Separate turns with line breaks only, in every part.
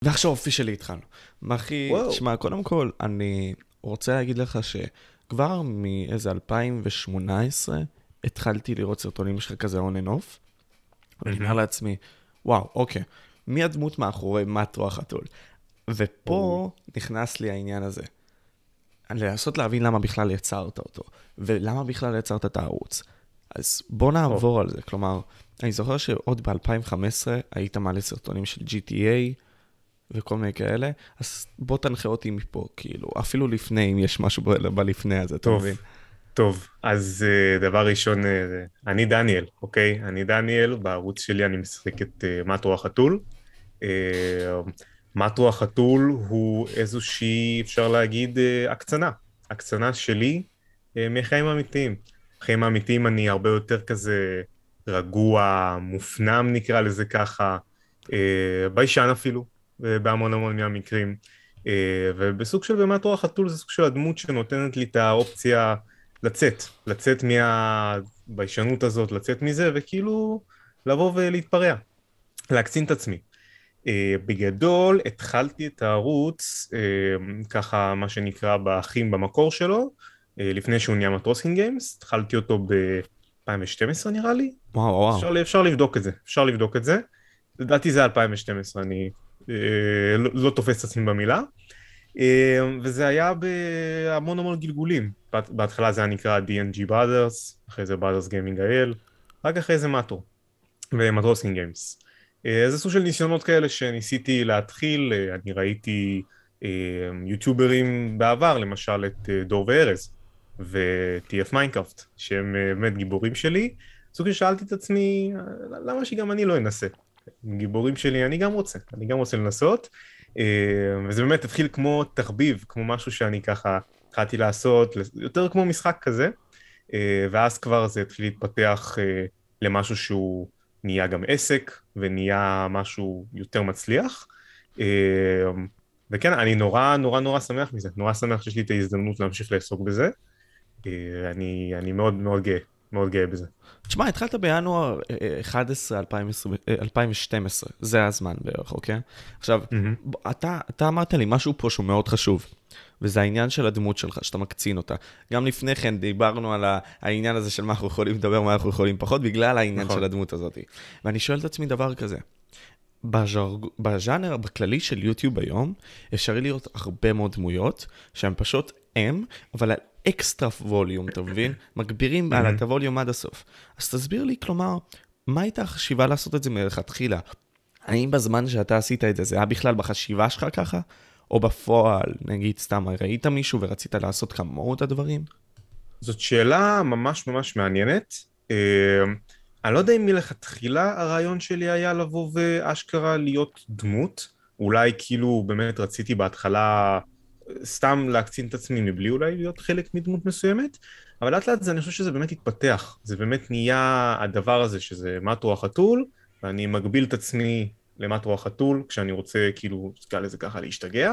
ועכשיו אופישלי התחלנו. אחי,
וואו.
תשמע, קודם כל, אני רוצה להגיד לך שכבר מאיזה 2018 התחלתי לראות סרטונים שלך כזה on and off, ואני אומר
מהמם.
לעצמי, וואו, אוקיי, מי הדמות מאחורי מטרו החתול?
או,
ופה נכנס לי העניין הזה. לנסות להבין למה בכלל יצרת אותו, ולמה בכלל יצרת את הערוץ. אז בוא
או,
נעבור על זה, כלומר, אני זוכר שעוד ב-2015 היית מעלה סרטונים של GTA וכל מיני כאלה, אז בוא תנחה אותי מפה, כאילו, אפילו לפני, אם יש משהו בלפני הזה, אתה
טוב,
מבין?
טוב. אז דבר ראשון, אני דניאל, אוקיי? אני דניאל, בערוץ שלי אני משחק את מטרו החתול. אה, מטרו החתול הוא איזושהי, אפשר להגיד, הקצנה. הקצנה שלי מחיים אמיתיים. חיים האמיתיים אני הרבה יותר כזה רגוע, מופנם נקרא לזה ככה, ביישן אפילו, בהמון המון מהמקרים. ובסוג של באמת רוח חתול זה סוג של הדמות שנותנת לי את האופציה לצאת מהביישנות הזאת, לצאת מזה, וכאילו לבוא ולהתפרע, להקצין את עצמי. בגדול התחלתי את הערוץ ככה מה שנקרא באחים במקור שלו, לפני שהוא נהיה מטרוסקין גיימס. התחלתי אותו ב-2012 נראה לי.
וואו, וואו.
אפשר לבדוק את זה, אפשר לבדוק את זה. לדעתי זה 2012, אני לא תופס את עצמי במילה. וזה היה בהמון המון גלגולים. בהתחלה זה היה נקרא D&G Brothers, אחרי זה Brothers Gaming IL, רק אחרי זה מטרו ומטרוסקין גיימס. זה סוג של ניסיונות כאלה שניסיתי להתחיל. אני ראיתי יוטיוברים בעבר, למשל את דור וארז ו-TF מיינקראפט, שהם באמת גיבורים שלי. סוג ששאלתי את עצמי, למה שגם אני לא אנסה? גיבורים שלי, אני גם רוצה לנסות. וזה באמת התחיל כמו תחביב, כמו משהו שאני ככה התחלתי לעשות, יותר כמו משחק כזה, ואז כבר זה התחיל להתפתח למשהו שהוא נהיה גם עסק, ונהיה משהו יותר מצליח. וכן, אני נורא נורא נורא שמח מזה, נורא שמח שיש לי את ההזדמנות להמשיך לעסוק בזה. אני מאוד מאוד גאה, מאוד גאה בזה.
תשמע, התחלת בינואר 11, 2012, זה הזמן בערך, אוקיי? עכשיו,
מהמם.
אתה אמרת לי משהו פה שהוא מאוד חשוב, וזה העניין של הדמות שלך, שאתה מקצין אותה. גם לפני כן דיברנו על העניין הזה של מה אנחנו יכולים לדבר, מה אנחנו יכולים פחות, בגלל העניין
נכון.
של הדמות הזאת. ואני שואל את עצמי דבר כזה, בז'אנר, בכללי של יוטיוב היום, אפשרי להיות הרבה מאוד דמויות, שהן פשוט הם, אבל על אקסטרה ווליום, אתה מבין? מגבירים על את הווליום עד הסוף. אז תסביר לי, כלומר, מה הייתה החשיבה לעשות את זה מלכתחילה? האם בזמן שאתה עשית את זה, זה היה בכלל בחשיבה שלך ככה? או בפועל, נגיד סתם, ראית מישהו ורצית לעשות כמוהו את הדברים?
זאת שאלה ממש ממש מעניינת. אני לא יודע אם מלכתחילה הרעיון שלי היה לבוא ואשכרה להיות דמות. אולי כאילו באמת רציתי בהתחלה סתם להקצין את עצמי מבלי אולי להיות חלק מדמות מסוימת, אבל לאט לאט אני חושב שזה באמת התפתח. זה באמת נהיה הדבר הזה שזה מטרו החתול, ואני מגביל את עצמי למטרו החתול כשאני רוצה כאילו, נקרא לזה ככה, להשתגע.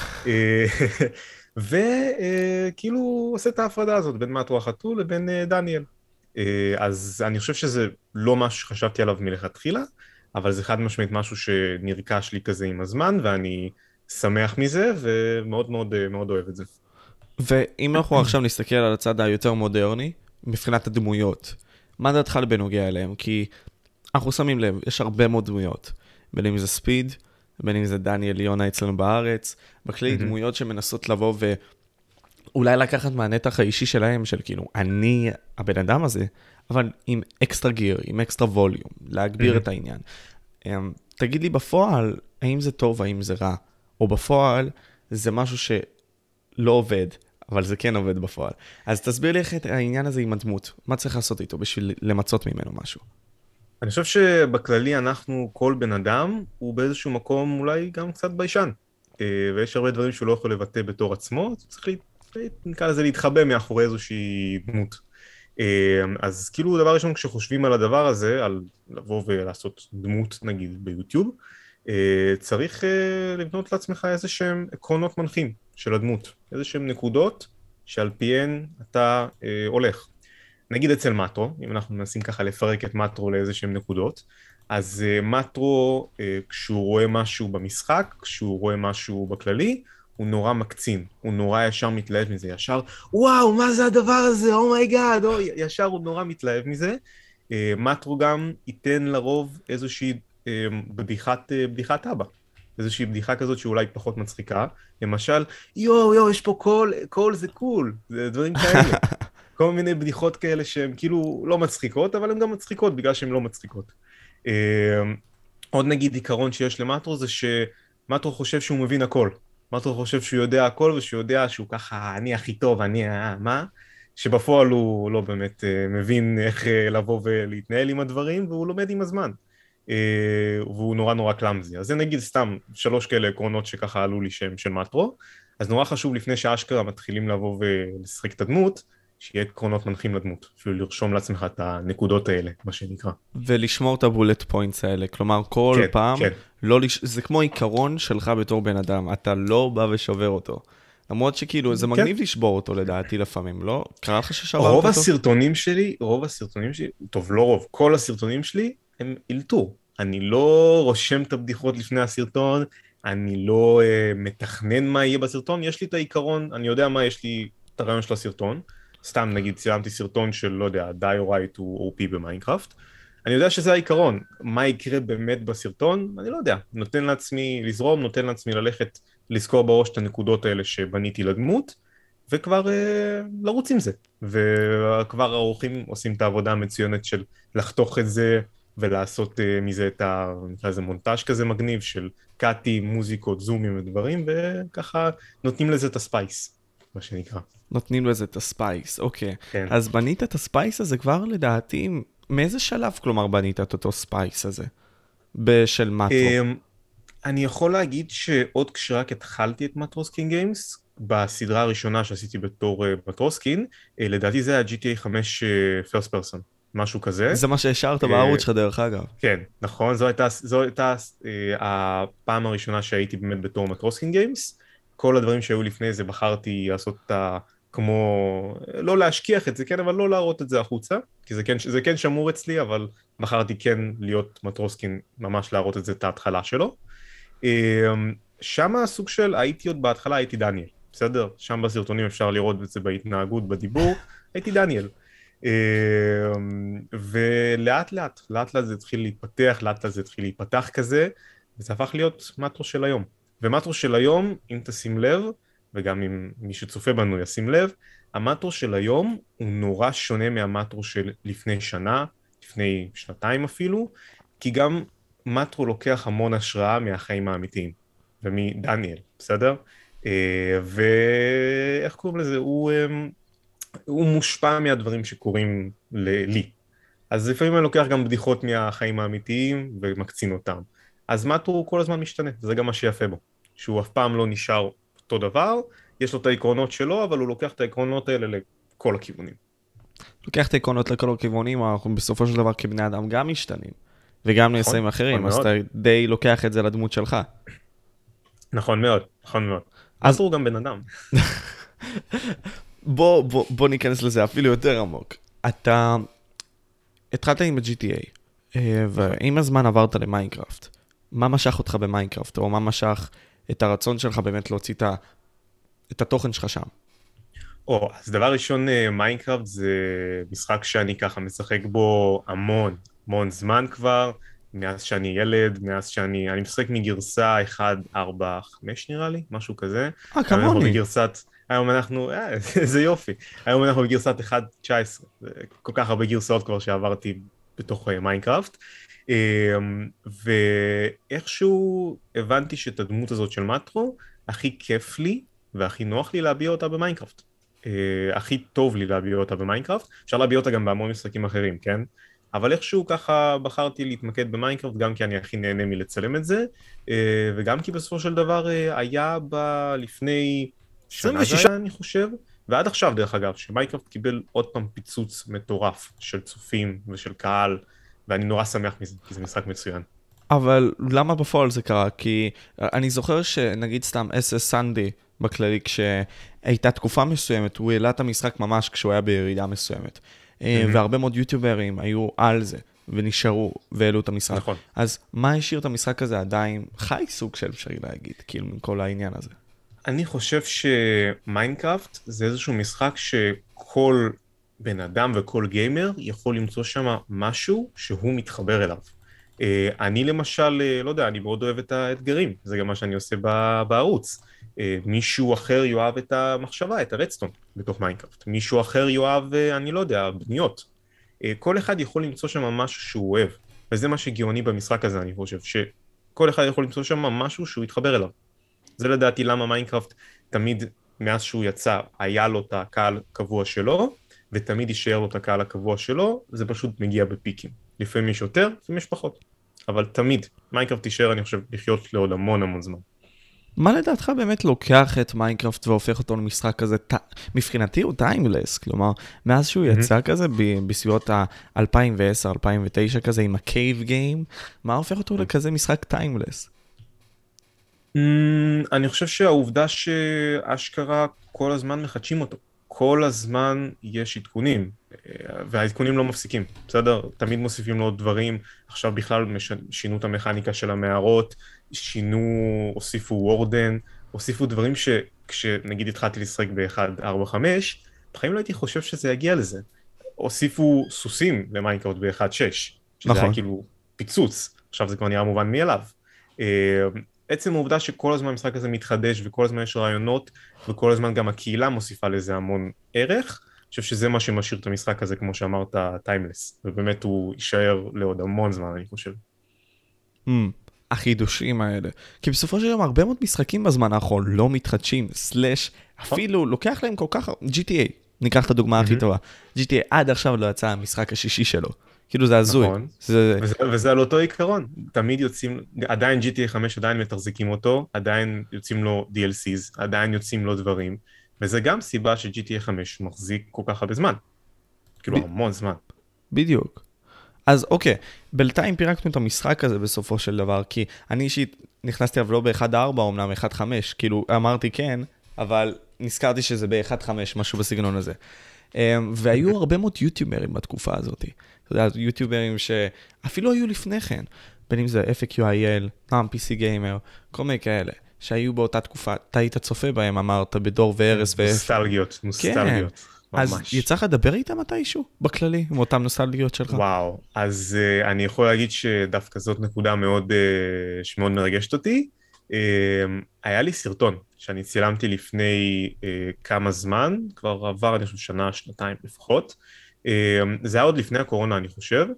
וכאילו עושה את ההפרדה הזאת בין מטרו החתול לבין דניאל. אז אני חושב שזה לא משהו שחשבתי עליו מלכתחילה, אבל זה חד משמעית משהו שנרכש לי כזה עם הזמן, ואני שמח מזה, ומאוד מאוד מאוד אוהב את זה.
ואם אנחנו עכשיו נסתכל על הצד היותר מודרני, מבחינת הדמויות, מה דעתך בנוגע אליהם? כי אנחנו שמים לב, יש הרבה מאוד דמויות. בין אם זה ספיד, בין אם זה דניאל יונה אצלנו בארץ, בכלי דמויות שמנסות לבוא ואולי לקחת מהנתח האישי שלהם, של כאילו, אני הבן אדם הזה, אבל עם אקסטרה גיר, עם אקסטרה ווליום, להגביר את העניין. תגיד לי בפועל, האם זה טוב, האם זה רע? או בפועל, זה משהו שלא עובד, אבל זה כן עובד בפועל. אז תסביר לי איך את העניין הזה עם הדמות. מה צריך לעשות איתו בשביל למצות ממנו משהו?
אני חושב שבכללי אנחנו, כל בן אדם, הוא באיזשהו מקום אולי גם קצת ביישן. ויש הרבה דברים שהוא לא יכול לבטא בתור עצמו, אז הוא צריך, נקרא לזה, להתחבא מאחורי איזושהי דמות. אז כאילו דבר ראשון כשחושבים על הדבר הזה, על לבוא ולעשות דמות נגיד ביוטיוב, צריך לבנות לעצמך איזה שהם עקרונות מנחים של הדמות, איזה שהם נקודות שעל פיהן אתה הולך. נגיד אצל מטרו, אם אנחנו מנסים ככה לפרק את מטרו לאיזה שהם נקודות, אז מטרו, כשהוא רואה משהו במשחק, כשהוא רואה משהו בכללי, הוא נורא מקצין, הוא נורא ישר מתלהב מזה, ישר, וואו, מה זה הדבר הזה, אומייגאד, ישר הוא נורא מתלהב מזה. מטרו גם ייתן לרוב איזושהי בדיחת אבא, איזושהי בדיחה כזאת שאולי פחות מצחיקה, למשל, יו, יש פה קול זה קול, זה דברים כאלה. כל מיני בדיחות כאלה שהן כאילו לא מצחיקות, אבל הן גם מצחיקות בגלל שהן לא מצחיקות. עוד נגיד עיקרון שיש למטרו זה שמטרו חושב שהוא מבין הכל. מטרו חושב שהוא יודע הכל ושהוא יודע שהוא ככה, אני הכי טוב, מה? שבפועל הוא לא באמת מבין איך לבוא ולהתנהל עם הדברים, והוא לומד עם הזמן. והוא נורא נורא קלאמזי. אז זה נגיד סתם 3 כאלה עקרונות שככה עלו לי שם של מטרו. אז נורא חשוב לפני שאשכרה מתחילים לבוא ולשחק את הדמות, שיהיה עקרונות מנחים לדמות, אפילו לרשום לעצמך את הנקודות האלה, מה שנקרא.
ולשמור את הבולט פוינטס האלה, כלומר כל
כן,
פעם,
כן.
זה כמו עיקרון שלך בתור בן אדם, אתה לא בא ושובר אותו. למרות שכאילו זה מגניב לשבור אותו לדעתי לפעמים, לא? קרה לך ששברת אותו?
רוב הסרטונים שלי, טוב לא רוב, כל הסרטונים שלי הם אילתור. אני לא רושם את הבדיחות לפני הסרטון, אני לא מתכנן מה יהיה בסרטון, יש לי את העיקרון, אני יודע מה יש לי את הרעיון של הסרטון, סתם נגיד צילמתי סרטון של, לא יודע, die or right או OP במיינקראפט, אני יודע שזה העיקרון, מה יקרה באמת בסרטון, אני לא יודע, נותן לעצמי לזרום, נותן לעצמי ללכת לזכור בראש את הנקודות האלה שבניתי לדמות, וכבר לרוץ עם זה, וכבר האורחים עושים את העבודה המצוינת של לחתוך את זה, ולעשות מזה את נקרא לזה מונטאז' כזה מגניב של קאטים, מוזיקות, זומים ודברים, וככה נותנים לזה את הספייס, מה שנקרא.
נותנים לזה את הספייס, אוקיי.
כן.
אז בנית את הספייס הזה כבר לדעתי, מאיזה שלב כלומר בנית את אותו ספייס הזה? בשל מטרו.
אני יכול להגיד שעוד כשרק התחלתי את מטרוסקין גיימס, בסדרה הראשונה שעשיתי בתור מטרוסקין, לדעתי זה היה GTA 5 First Person, משהו כזה.
זה מה שהשארת בערוץ שלך דרך אגב.
כן, נכון, זו הייתה הפעם הראשונה שהייתי באמת בתור מטרוסקין גיימס, כל הדברים שהיו לפני זה בחרתי לעשות את כמו, לא להשכיח את זה, כן, אבל לא להראות את זה החוצה, כי זה כן שמור אצלי, אבל בחרתי כן להיות מטרוסקין, ממש להראות את זה את ההתחלה שלו. שם הסוג של, הייתי עוד בהתחלה, הייתי דניאל, בסדר? שם בסרטונים אפשר לראות את זה בהתנהגות, בדיבור, הייתי דניאל. ולאט לאט זה התחיל להתפתח, לאט לאט זה התחיל להיפתח כזה, וזה הפך להיות מטרו של היום. ומטרו של היום, אם תשים לב, וגם אם מי שצופה בנו ישים לב, המטרו של היום הוא נורא שונה מהמטרו של לפני שנה, לפני שנתיים אפילו, כי גם מטרו לוקח המון השראה מהחיים האמיתיים, ומדניאל, בסדר? ואיך קוראים לזה? הוא מושפע מהדברים שקורים לי. אז לפעמים אני לוקח גם בדיחות מהחיים האמיתיים ומקצין אותם. אז מטרו כל הזמן משתנה, זה גם מה שיפה בו, שהוא אף פעם לא נשאר אותו דבר, יש לו את העקרונות שלו, אבל הוא לוקח את העקרונות האלה לכל הכיוונים.
לוקח את העקרונות לכל הכיוונים, אנחנו בסופו של דבר כבני אדם גם משתנים, וגם נעשים אחרים, אז אתה די לוקח את זה לדמות שלך.
נכון מאוד, נכון מאוד. אז הוא גם בן אדם.
בוא ניכנס לזה אפילו יותר עמוק. אתה התחלת עם ה-GTA, ועם הזמן עברת למיינקראפט. מה משך אותך במיינקראפט, או מה משך את הרצון שלך באמת להוציא את התוכן שלך שם?
אז דבר ראשון, מיינקראפט זה משחק שאני ככה משחק בו המון זמן כבר, מאז שאני ילד, אני משחק מגרסה 1.4.5 נראה לי, משהו כזה.
כמוני.
היום אנחנו, זה יופי, היום אנחנו בגרסת 1.19, כל כך הרבה גרסאות כבר שעברתי בתוך מיינקראפט, ואיכשהו הבנתי שאת הדמות הזאת של מטרו, הכי כיף לי והכי נוח לי להביע אותה במיינקראפט. הכי טוב לי להביע אותה במיינקראפט, אפשר להביע אותה גם בהמון משחקים אחרים, כן? אבל איכשהו ככה בחרתי להתמקד במיינקראפט, גם כי אני הכי נהנה מלצלם את זה, וגם כי בסופו של דבר היה לפני שנה זה היה, אני חושב, ועד עכשיו דרך אגב, שמיינקראפט קיבל עוד פעם פיצוץ מטורף של צופים ושל קהל, ואני נורא שמח מזה, כי זה משחק מצוין.
אבל למה בפועל זה קרה? כי אני זוכר שנגיד סתם SS סנדי בכללי, כשהייתה תקופה מסוימת, הוא העלה את המשחק ממש כשהוא היה בירידה מסוימת.
מהמם.
והרבה מאוד יוטיוברים היו על זה, ונשארו, והעלו את המשחק.
נכון.
אז מה השאיר את המשחק הזה עדיין חי סוג של אפשרי להגיד, כאילו, מכל העניין הזה?
אני חושב שמיינקראפט זה איזשהו משחק שכל בן אדם וכל גיימר יכול למצוא שם משהו שהוא מתחבר אליו. אני למשל, לא יודע, אני מאוד אוהב את האתגרים, זה גם מה שאני עושה בערוץ. מישהו אחר יאהב את המחשבה, את הרדסטון בתוך מיינקראפט. מישהו אחר יאהב, אני לא יודע, בניות. כל אחד יכול למצוא שם משהו שהוא אוהב, וזה מה שגאוני במשחק הזה, אני חושב, שכל אחד יכול למצוא שם משהו שהוא יתחבר אליו. זה לדעתי למה מיינקראפט תמיד, מאז שהוא יצא, היה לו את הקהל הקבוע שלו, ותמיד יישאר לו את הקהל הקבוע שלו, זה פשוט מגיע בפיקים. לפעמים יש יותר, לפעמים יש פחות. אבל תמיד, מיינקראפט תישאר, אני חושב, לחיות לעוד המון המון זמן.
מה לדעתך באמת לוקח את מיינקראפט והופך אותו למשחק כזה, מבחינתי הוא טיימלס, כלומר, מאז שהוא יצא כזה, בסביבות ה-2010-2009 כזה, עם הקייב גיים, מה הופך אותו לכזה משחק טיימלס?
אני חושב שהעובדה שאשכרה כל הזמן מחדשים אותו. כל הזמן יש עדכונים, והעדכונים לא מפסיקים, בסדר? תמיד מוסיפים לו עוד דברים, עכשיו בכלל שינו את המכניקה של המערות, הוסיפו וורדן, הוסיפו דברים שכשנגיד התחלתי לשחק ב-1.4.5, בחיים לא הייתי חושב שזה יגיע לזה. הוסיפו סוסים למיינקראפט ב-1.6, שזה
נכון.
היה כאילו פיצוץ, עכשיו זה כבר נראה מובן מאליו. עצם העובדה שכל הזמן המשחק הזה מתחדש וכל הזמן יש רעיונות וכל הזמן גם הקהילה מוסיפה לזה המון ערך, אני חושב שזה מה שמשאיר את המשחק הזה, כמו שאמרת, טיימלס, ובאמת הוא יישאר לעוד המון זמן, אני חושב.
החידושים האלה. כי בסופו של יום הרבה מאוד משחקים בזמן האחרון לא מתחדשים, סלש, אפילו לוקח להם כל כך, GTA, ניקח את הדוגמה הכי טובה, GTA עד עכשיו לא יצא המשחק השישי שלו. כאילו זה הזוי.
נכון, וזה על אותו עיקרון, תמיד יוצאים, עדיין GTA 5 עדיין מתחזקים אותו, עדיין יוצאים לו DLCs, עדיין יוצאים לו דברים, וזה גם סיבה ש-GTA 5 מחזיק כל כך הרבה זמן, כאילו המון זמן.
בדיוק. אז אוקיי, בינתיים פירקנו את המשחק הזה בסופו של דבר, כי אני אישית נכנסתי אבל לא ב-1.4, אמנם 1.5, כאילו אמרתי כן, אבל נזכרתי שזה ב-1.5, משהו בסגנון הזה. והיו הרבה מאוד יוטיוברים בתקופה הזאת. אתה יודע, יוטיוברים שאפילו היו לפני כן, בין אם זה FAQIL, נעם PC Gamer, כל מיני כאלה, שהיו באותה תקופה, אתה היית צופה בהם, אמרת, בדור והרס
נוסטלגיות, נוסטלגיות.
אז יצא לך לדבר איתם מתישהו, בכללי, עם אותם נוסטלגיות שלך?
וואו, אז אני יכול להגיד שדווקא זאת נקודה מאוד, שמאוד מרגשת אותי. היה לי סרטון שאני צילמתי לפני כמה זמן, כבר עבר, אני חושב, שנה, שנתיים לפחות. זה היה עוד לפני הקורונה, אני חושב,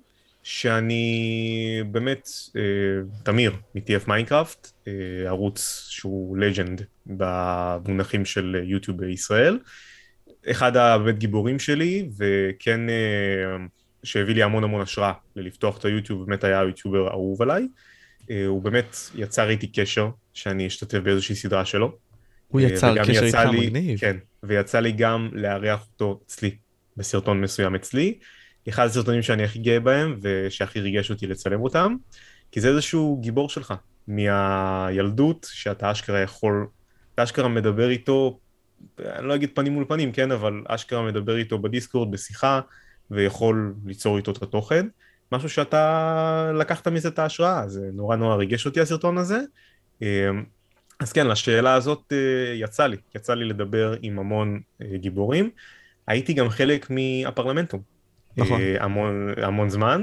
שאני באמת, תמיר, מ-TF מיינקראפט, ערוץ שהוא לג'נד במונחים של יוטיוב בישראל. אחד הבית גיבורים שלי, וכן שהביא לי המון המון השראה ללפתוח את היוטיוב, באמת היה יוטיובר אהוב עליי. הוא באמת יצר איתי קשר, שאני אשתתף באיזושהי סדרה שלו.
הוא יצר קשר איתך מגניב.
כן, ויצא לי גם לארח אותו אצלי, בסרטון מסוים אצלי. אחד הסרטונים שאני הכי גאה בהם, ושהכי ריגש אותי לצלם אותם, כי זה איזשהו גיבור שלך, מהילדות, שאתה אשכרה יכול, אתה אשכרה מדבר איתו, אני לא אגיד פנים מול פנים, כן, אבל אשכרה מדבר איתו בדיסקורד, בשיחה, ויכול ליצור איתו את התוכן. משהו שאתה לקחת מזה את ההשראה, זה נורא נורא ריגש אותי הסרטון הזה. אז כן, לשאלה הזאת יצא לי לדבר עם המון גיבורים. הייתי גם חלק מהפרלמנטום.
נכון.
המון זמן,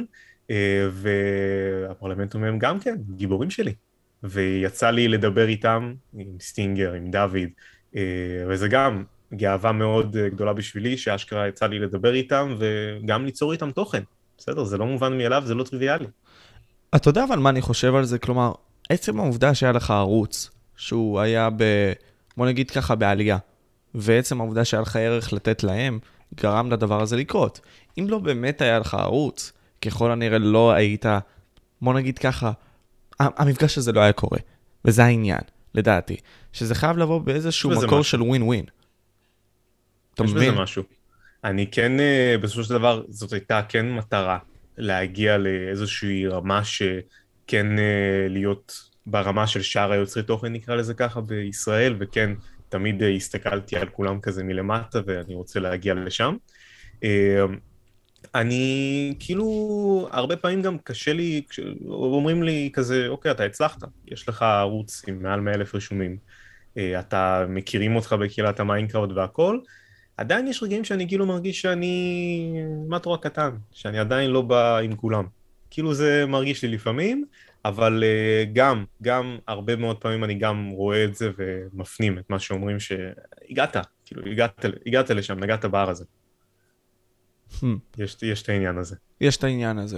והפרלמנטום הם גם כן גיבורים שלי. ויצא לי לדבר איתם, עם סטינגר, עם דוד, וזה גם גאווה מאוד גדולה בשבילי, שאשכרה יצא לי לדבר איתם, וגם ליצור איתם תוכן. בסדר, זה לא מובן מאליו, זה לא טריוויאלי.
אתה יודע אבל מה אני חושב על זה? כלומר, עצם העובדה שהיה לך ערוץ, שהוא היה בוא נגיד ככה, בעלייה, ועצם העובדה שהיה לך ערך לתת להם, גרם לדבר הזה לקרות. אם לא באמת היה לך ערוץ, ככל הנראה לא היית, בוא נגיד ככה, המפגש הזה לא היה קורה. וזה העניין, לדעתי. שזה חייב לבוא באיזשהו מקור של ווין ווין. אתה מבין?
יש בזה משהו. אני כן, בסופו של דבר, זאת הייתה כן מטרה להגיע לאיזושהי רמה שכן להיות ברמה של שאר היוצרי תוכן, נקרא לזה ככה, בישראל, וכן תמיד הסתכלתי על כולם כזה מלמטה, ואני רוצה להגיע לשם. אני כאילו, הרבה פעמים גם קשה לי, אומרים לי כזה, אוקיי, אתה הצלחת, יש לך ערוץ עם מעל 100,000 רישומים, אתה מכירים אותך בקהילת המיינקראפט והכל, עדיין יש רגעים שאני כאילו מרגיש שאני מטרו הקטן, שאני עדיין לא בא עם כולם. כאילו זה מרגיש לי לפעמים, אבל גם הרבה מאוד פעמים אני גם רואה את זה ומפנים את מה שאומרים שהגעת, כאילו הגעת לשם, נגעת בהר הזה.
Hmm.
יש את העניין הזה.
יש את העניין הזה.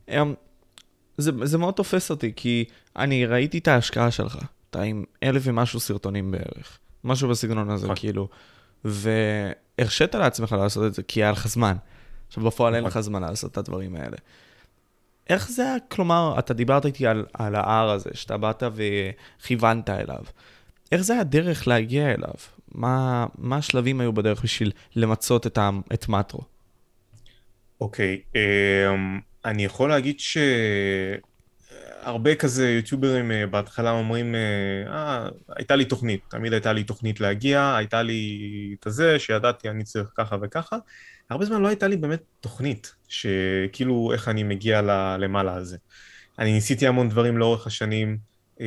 זה מאוד תופס אותי, כי אני ראיתי את ההשקעה שלך. אתה עם 1,000 ומשהו סרטונים בערך. משהו בסגנון הזה,
נכון.
כאילו. והרשית לעצמך לעשות את זה, כי היה לך זמן. עכשיו בפועל אין לך זמן לעשות את הדברים האלה. איך זה, כלומר, אתה דיברת איתי על ההר הזה, שאתה באת וכיוונת אליו. איך זה הדרך להגיע אליו? מה השלבים היו בדרך בשביל למצות את מטרו?
אוקיי, אני יכול להגיד שהרבה כזה יוטיוברים בהתחלה אומרים, הייתה לי תוכנית, תמיד הייתה לי תוכנית להגיע, הייתה לי את זה שידעתי אני צריך ככה וככה, הרבה זמן לא הייתה לי באמת תוכנית, שכאילו איך אני מגיע למעלה הזה. אני ניסיתי המון דברים לאורך השנים,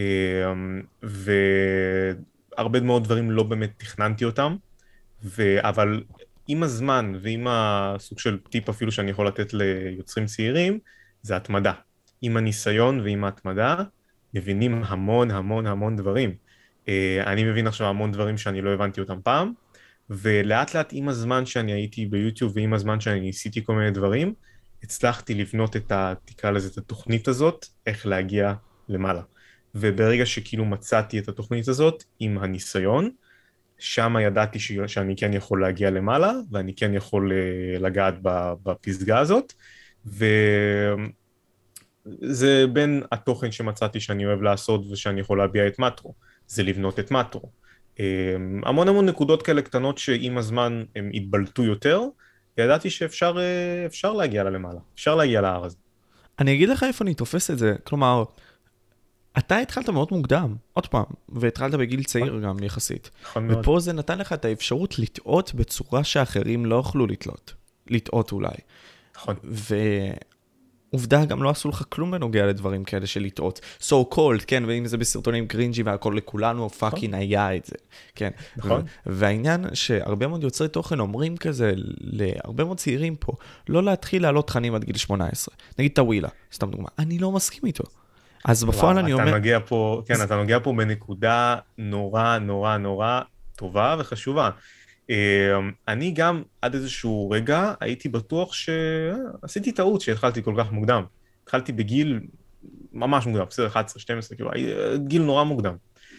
והרבה מאוד דברים לא באמת תכננתי אותם, אבל עם הזמן ועם הסוג של טיפ אפילו שאני יכול לתת ליוצרים צעירים, זה התמדה. עם הניסיון ועם ההתמדה, מבינים המון המון המון דברים. אני מבין עכשיו המון דברים שאני לא הבנתי אותם פעם, ולאט לאט עם הזמן שאני הייתי ביוטיוב ועם הזמן שאני ניסיתי כל מיני דברים, הצלחתי לבנות תקרא לזה, את התוכנית הזאת, איך להגיע למעלה. וברגע שכאילו מצאתי את התוכנית הזאת עם הניסיון, שם ידעתי שאני כן יכול להגיע למעלה, ואני כן יכול לגעת בפסגה הזאת, וזה בין התוכן שמצאתי שאני אוהב לעשות ושאני יכול להביע את מטרו, זה לבנות את מטרו. המון המון נקודות כאלה קטנות שעם הזמן הם התבלטו יותר, וידעתי שאפשר להגיע למעלה, אפשר להגיע להר הזה.
אני אגיד לך איפה אני תופס את זה, כלומר, אתה התחלת מאוד מוקדם, עוד פעם, והתחלת בגיל צעיר גם יחסית.
נכון מאוד.
ופה זה נתן לך את האפשרות לטעות בצורה שאחרים לא יכלו לטעות אולי.
נכון.
ועובדה, גם לא עשו לך כלום בנוגע לדברים כאלה של לטעות. So called, כן, ואם זה בסרטונים גרינג'י והכל לכולנו, פאקינג היה את זה. כן.
נכון.
והעניין שהרבה מאוד יוצרי תוכן אומרים כזה, להרבה מאוד צעירים פה, לא להתחיל לעלות תכנים עד גיל 18. נגיד טווילה, סתם דוגמה. אני לא מסכים איתו. אז בפועל אני אומר...
אתה נוגע פה בנקודה נורא נורא נורא טובה וחשובה. אני גם עד איזשהו רגע הייתי בטוח שעשיתי טעות שהתחלתי כל כך מוקדם. התחלתי בגיל ממש מוקדם, בסדר 11, 12, כאילו, גיל נורא מוקדם.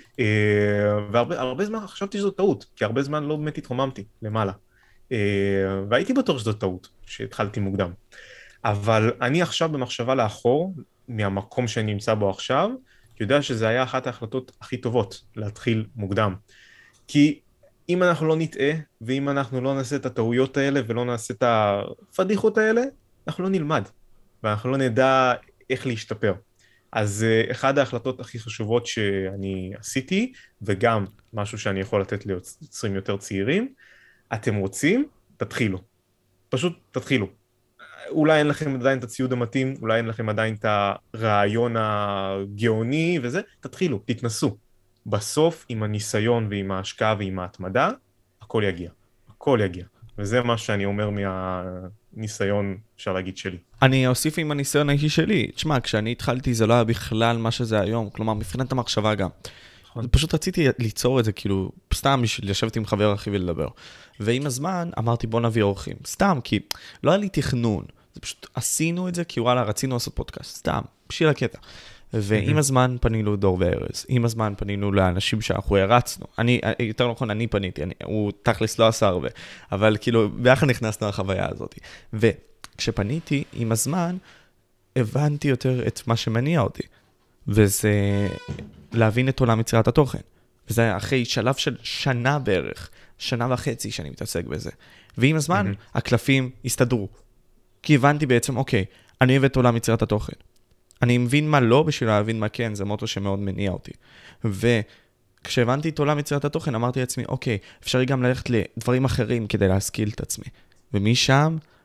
והרבה זמן חשבתי שזו טעות, כי הרבה זמן לא באמת התרוממתי למעלה. והייתי בטוח שזו טעות, שהתחלתי מוקדם. אבל אני עכשיו במחשבה לאחור, מהמקום שאני נמצא בו עכשיו, יודע שזה היה אחת ההחלטות הכי טובות, להתחיל מוקדם. כי אם אנחנו לא נטעה, ואם אנחנו לא נעשה את הטעויות האלה, ולא נעשה את הפדיחות האלה, אנחנו לא נלמד, ואנחנו לא נדע איך להשתפר. אז אחת ההחלטות הכי חשובות שאני עשיתי, וגם משהו שאני יכול לתת ליוצרים יותר צעירים, אתם רוצים, תתחילו. פשוט תתחילו. אולי אין לכם עדיין את הציוד המתאים, אולי אין לכם עדיין את הרעיון הגאוני וזה, תתחילו, תתנסו. בסוף, עם הניסיון ועם ההשקעה ועם ההתמדה, הכל יגיע. הכל יגיע. וזה מה שאני אומר מהניסיון, אפשר להגיד, שלי.
אני אוסיף עם הניסיון האישי שלי. תשמע, כשאני התחלתי זה לא היה בכלל מה שזה היום, כלומר, מבחינת המחשבה גם. פשוט רציתי ליצור את זה, כאילו, סתם בשביל לשבת עם חבר אחי ולדבר. ועם הזמן אמרתי בוא נביא אורחים. סתם, כי לא היה לי תכנון. זה פשוט עשינו את זה, כי וואלה, רצינו לעשות פודקאסט. סתם, בשביל הקטע. ועם הזמן פנינו דור וארז. עם הזמן פנינו לאנשים שאנחנו הרצנו. יותר נכון, אני פניתי. הוא תכלס לא עשה הרבה. אבל כאילו, ביחד נכנסנו לחוויה הזאת. וכשפניתי, עם הזמן, הבנתי יותר את מה שמניע אותי. וזה להבין את עולם יצירת התוכן. וזה אחרי שלב של שנה בערך, 1.5 שנה שאני מתעסק בזה. ועם הזמן, הקלפים הסתדרו. כי הבנתי בעצם, אוקיי, אני אוהב את עולם יצירת התוכן. אני מבין מה לא בשביל להבין מה כן, זה מוטו שמאוד מניע אותי. וכשהבנתי את עולם יצירת התוכן, אמרתי לעצמי, אוקיי, אפשר גם ללכת לדברים אחרים כדי להשכיל את עצמי. ומשם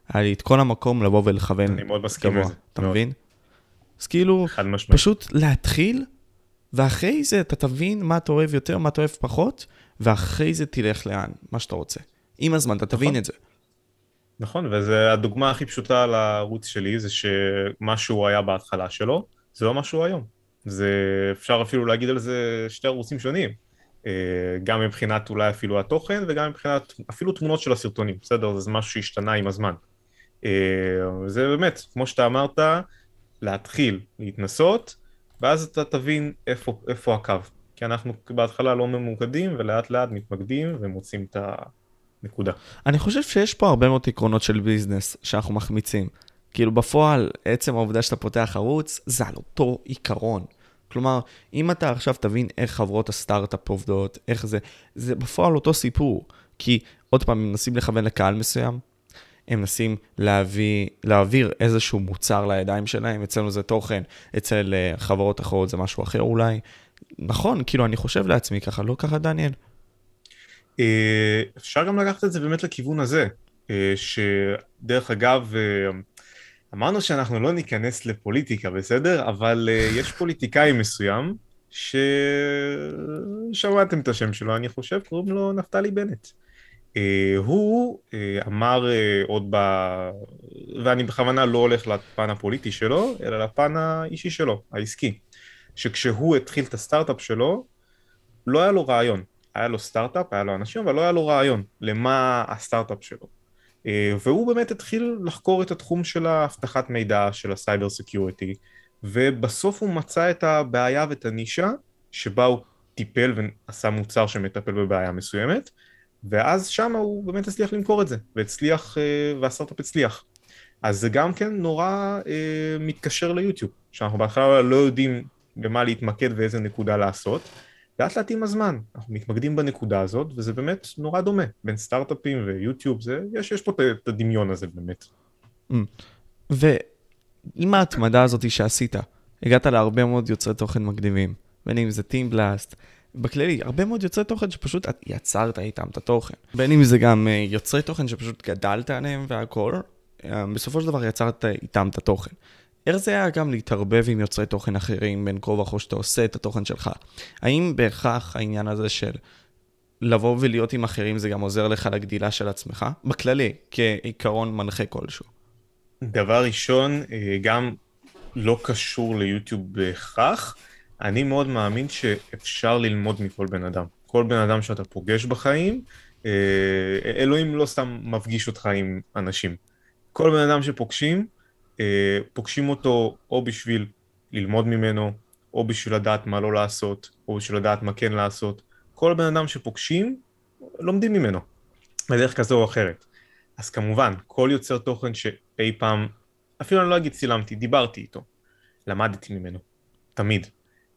היה לי את כל המקום לבוא ולכוון.
אני מאוד מסכים לזה.
אתה מבין? אז כאילו,
חד משמעית.
פשוט להתחיל, ואחרי זה אתה תבין מה אתה אוהב יותר, מה אתה אוהב פחות, ואחרי זה תלך לאן, מה שאתה רוצה. עם הזמן אתה תבין את זה.
נכון, וזה הדוגמה הכי פשוטה על הערוץ שלי, זה שמה שהוא היה בהתחלה שלו, זה לא מה שהוא היום. זה, אפשר אפילו להגיד על זה שתי ערוצים שונים. גם מבחינת אולי אפילו התוכן, וגם מבחינת אפילו תמונות של הסרטונים, בסדר? זה משהו שהשתנה עם הזמן. זה באמת, כמו שאתה אמרת, להתחיל, להתנסות, ואז אתה תבין איפה הקו. כי אנחנו בהתחלה לא ממוקדים, ולאט לאט מתמקדים ומוצאים את הנקודה.
אני חושב שיש פה הרבה מאוד עקרונות של ביזנס שאנחנו מחמיצים. כאילו בפועל, עצם העובדה שאתה פותח ערוץ, זה על אותו עיקרון. כלומר, אם אתה עכשיו תבין איך חברות הסטארט-אפ עובדות, איך זה בפועל אותו סיפור. כי עוד פעם, הם מנסים לכוון לקהל מסוים, הם מנסים להעביר איזשהו מוצר לידיים שלהם, אצלנו זה תוכן, אצל חברות אחרות זה משהו אחר אולי. נכון, כאילו אני חושב לעצמי ככה, לא ככה דניאל.
אפשר גם לקחת את זה באמת לכיוון הזה, שדרך אגב, אמרנו שאנחנו לא ניכנס לפוליטיקה, בסדר? אבל יש פוליטיקאי מסוים, ששמעתם את השם שלו, אני חושב, קוראים לו נפתלי בנט. הוא אמר עוד ואני בכוונה לא הולך לפן הפוליטי שלו, אלא לפן האישי שלו, העסקי. שכשהוא התחיל את הסטארט-אפ שלו, לא היה לו רעיון. היה לו סטארט-אפ, היה לו אנשים, אבל לא היה לו רעיון למה הסטארט-אפ שלו. והוא באמת התחיל לחקור את התחום של האבטחת מידע, של הסייבר סקיוריטי, ובסוף הוא מצא את הבעיה ואת הנישה, שבה הוא טיפל ועשה מוצר שמטפל בבעיה מסוימת, ואז שם הוא באמת הצליח למכור את זה, והסטארט-אפ הצליח. אז זה גם כן נורא מתקשר ליוטיוב, שאנחנו בהתחלה לא יודעים במה להתמקד ואיזה נקודה לעשות, לאט לאט עם הזמן, אנחנו מתמקדים בנקודה הזאת, וזה באמת נורא דומה, בין סטארט-אפים ויוטיוב, יש פה את הדמיון הזה באמת.
ועם ההתמדה הזאת שעשית, הגעת להרבה מאוד יוצרי תוכן מקדימים, בין אם זה טים בלאסט, בכללי, הרבה מאוד יוצרי תוכן שפשוט יצרת איתם את התוכן. בין אם זה גם יוצרי תוכן שפשוט גדלת עליהם והכל, בסופו של דבר יצרת איתם את התוכן. איך זה היה גם להתערבב עם יוצרי תוכן אחרים בין כה וכה שאתה עושה את התוכן שלך? האם בהכרח העניין הזה של לבוא ולהיות עם אחרים זה גם עוזר לך לגדילה של עצמך? בכללי, כעיקרון מנחה כלשהו.
דבר ראשון, גם לא קשור ליוטיוב בהכרח, אני מאוד מאמין שאפשר ללמוד מכל בן אדם. כל בן אדם שאתה פוגש בחיים, אלוהים לא סתם מפגיש אותך עם אנשים. כל בן אדם שפוגשים, פוגשים אותו או בשביל ללמוד ממנו, או בשביל לדעת מה לא לעשות, או בשביל לדעת מה כן לעשות. כל בן אדם שפוגשים, לומדים ממנו, בדרך כזו או אחרת. אז כמובן, כל יוצר תוכן שאי פעם, אפילו אני לא אגיד צילמתי, דיברתי איתו, למדתי ממנו, תמיד.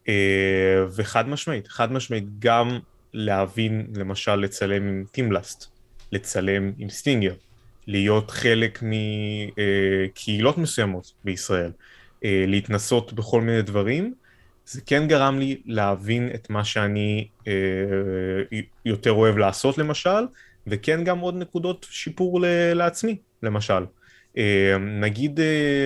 וחד משמעית, גם להבין, למשל, לצלם עם טימבלאסט, לצלם עם סטינגר, להיות חלק מקהילות מסוימות בישראל, להתנסות בכל מיני דברים, זה כן גרם לי להבין את מה שאני יותר אוהב לעשות למשל, וכן גם עוד נקודות שיפור לעצמי למשל. נגיד,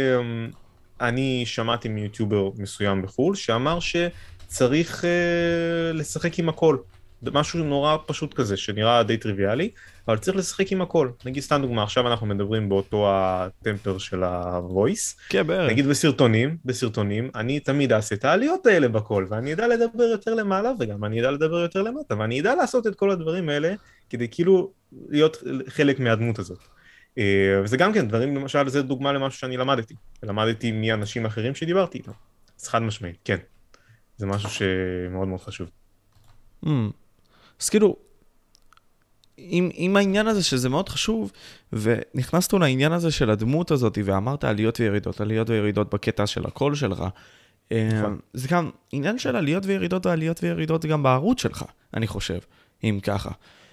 אני שמעתי מיוטיובר מסוים בחול שאמר שצריך לשחק עם הכל. משהו נורא פשוט כזה, שנראה די טריוויאלי, אבל צריך לשחק עם הכל. נגיד סתם דוגמה, עכשיו אנחנו מדברים באותו הטמפר של הוויס.
כן, בערך.
נגיד בסרטונים, אני תמיד אעשה את העליות האלה בכל, ואני אדע לדבר יותר למעלה, וגם אני אדע לדבר יותר למטה, ואני אדע לעשות את כל הדברים האלה, כדי כאילו להיות חלק מהדמות הזאת. וזה גם כן, דברים, למשל, זה דוגמה למשהו שאני למדתי מאנשים אחרים שדיברתי איתם. אז חד משמעית, כן. זה משהו שמאוד מאוד חשוב.
אז כאילו, עם העניין הזה שזה מאוד חשוב, ונכנסנו לעניין הזה של הדמות הזאת, ואמרת עליות וירידות בקטע של הקול שלך, זה גם עניין של עליות וירידות גם בערוץ שלך, אני חושב, אם ככה.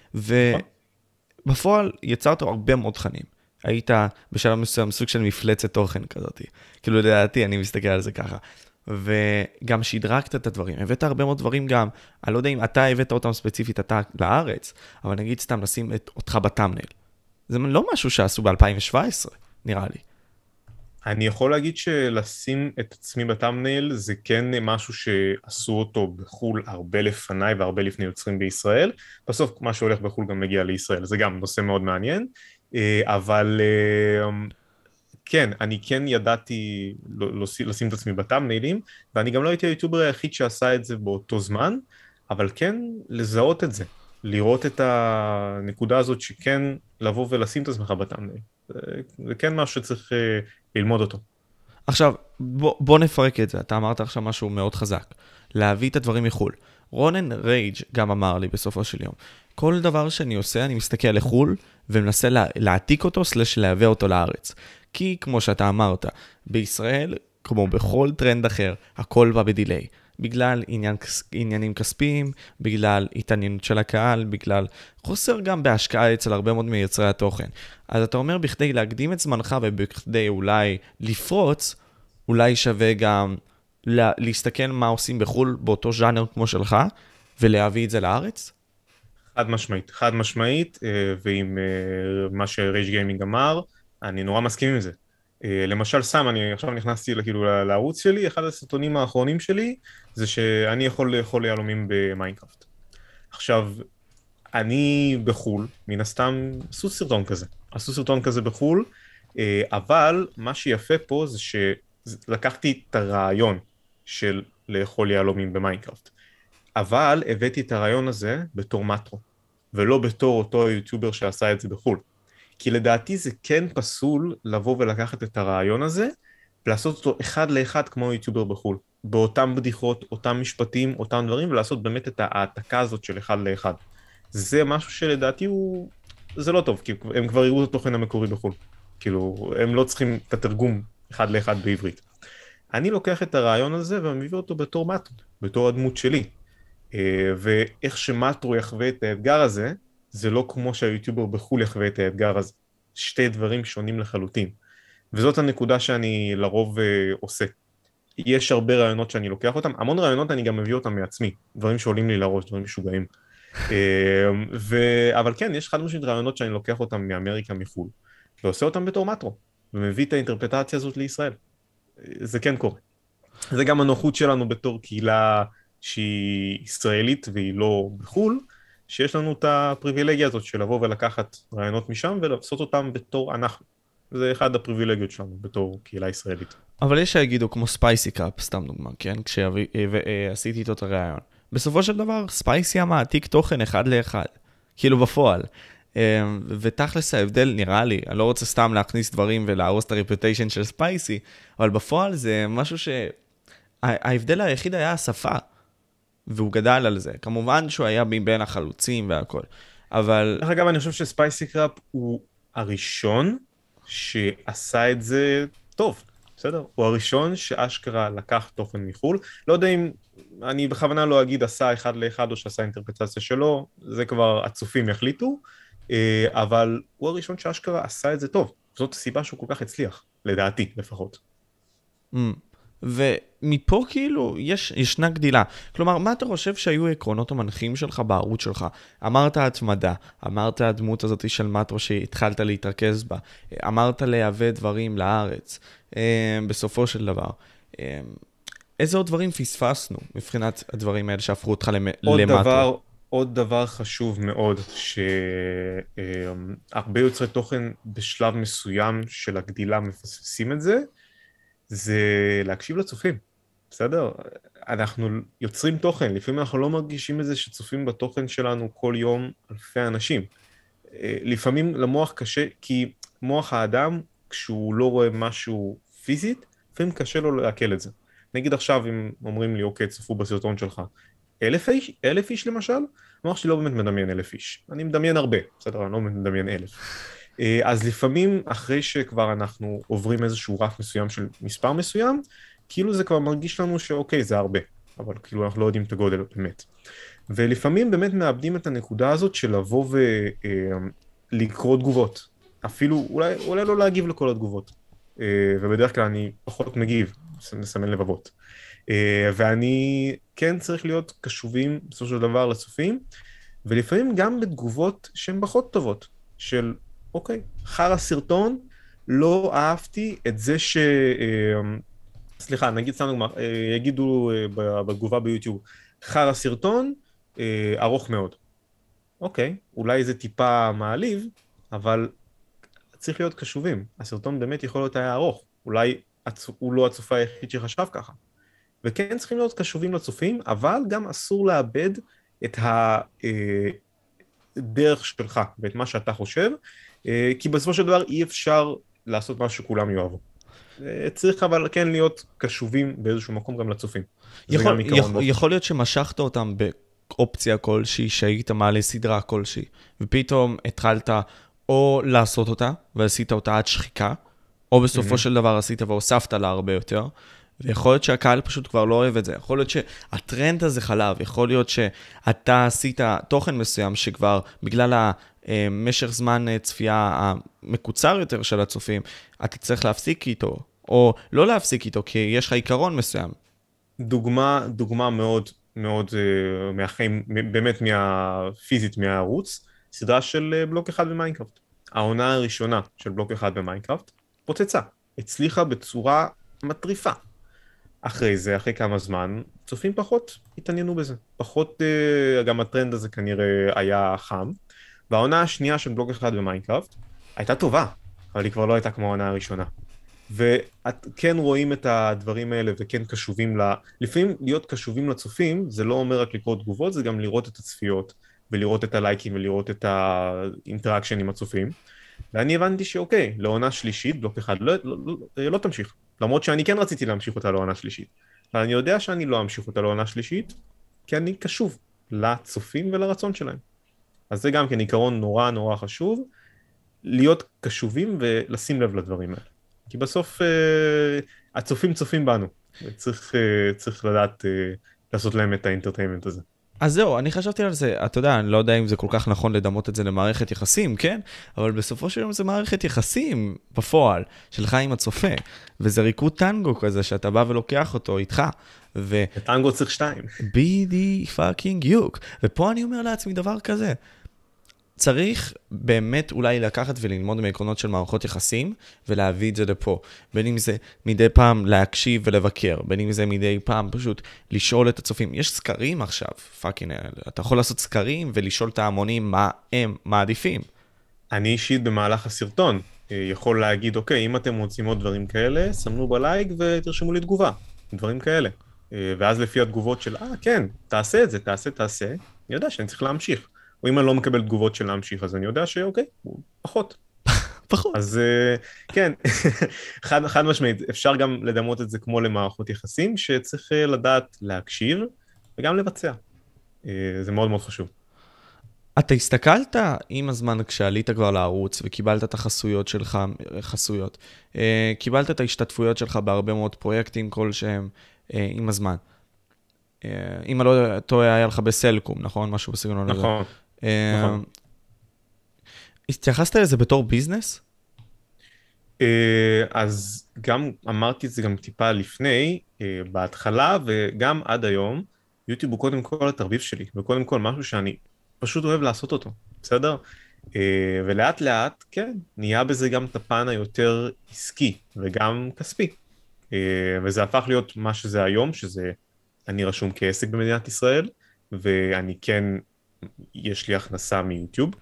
ובפועל יצרת הרבה מאוד תכנים. היית בשלב מסוים סוג של מפלצת תוכן כזאת. כאילו לדעתי, אני מסתכל על זה ככה. וגם שדרגת את הדברים, הבאת הרבה מאוד דברים גם, אני לא יודע אם אתה הבאת אותם ספציפית אתה לארץ, אבל נגיד סתם לשים אותך בטאמנל. זה לא משהו שעשו ב-2017, נראה לי.
אני יכול להגיד שלשים את עצמי בטאמנייל זה כן משהו שעשו אותו בחול הרבה לפניי והרבה לפני יוצרים בישראל. בסוף מה שהולך בחול גם מגיע לישראל, זה גם נושא מאוד מעניין, אבל כן, אני כן ידעתי לשים את עצמי בטאמניילים, ואני גם לא הייתי היוטיובר היחיד שעשה את זה באותו זמן, אבל כן לזהות את זה, לראות את הנקודה הזאת שכן לבוא ולשים את עצמך בטאמנייל. זה כן משהו שצריך ללמוד אותו.
עכשיו, בוא נפרק את זה. אתה אמרת עכשיו משהו מאוד חזק. להביא את הדברים מחול. רונן רייג' גם אמר לי בסופו של יום. כל דבר שאני עושה, אני מסתכל לחול, ומנסה להעתיק אותו, להביא אותו לארץ. כי, כמו שאתה אמרת, בישראל, כמו בכל טרנד אחר, הכל בא בדיליי. בגלל עניינים כספיים, בגלל התעניינות של הקהל, בגלל חוסר גם בהשקעה אצל הרבה מאוד מייצרי התוכן. אז אתה אומר, בכדי להקדים את זמנך ובכדי אולי לפרוץ, אולי שווה גם להסתכל מה עושים בחול באותו ז'אנר כמו שלך, ולהביא את זה לארץ?
חד משמעית, ועם מה שרייג' גיימינג אמר, אני נורא מסכים עם זה. למשל סתם, אני עכשיו נכנסתי לערוץ שלי, אחד הסרטונים האחרונים שלי, זה שאני יכול לאכול יהלומים במיינקראפט. עכשיו, אני בחול, מן הסתם עשו סרטון כזה בחול, אבל מה שיפה פה זה שלקחתי את הרעיון של לאכול יהלומים במיינקראפט, אבל הבאתי את הרעיון הזה בתור מטרו, ולא בתור אותו יוטיובר שעשה את זה בחול. כי לדעתי זה כן פסול לבוא ולקחת את הרעיון הזה, ולעשות אותו אחד לאחד כמו יוטיובר בחול, באותם בדיחות, אותם משפטים, אותם דברים, ולעשות באמת את העתקה הזאת של אחד לאחד. זה משהו שלדעתי זה לא טוב, כי הם כבר יראו את התוכן המקורי בחול. כאילו, הם לא צריכים את התרגום אחד לאחד בעברית. אני לוקח את הרעיון הזה ומביא אותו בתור מטרו, בתור הדמות שלי. ואיך שמטרו יחווה את האתגר הזה, זה לא כמו שהיוטיובר בחול יחווה את האתגר הזה. שתי דברים שונים לחלוטין. וזאת הנקודה שאני לרוב עושה. יש הרבה רעיונות שאני לוקח אותם, המון רעיונות אני גם מביא אותם מעצמי, דברים שעולים לי לראש, דברים משוגעים. אבל כן, יש חד משמעית רעיונות שאני לוקח אותם מאמריקה מחול, ועושה אותם בתור מטרו, ומביא את האינטרפטציה הזאת לישראל. זה כן קורה. זה גם הנוחות שלנו בתור קהילה שהיא ישראלית והיא לא בחול, שיש לנו את הפריבילגיה הזאת של לבוא ולקחת רעיונות משם ולעשות אותם בתור אנחנו. זה אחד הפריבילגיות שלנו בתור קהילה ישראלית.
אבל יש שיגידו כמו ספייסי קאפ, סתם דוגמה, כן? כשעשיתי איתו את הרעיון. בסופו של דבר, ספייסי מעתיק תוכן אחד לאחד. כאילו בפועל. ותכלס ההבדל נראה לי, אני לא רוצה סתם להכניס דברים ולהרוס את הרפוטיישן של ספייסי, אבל בפועל זה משהו ההבדל היחיד היה השפה. והוא גדל על זה. כמובן שהוא היה בין החלוצים והכל. אבל... דרך
אגב, אני חושב שספייסי קראפ הוא הראשון שעשה את זה טוב, בסדר? הוא הראשון שאשכרה לקח תוכן מחול. לא יודע אם, אני בכוונה לא אגיד עשה אחד לאחד או שעשה אינטרפרטציה שלו, זה כבר הצופים יחליטו, אבל הוא הראשון שאשכרה עשה את זה טוב. זאת הסיבה שהוא כל כך הצליח, לדעתי לפחות.
ומפה כאילו ישנה גדילה. כלומר, מה אתה חושב שהיו עקרונות המנחים שלך בערוץ שלך? אמרת התמדה, אמרת הדמות הזאת של מטרו שהתחלת להתרכז בה, אמרת להביא דברים לארץ, בסופו של דבר. איזה עוד דברים פספסנו מבחינת הדברים האלה שהפכו אותך למטרו?
עוד דבר חשוב מאוד, שהרבה יוצרי תוכן בשלב מסוים של הגדילה מפספסים את זה, זה להקשיב לצופים, בסדר? אנחנו יוצרים תוכן, לפעמים אנחנו לא מרגישים את זה שצופים בתוכן שלנו כל יום אלפי אנשים. לפעמים למוח קשה, כי מוח האדם, כשהוא לא רואה משהו פיזית, לפעמים קשה לו לעכל את זה. נגיד עכשיו אם אומרים לי, אוקיי, צפו בסרטון שלך, 1,000 איש למשל, המוח שלי לא באמת מדמיין 1,000 איש. אני מדמיין הרבה, בסדר? אני לא מדמיין 1,000. אז לפעמים אחרי שכבר אנחנו עוברים איזשהו רף מסוים של מספר מסוים, כאילו זה כבר מרגיש לנו שאוקיי, זה הרבה, אבל כאילו אנחנו לא יודעים את הגודל באמת. ולפעמים באמת מאבדים את הנקודה הזאת של לבוא ולקרוא תגובות. אפילו, אולי לא להגיב לכל התגובות. ובדרך כלל אני פחות מגיב, מסמן לבבות. ואני כן צריך להיות קשובים בסופו של דבר לצופים, ולפעמים גם בתגובות שהן פחות טובות, של אוקיי, אחר הסרטון, לא אהבתי את זה סליחה, נגיד סתם דוגמה, יגידו בתגובה ביוטיוב, אחר הסרטון, ארוך מאוד. אוקיי, אולי זה טיפה מעליב, אבל צריך להיות קשובים. הסרטון באמת יכול להיות היה ארוך. אולי הוא לא הצופה היחיד שחשב ככה. וכן צריכים להיות קשובים לצופים, אבל גם אסור לאבד את הדרך שלך ואת מה שאתה חושב, כי בסופו של דבר אי אפשר לעשות מה שכולם יאהבו. צריך אבל כן להיות קשובים באיזשהו מקום גם לצופים.
יכול להיות שמשכת אותם באופציה כלשהי, שהיית מעלה סדרה כלשהי, ופתאום התחלת או לעשות אותה, ועשית אותה עד שחיקה, או בסופו של דבר עשית והוספת לה הרבה יותר, ויכול להיות שהקהל פשוט כבר לא אוהב את זה. יכול להיות שהטרנד הזה חלב, יכול להיות שאתה עשית תוכן מסוים שכבר בגלל המשך זמן צפייה המקוצר יותר של הצופים, אתה צריך להפסיק איתו, או לא להפסיק איתו, כי יש לך עיקרון מסוים.
דוגמה מאוד מאוד מהחיים, באמת פיזית מהערוץ, סדרה של בלוק אחד במיינקראפט. העונה הראשונה של בלוק אחד במיינקראפט פוצצה, הצליחה בצורה מטריפה. אחרי זה, אחרי כמה זמן, צופים פחות התעניינו בזה. פחות, גם הטרנד הזה כנראה היה חם. והעונה השנייה של בלוק אחד במיינקראפט הייתה טובה, אבל היא כבר לא הייתה כמו העונה הראשונה. ואת כן רואים את הדברים האלה וכן קשובים לפעמים להיות קשובים לצופים, זה לא אומר רק לקרוא תגובות, זה גם לראות את הצפיות, ולראות את הלייקים ולראות את האינטראקשן עם הצופים. ואני הבנתי שאוקיי, לעונה שלישית, בלוק אחד לא תמשיך. למרות שאני כן רציתי להמשיך אותה לעונה שלישית. אבל אני יודע שאני לא אמשיך אותה לעונה שלישית, כי אני קשוב לצופים ולרצון שלהם. אז זה גם כן עיקרון נורא נורא חשוב, להיות קשובים ולשים לב לדברים האלה. כי בסוף הצופים צופים בנו, וצריך לדעת לעשות להם את האינטרטיימנט הזה.
אז זהו, אני חשבתי על זה, אתה יודע, אני לא יודע אם זה כל כך נכון לדמות את זה למערכת יחסים, כן? אבל בסופו של יום זה מערכת יחסים בפועל, שלך עם הצופה, וזה ריקוד טנגו כזה, שאתה בא ולוקח אותו איתך,
טנגו צריך 2.
בידי פאקינג יוק. ופה אני אומר לעצמי דבר כזה, צריך באמת אולי לקחת וללמוד מעקרונות של מערכות יחסים, ולהביא את זה לפה. בין אם זה מדי פעם להקשיב ולבקר, בין אם זה מדי פעם פשוט לשאול את הצופים. יש סקרים עכשיו, פאקינג, אתה יכול לעשות סקרים ולשאול את ההמונים מה הם מעדיפים.
אני אישית במהלך הסרטון יכול להגיד, אוקיי, אם אתם רוצים עוד דברים כאלה, סמנו בלייק ותרשמו לי תגובה, דברים כאלה. ואז לפי התגובות של, כן, תעשה את זה, תעשה, אני יודע שאני צריך להמשיך. או אם אני לא מקבל תגובות של להמשיך, אז אני יודע שאוקיי, פחות.
פחות.
אז כן, חד משמעית, אפשר גם לדמות את זה כמו למערכות יחסים, שצריך לדעת להקשיב וגם לבצע. זה מאוד מאוד חשוב.
אתה הסתכלת עם הזמן כשעלית כבר לערוץ וקיבלת את החסויות שלך, קיבלת את ההשתתפויות שלך בהרבה מאוד פרויקטים כלשהם עם הזמן. אם לא טועה, היה לך בסלקום, נכון? משהו בסגנון הזה.
נכון.
התייחסת לזה בתור ביזנס?
אז גם אמרתי את זה גם טיפה לפני, בהתחלה וגם עד היום, יוטיוב הוא קודם כל התרביב שלי, וקודם כל משהו שאני פשוט אוהב לעשות אותו, בסדר? ולאט לאט, כן, נהיה בזה גם את הפן היותר עסקי וגם כספי. וזה הפך להיות מה שזה היום, שזה אני רשום כעסק במדינת ישראל, ואני כן, יש לי הכנסה מיוטיוב,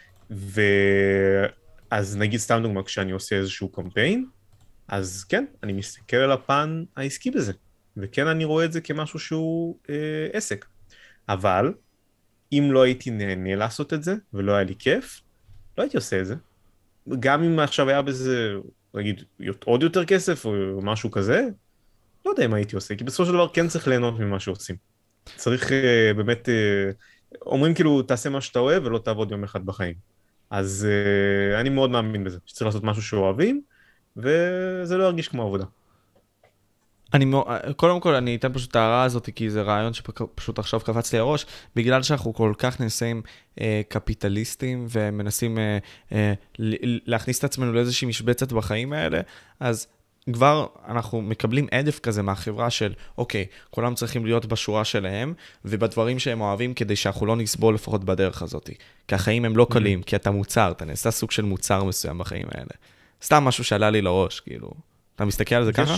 אז נגיד סתם דוגמה, כשאני עושה איזשהו קמפיין, אז כן, אני מסתכל על הפן העסקי בזה, וכן אני רואה את זה כמשהו שהוא עסק. אבל, אם לא הייתי נהנה לעשות את זה, ולא היה לי כיף, לא הייתי עושה את זה. גם אם עכשיו היה בזה, נגיד, עוד יותר כסף, או משהו כזה, לא יודע אם הייתי עושה, כי בסופו של דבר כן צריך ליהנות ממה שעושים. צריך באמת, אומרים כאילו, תעשה מה שאתה אוהב, ולא תעבוד יום אחד בחיים. אז אני מאוד מאמין בזה, שצריך לעשות משהו שאוהבים, וזה לא ירגיש כמו עבודה.
קודם כל, אני אתן פשוט את ההערה הזאת, כי זה רעיון שפשוט עכשיו קפץ לי הראש, בגלל שאנחנו כל כך נעשים קפיטליסטים, ומנסים להכניס את עצמנו לאיזושהי משבצת בחיים האלה, אז כבר אנחנו מקבלים עדף כזה מהחברה של, אוקיי, כולם צריכים להיות בשורה שלהם, ובדברים שהם אוהבים, כדי שאנחנו לא נסבול לפחות בדרך הזאת. כי החיים הם לא קלים, כי אתה מוצר, אתה נעשה סוג של מוצר מסוים בחיים האלה. סתם משהו שעלה לי לראש, כאילו. אתה מסתכל על זה ככה?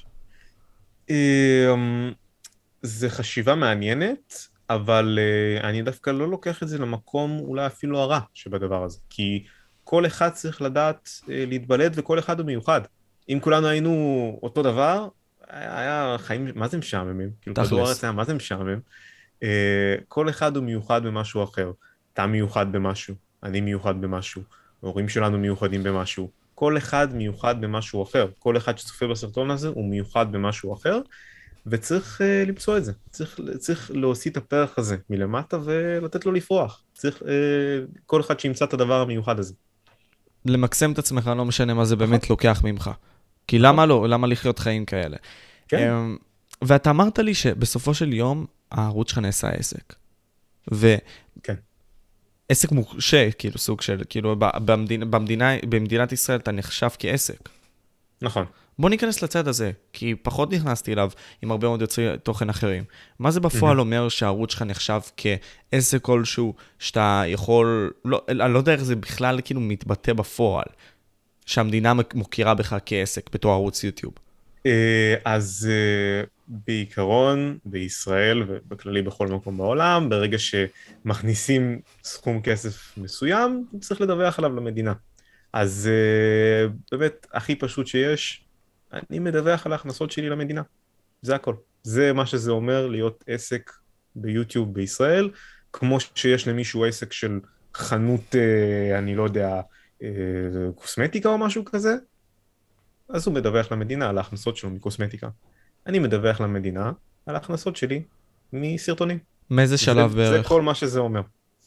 זה חשיבה מעניינת, אבל אני דווקא לא לוקח את זה למקום אולי אפילו הרע שבדבר הזה. כי כל אחד צריך לדעת להתבלט, וכל אחד הוא מיוחד. אם כולנו היינו אותו דבר, היה חיים, מה זה משעממים? כאילו כדור הארץ היה, מה זה משעמם? כל אחד הוא מיוחד במשהו אחר. אתה מיוחד במשהו, אני מיוחד במשהו, ההורים שלנו מיוחדים במשהו. כל אחד מיוחד במשהו אחר. כל אחד שצופה בסרטון הזה הוא מיוחד במשהו אחר, וצריך למצוא את זה. צריך להוציא את הפרח הזה מלמטה ולתת לו לפרוח. צריך כל אחד שימצא את הדבר המיוחד הזה.
למקסם את עצמך, לא משנה מה זה באמת לוקח ממך. כי למה לא? למה לחיות חיים כאלה?
כן.
ואתה אמרת לי שבסופו של יום, הערוץ שלך נעשה עסק.
כן.
עסק מורשה, כאילו סוג של, כאילו במדינת ישראל אתה נחשב כעסק.
נכון.
בוא ניכנס לצד הזה, כי פחות נכנסתי אליו עם הרבה מאוד יוצרי תוכן אחרים. מה זה בפועל אומר שהערוץ שלך נחשב כעסק כלשהו, שאתה יכול, אני לא יודע איך זה בכלל כאילו מתבטא בפועל, שהמדינה מוכירה בך כעסק בתור ערוץ יוטיוב?
אז בעיקרון, בישראל ובכללי בכל מקום בעולם, ברגע שמכניסים סכום כסף מסוים, צריך לדווח עליו למדינה. אז באמת, הכי פשוט שיש, אני מדווח על ההכנסות שלי למדינה. זה הכל. זה מה שזה אומר להיות עסק ביוטיוב בישראל, כמו שיש למישהו עסק של חנות, אני לא יודע, קוסמטיקה או משהו כזה, אז הוא מדווח למדינה על ההכנסות שלו מקוסמטיקה. אני מדווח למדינה על ההכנסות שלי מסרטונים.
מאיזה שלב בערך?
זה כל מה שזה אומר.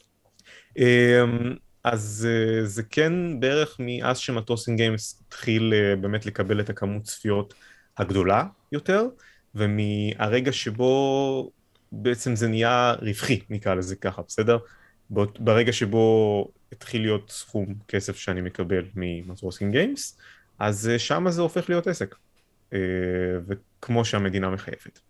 אז זה כן בערך מאז שמטוסינג גיימס התחיל באמת לקבל את הכמות צפיות הגדולה יותר, ומהרגע שבו בעצם זה נהיה רווחי, נקרא לזה ככה, בסדר? ברגע שבו התחיל להיות סכום כסף שאני מקבל ממטוסינג גיימס, אז שם זה הופך להיות עסק, וכמו שהמדינה מחייבת.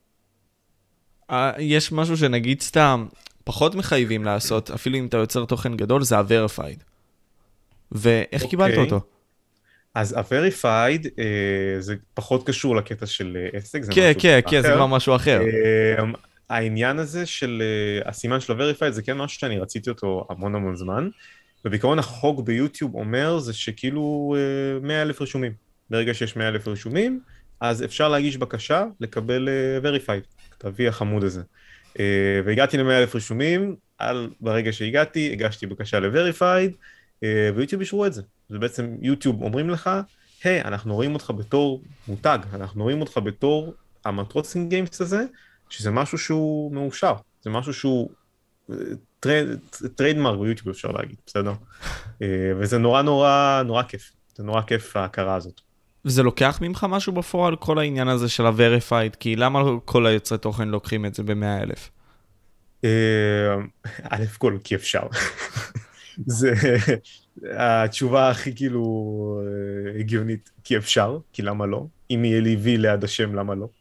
יש משהו שנגיד סתם פחות מחייבים לעשות, אפילו אם אתה יוצר תוכן גדול, זה ה-Verified. ואיך קיבלת אותו?
אז ה-Verified זה פחות קשור לקטע של עסק, זה
כן,
משהו
כן,
אחר.
כן, זה כבר משהו אחר.
העניין הזה של הסימן של ה-Verified זה כן משהו שאני רציתי אותו המון המון זמן, ובעיקרון החוק ביוטיוב אומר זה שכאילו 100,000 רשומים. ברגע שיש 100,000 רשומים, אז אפשר להגיש בקשה לקבל Verified, כתבי החמוד הזה. והגעתי ל100,000 רשומים, ברגע שהגעתי, הגשתי בקשה ל-Verified, ויוטיוב אישרו את זה. זה בעצם יוטיוב אומרים לך, היי, אנחנו רואים אותך בתור מותג, אנחנו רואים אותך בתור המטרוסינג גיימס הזה, שזה משהו שהוא מאושר, זה משהו שהוא טריידמרק ביוטיוב אפשר להגיד, בסדר? וזה נורא נורא נורא כיף, זה נורא כיף ההכרה הזאת.
וזה לוקח ממך משהו בפועל, כל העניין הזה של ה-Verified, כי למה כל היוצרי תוכן לוקחים את זה ב100,000?
א' כל, כי אפשר. זה התשובה הכי כאילו הגיונית, כי אפשר, כי למה לא? אם יהיה לי וי ליד השם, למה לא?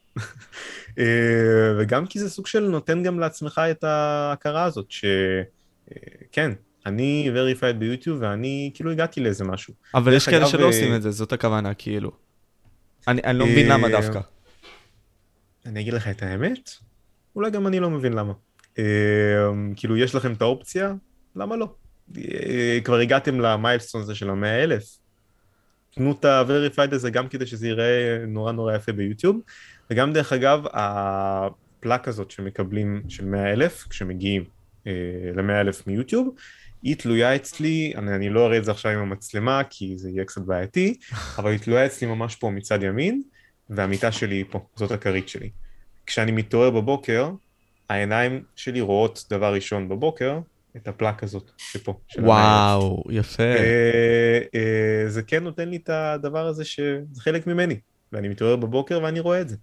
וגם כי זה סוג של נותן גם לעצמך את ההכרה הזאת, שכן, אני verified ביוטיוב ואני כאילו הגעתי לאיזה משהו.
אבל יש כאלה שלא עושים את זה, זאת הכוונה, כאילו. אני לא מבין למה דווקא.
אני אגיד לך את האמת, אולי גם אני לא מבין למה. כאילו יש לכם את האופציה, למה לא? כבר הגעתם למיילסטון הזה של ה100,000, תנו את ה-verified הזה גם כדי שזה ייראה נורא נורא יפה ביוטיוב, וגם דרך אגב, הפלק הזאת שמקבלים של 100,000, כשמגיעים ל100,000 מיוטיוב, היא תלויה אצלי, אני לא אראה את זה עכשיו עם המצלמה, כי זה יהיה קצת בעייתי, אבל היא תלויה אצלי ממש פה מצד ימין, והמיטה שלי היא פה, זאת הכרית שלי. כשאני מתעורר בבוקר, העיניים שלי רואות דבר ראשון בבוקר, את הפלק הזאת שפה.
וואו, יפה.
זה כן נותן לי את הדבר הזה שזה חלק ממני, ואני מתעורר בבוקר ואני רואה את זה.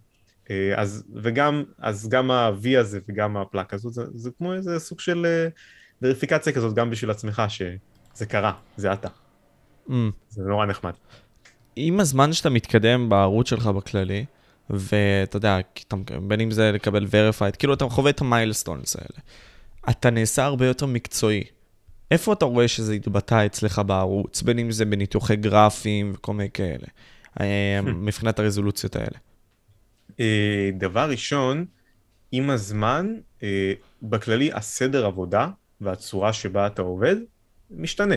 אז גם ה-V הזה וגם הפלק הזאת, זה כמו איזה סוג של וריפיקציה כזאת גם בשביל עצמך, שזה קרה, זה אתה. זה נורא נחמד.
עם הזמן שאתה מתקדם בערוץ שלך בכללי, ואתה יודע, בין אם זה לקבל verified, כאילו אתה חווה את המיילסטונס האלה, אתה נעשה הרבה יותר מקצועי. איפה אתה רואה שזה יתבטא אצלך בערוץ, בין אם זה בניתוחי גרפים וכל מיני כאלה, מבחינת הרזולוציות האלה?
דבר ראשון, עם הזמן, בכללי הסדר עבודה והצורה שבה אתה עובד משתנה.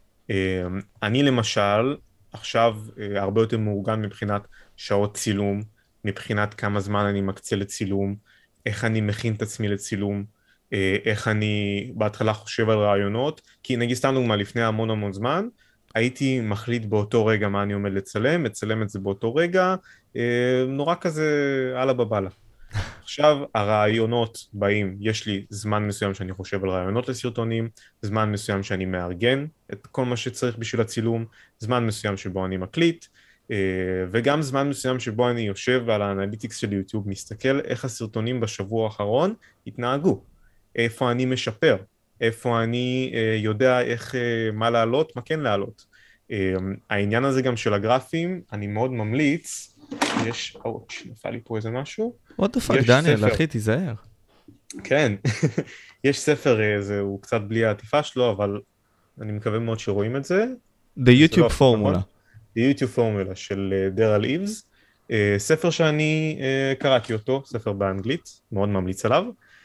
אני למשל עכשיו הרבה יותר מאורגן מבחינת שעות צילום, מבחינת כמה זמן אני מקצה לצילום, איך אני מכין את עצמי לצילום, איך אני בהתחלה חושב על רעיונות, כי נגיד סתם דוגמה, לפני המון זמן, הייתי מחליט באותו רגע מה אני עומד לצלם, מצלם את זה באותו רגע, נורא כזה אללה בבאללה. עכשיו הרעיונות באים, יש לי זמן מסוים שאני חושב על רעיונות לסרטונים, זמן מסוים שאני מארגן את כל מה שצריך בשביל הצילום, זמן מסוים שבו אני מקליט, וגם זמן מסוים שבו אני יושב על האנליטיקס של יוטיוב, מסתכל איך הסרטונים בשבוע האחרון התנהגו, איפה אני משפר, איפה אני יודע איך, מה לעלות, מה כן לעלות. העניין הזה גם של הגרפים, אני מאוד ממליץ, יש, נפל לי פה איזה משהו.
What the fuck, דניאל, אחי, תיזהר.
כן, יש ספר, הוא קצת בלי העטיפה שלו, אבל אני מקווה מאוד שרואים את זה.
The YouTube Formula.
The YouTube Formula של דרל איבס, ספר שאני קראתי אותו, ספר באנגלית, מאוד ממליץ עליו.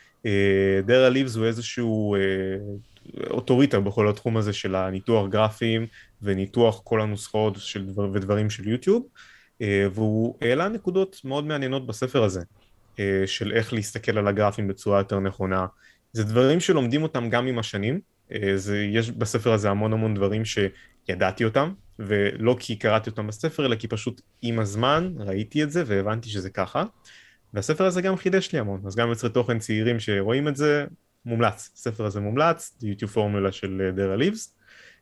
דרל איבס הוא איזשהו אוטוריטה בכל התחום הזה של הניתוח גרפיים וניתוח כל הנוסחאות ודברים של יוטיוב, והוא העלה נקודות מאוד מעניינות בספר הזה, של איך להסתכל על הגרפים בצורה יותר נכונה. זה דברים שלומדים אותם גם עם השנים, יש בספר הזה המון דברים שידעתי אותם, ולא כי קראתי אותם בספר, אלא כי פשוט עם הזמן ראיתי את זה והבנתי שזה ככה, והספר הזה גם חידש לי המון, אז גם יוצרי תוכן צעירים שרואים את זה, מומלץ, הספר הזה מומלץ, YouTube Formula של דרל איבס,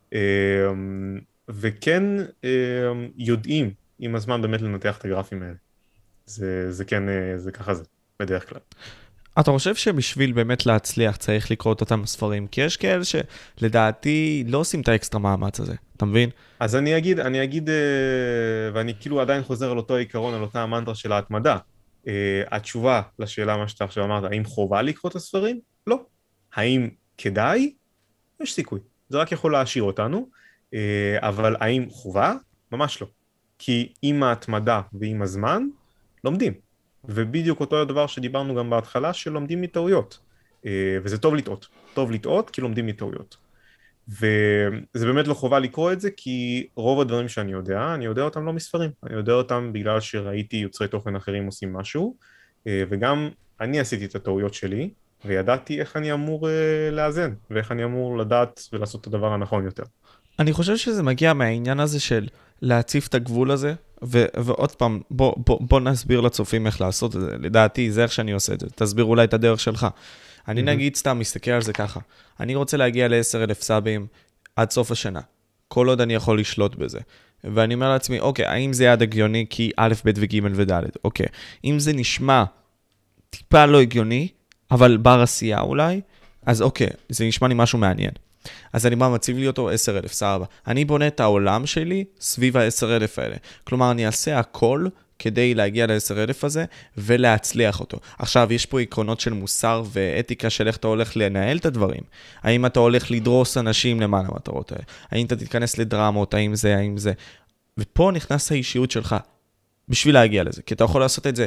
וכן יודעים עם הזמן באמת לנתח את הגרפים האלה. זה כן, זה ככה זה, בדרך כלל.
אתה חושב שבשביל באמת להצליח צריך לקרוא את אותם ספרים? כי יש כאלה שלדעתי לא עושים את האקסטרה מאמץ הזה, אתה מבין?
אז אני אגיד, ואני כאילו עדיין חוזר על אותו עיקרון, על אותה המנטרה של ההתמדה. התשובה לשאלה מה שאתה עכשיו אמרת, האם חובה לקרוא את הספרים? לא. האם כדאי? יש סיכוי. זה רק יכול להשאיר אותנו, אבל האם חובה? ממש לא. כי עם ההתמדה ועם הזמן, לומדים. ובדיוק אותו הדבר שדיברנו גם בהתחלה, שלומדים מטעויות. וזה טוב לטעות. טוב לטעות כי לומדים מטעויות. וזה באמת לא חובה לקרוא את זה, כי רוב הדברים שאני יודע, אני יודע אותם לא מספרים. אני יודע אותם בגלל שראיתי יוצרי תוכן אחרים עושים משהו, וגם אני עשיתי את הטעויות שלי, וידעתי איך אני אמור לאזן, ואיך אני אמור לדעת ולעשות את הדבר הנכון יותר.
אני חושב שזה מגיע מהעניין הזה של להציף את הגבול הזה, ועוד פעם, בוא נסביר לצופים איך לעשות את זה. לדעתי, זה איך שאני עושה את זה. תסביר אולי את הדרך שלך. אני נגיד סתם מסתכל על זה ככה. אני רוצה להגיע ל10,000 סאבים עד סוף השנה. כל עוד אני יכול לשלוט בזה. ואני אומר לעצמי, אוקיי, האם זה יעד הגיוני? כי א', ב' וג' וד'. אוקיי. אם זה נשמע טיפה לא הגיוני, אבל בר עשייה אולי, אז אוקיי, זה נשמע לי משהו מעניין. אז אני מציב לי אותו 10,000, סבבה. אני בונה את העולם שלי סביב ה-10,000 האלה. כלומר, אני אעשה הכל כדי להגיע ל-10,000 הזה ולהצליח אותו. עכשיו, יש פה עקרונות של מוסר ואתיקה של איך אתה הולך לנהל את הדברים. האם אתה הולך לדרוס אנשים למען המטרות האלה? האם אתה תתכנס לדרמות? האם זה? ופה נכנס האישיות שלך בשביל להגיע לזה. כי אתה יכול לעשות את זה...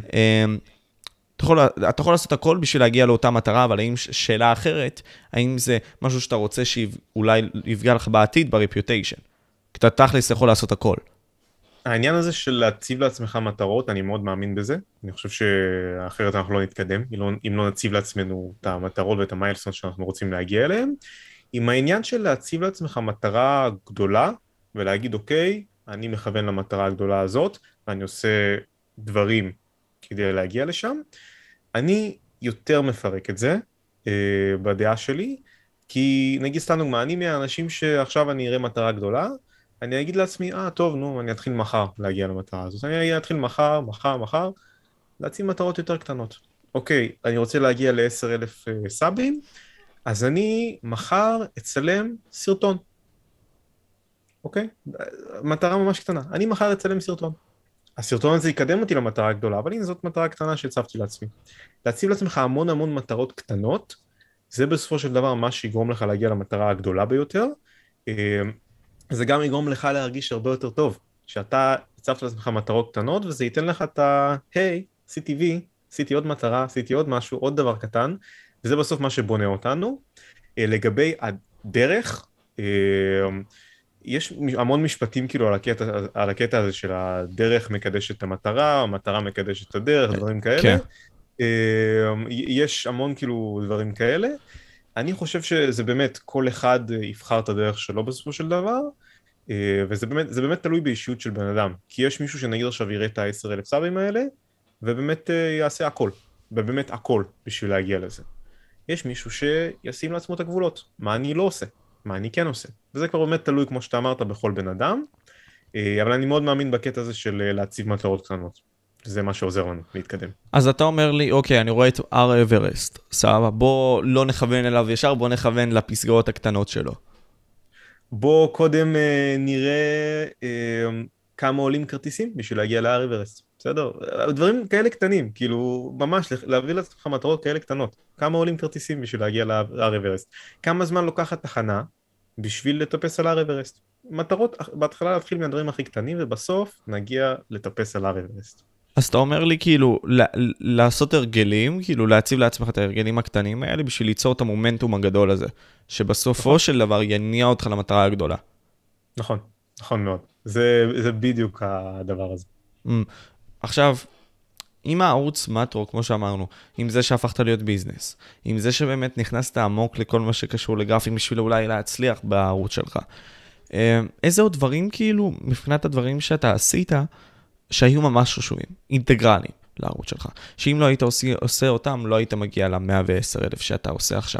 אתה יכול לעשות הכל בשביל להגיע לאותה מטרה, אבל האם שאלה אחרת, האם זה משהו שאתה רוצה שאולי יפגע לך בעתיד ברפיוטיישן? כי אתה תכלס יכול לעשות הכל.
העניין הזה של להציב לעצמך מטרות, אני מאוד מאמין בזה. אני חושב שאחרת אנחנו לא נתקדם, אם לא נציב לעצמנו את המטרות ואת המיילסטון שאנחנו רוצים להגיע אליהם. עם העניין של להציב לעצמך מטרה גדולה, ולהגיד, אוקיי, אני מכוון למטרה הגדולה הזאת, ואני עושה דברים כדי להגיע לשם, אני יותר מפרק את זה בדעה שלי, כי נגיד סתם דוגמה, אני מהאנשים שעכשיו אני אראה מטרה גדולה, אני אגיד לעצמי, טוב, נו, אני אתחיל מחר להגיע למטרה הזאת, אני אתחיל מחר, להציב מטרות יותר קטנות. אוקיי, אני רוצה להגיע ל10,000 סאבים, אז אני מחר אצלם סרטון. אוקיי? מטרה ממש קטנה. אני מחר אצלם סרטון. הסרטון הזה יקדם אותי למטרה הגדולה, אבל הנה זאת מטרה קטנה שהצבתי לעצמי. להציב לעצמך המון המון מטרות קטנות, זה בסופו של דבר מה שיגרום לך להגיע למטרה הגדולה ביותר. זה גם יגרום לך להרגיש הרבה יותר טוב, שאתה הצבת לעצמך מטרות קטנות, וזה ייתן לך את היי, עשיתי וי, עשיתי עוד מטרה, עשיתי עוד משהו, עוד דבר קטן, וזה בסוף מה שבונה אותנו. לגבי הדרך, יש המון משפטים כאילו על הקטע הזה של הדרך מקדשת את המטרה, המטרה מקדשת את הדרך, דברים כאלה.
כן.
יש המון כאילו דברים כאלה. אני חושב שזה באמת כל אחד יבחר את הדרך שלו בסופו של דבר, וזה באמת תלוי באישיות של בן אדם. כי יש מישהו שנגיד עכשיו יראה את ה10,000 סאבים האלה, ובאמת יעשה הכל, ובאמת הכל בשביל להגיע לזה. יש מישהו שישים לעצמו את הגבולות, מה אני לא עושה, מה אני כן עושה. וזה כבר באמת תלוי, כמו שאתה אמרת, בכל בן אדם, אבל אני מאוד מאמין בקטע הזה של להציב מטרות קטנות. זה מה שעוזר לנו להתקדם.
אז אתה אומר לי, אוקיי, אני רואה את הר אברסט, סבבה, בוא לא נכוון אליו ישר, בוא נכוון לפסגאות הקטנות שלו.
בוא קודם נראה כמה עולים כרטיסים בשביל להגיע להר אברסט, בסדר? דברים כאלה קטנים, כאילו ממש להביא לעצמך מטרות כאלה קטנות. כמה עולים כרטיסים בשביל להגיע להר אברסט? כמה זמן לוקחת תחנה בשביל לטפס על הר אברסט? מטרות, בהתחלה להתחיל מהדברים הכי קטנים, ובסוף נגיע לטפס על הר אברסט.
אז אתה אומר לי כאילו, לעשות הרגלים, כאילו להציב לעצמך את ההרגלים הקטנים האלה, בשביל ליצור את המומנטום הגדול הזה, שבסופו של דבר יניע אותך למטרה הגדולה.
נכון, נכון מאוד. זה בדיוק הדבר הזה.
עכשיו, עם הערוץ מטרו, כמו שאמרנו, עם זה שהפכת להיות ביזנס, עם זה שבאמת נכנסת עמוק לכל מה שקשור לגרפים, בשביל אולי להצליח בערוץ שלך, איזה עוד דברים כאילו, מבחינת הדברים שאתה עשית, שהיו ממש חשובים, אינטגרליים לערוץ שלך, שאם לא היית עושה אותם, לא היית מגיע ל110,000 שאתה עושה עכשיו.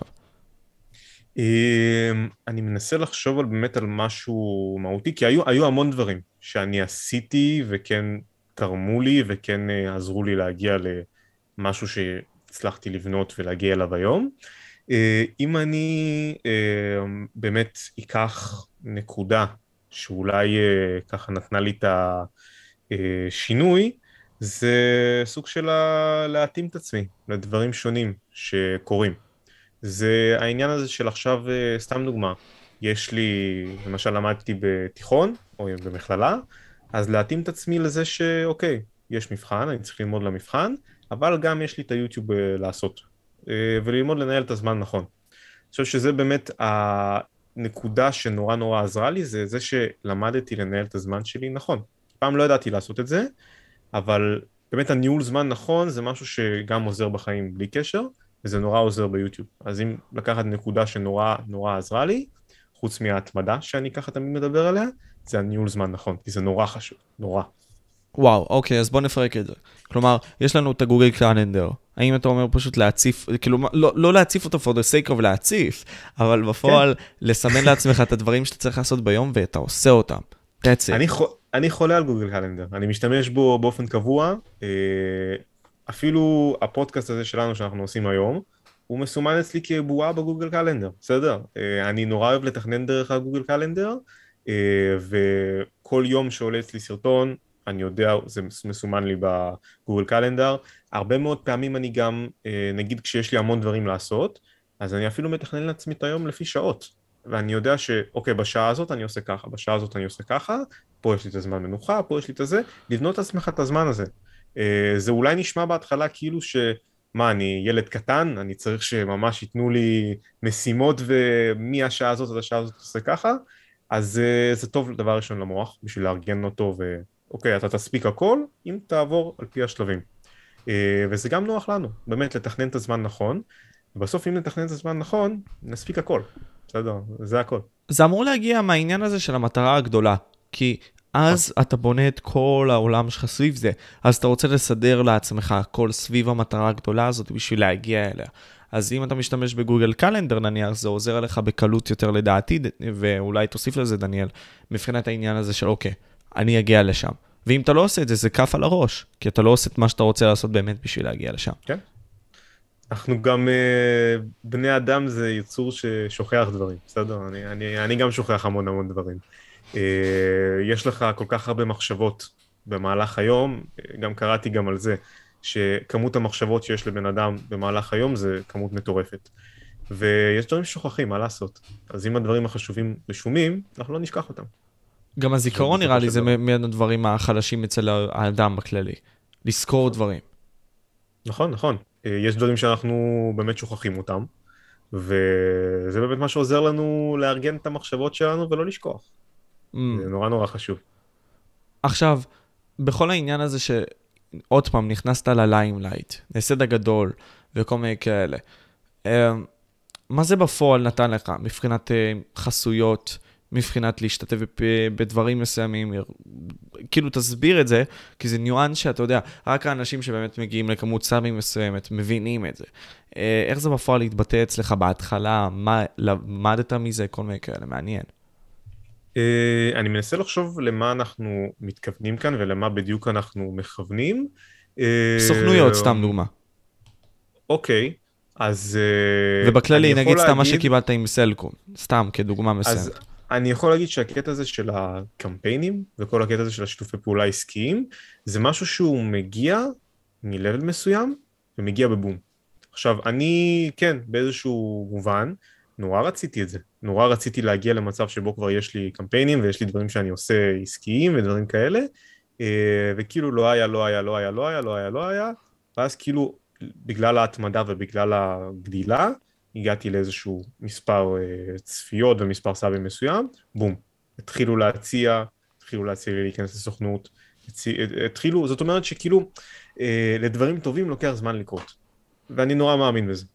אני מנסה לחשוב באמת על משהו מהותי, כי היו המון דברים שאני עשיתי וכן תרמו לי וכן עזרו לי להגיע למשהו שהצלחתי לבנות ולהגיע אליו היום. אם אני באמת אקח נקודה שאולי ככה נתנה לי את השינוי, זה סוג של להתאים את עצמי לדברים שונים שקורים. זה העניין הזה של עכשיו, סתם דוגמה, יש לי, למשל למדתי בתיכון או במכללה, אז להתאים את עצמי לזה שאוקיי, יש מבחן, אני צריך ללמוד למבחן, אבל גם יש לי את היוטיוב לעשות, וללמוד לנהל את הזמן נכון. אני חושב שזה באמת הנקודה שנורא נורא עזרה לי, זה שלמדתי לנהל את הזמן שלי נכון. פעם לא ידעתי לעשות את זה, אבל באמת הניהול זמן נכון זה משהו שגם עוזר בחיים בלי קשר, וזה נורא עוזר ביוטיוב. אז אם לקחת נקודה שנורא נורא עזרה לי, חוץ מההתמדה שאני ככה תמיד מדבר עליה, זה הניהול זמן נכון, כי זה נורא חשוב, נורא.
וואו, אוקיי, אז בוא נפרק את זה. כלומר, יש לנו את הגוגל קלנדר. האם אתה אומר פשוט להציף, כאילו, לא להציף אותו for the sake of להציף, אבל בפועל לסמן לעצמך את הדברים שאתה צריך לעשות ביום, ואתה עושה אותם. That's it.
אני חולה על גוגל קלנדר, אני משתמש בו באופן קבוע, אפילו הפודקאסט הזה שלנו שאנחנו עושים היום, הוא מסומן אצלי כבועה בגוגל קלנדר, בסדר? אני נורא אוהב לתכנן דרך הגוגל קלנדר, וכל יום שעולה אצלי סרטון, אני יודע, זה מסומן לי בגוגל קלנדר, הרבה מאוד פעמים אני גם, נגיד כשיש לי המון דברים לעשות, אז אני אפילו מתכנן לעצמי את היום לפי שעות, ואני יודע שאוקיי, בשעה הזאת אני עושה ככה, בשעה הזאת אני עושה ככה, פה יש לי את הזמן מנוחה, פה יש לי את הזה, לבנות את עצמך את הזמן הזה. זה אולי נשמע בהתחלה כאילו מה, אני ילד קטן, אני צריך שממש ייתנו לי משימות ומהשעה הזאת עד השעה הזאת עושה ככה, אז זה טוב דבר ראשון למוח, בשביל לארגן אותו ואוקיי, אתה תספיק הכל, אם תעבור על פי השלבים. וזה גם נוח לנו, באמת לתכנן את הזמן נכון, ובסוף אם נתכנן את הזמן נכון, נספיק הכל. בסדר, זה הכל.
זה אמור להגיע מהעניין הזה של המטרה הגדולה, כי אז אתה בונה את כל העולם שלך סביב זה, אז אתה רוצה לסדר לעצמך הכל סביב המטרה הגדולה הזאת בשביל להגיע אליה. אז אם אתה משתמש בגוגל קלנדר נניח, זה עוזר לך בקלות יותר לדעתי, ואולי תוסיף לזה דניאל, מבחינת העניין הזה של אוקיי, אני אגיע לשם. ואם אתה לא עושה את זה, זה כף על הראש, כי אתה לא עושה את מה שאתה רוצה לעשות באמת בשביל להגיע לשם.
כן. אנחנו גם, בני אדם זה יצור ששוכח דברים, בסדר? אני גם שוכח המון המון דברים. יש לך כל כך הרבה מחשבות במהלך היום, גם קראתי גם על זה, שכמות המחשבות שיש לבן אדם במהלך היום זה כמות מטורפת. ויש דברים ששוכחים, מה לעשות? אז אם הדברים החשובים רשומים, אנחנו לא נשכח אותם.
גם הזיכרון נראה לי זה מן הדברים החלשים אצל האדם בכללי. לזכור דברים.
נכון, נכון. יש דברים שאנחנו באמת שוכחים אותם, וזה באמת מה שעוזר לנו לארגן את המחשבות שלנו ולא לשכוח. זה נורא נורא חשוב.
עכשיו, בכל העניין הזה שעוד פעם נכנסת לליימלייט, נעשד הגדול וכל מיני כאלה, מה זה בפועל נתן לך מבחינת חסויות, מבחינת להשתתף בדברים מסוימים? כאילו תסביר את זה, כי זה ניואנס שאתה יודע, רק האנשים שבאמת מגיעים לכמות סאבים מסוימת מבינים את זה. איך זה בפועל להתבטא אצלך בהתחלה, מה למדת מזה, כל מיני כאלה, מעניין.
אני מנסה לחשוב למה אנחנו מתכוונים כאן ולמה בדיוק אנחנו מכוונים.
סוכנויות, סתם דוגמה.
אוקיי, אז
ובכללי, נגיד סתם מה שקיבלת עם סלקום, סתם כדוגמה מסוימת.
אני יכול להגיד שהקטע הזה של הקמפיינים וכל הקטע הזה של השיתופי פעולה עסקיים, זה משהו שהוא מגיע מלבל מסוים ומגיע בבום. עכשיו, אני, כן, באיזשהו מובן, נורא רציתי את זה. נורא רציתי להגיע למצב שבו כבר יש לי קמפיינים ויש לי דברים שאני עושה עסקיים ודברים כאלה, וכאילו לא היה, ואז כאילו בגלל ההתמדה ובגלל הגדילה, הגעתי לאיזשהו מספר צפיות ומספר סאבים מסוים, בום, התחילו להציע לי להיכנס לסוכנות, זאת אומרת שכאילו לדברים טובים לוקח זמן לקרות, ואני נורא מאמין בזה.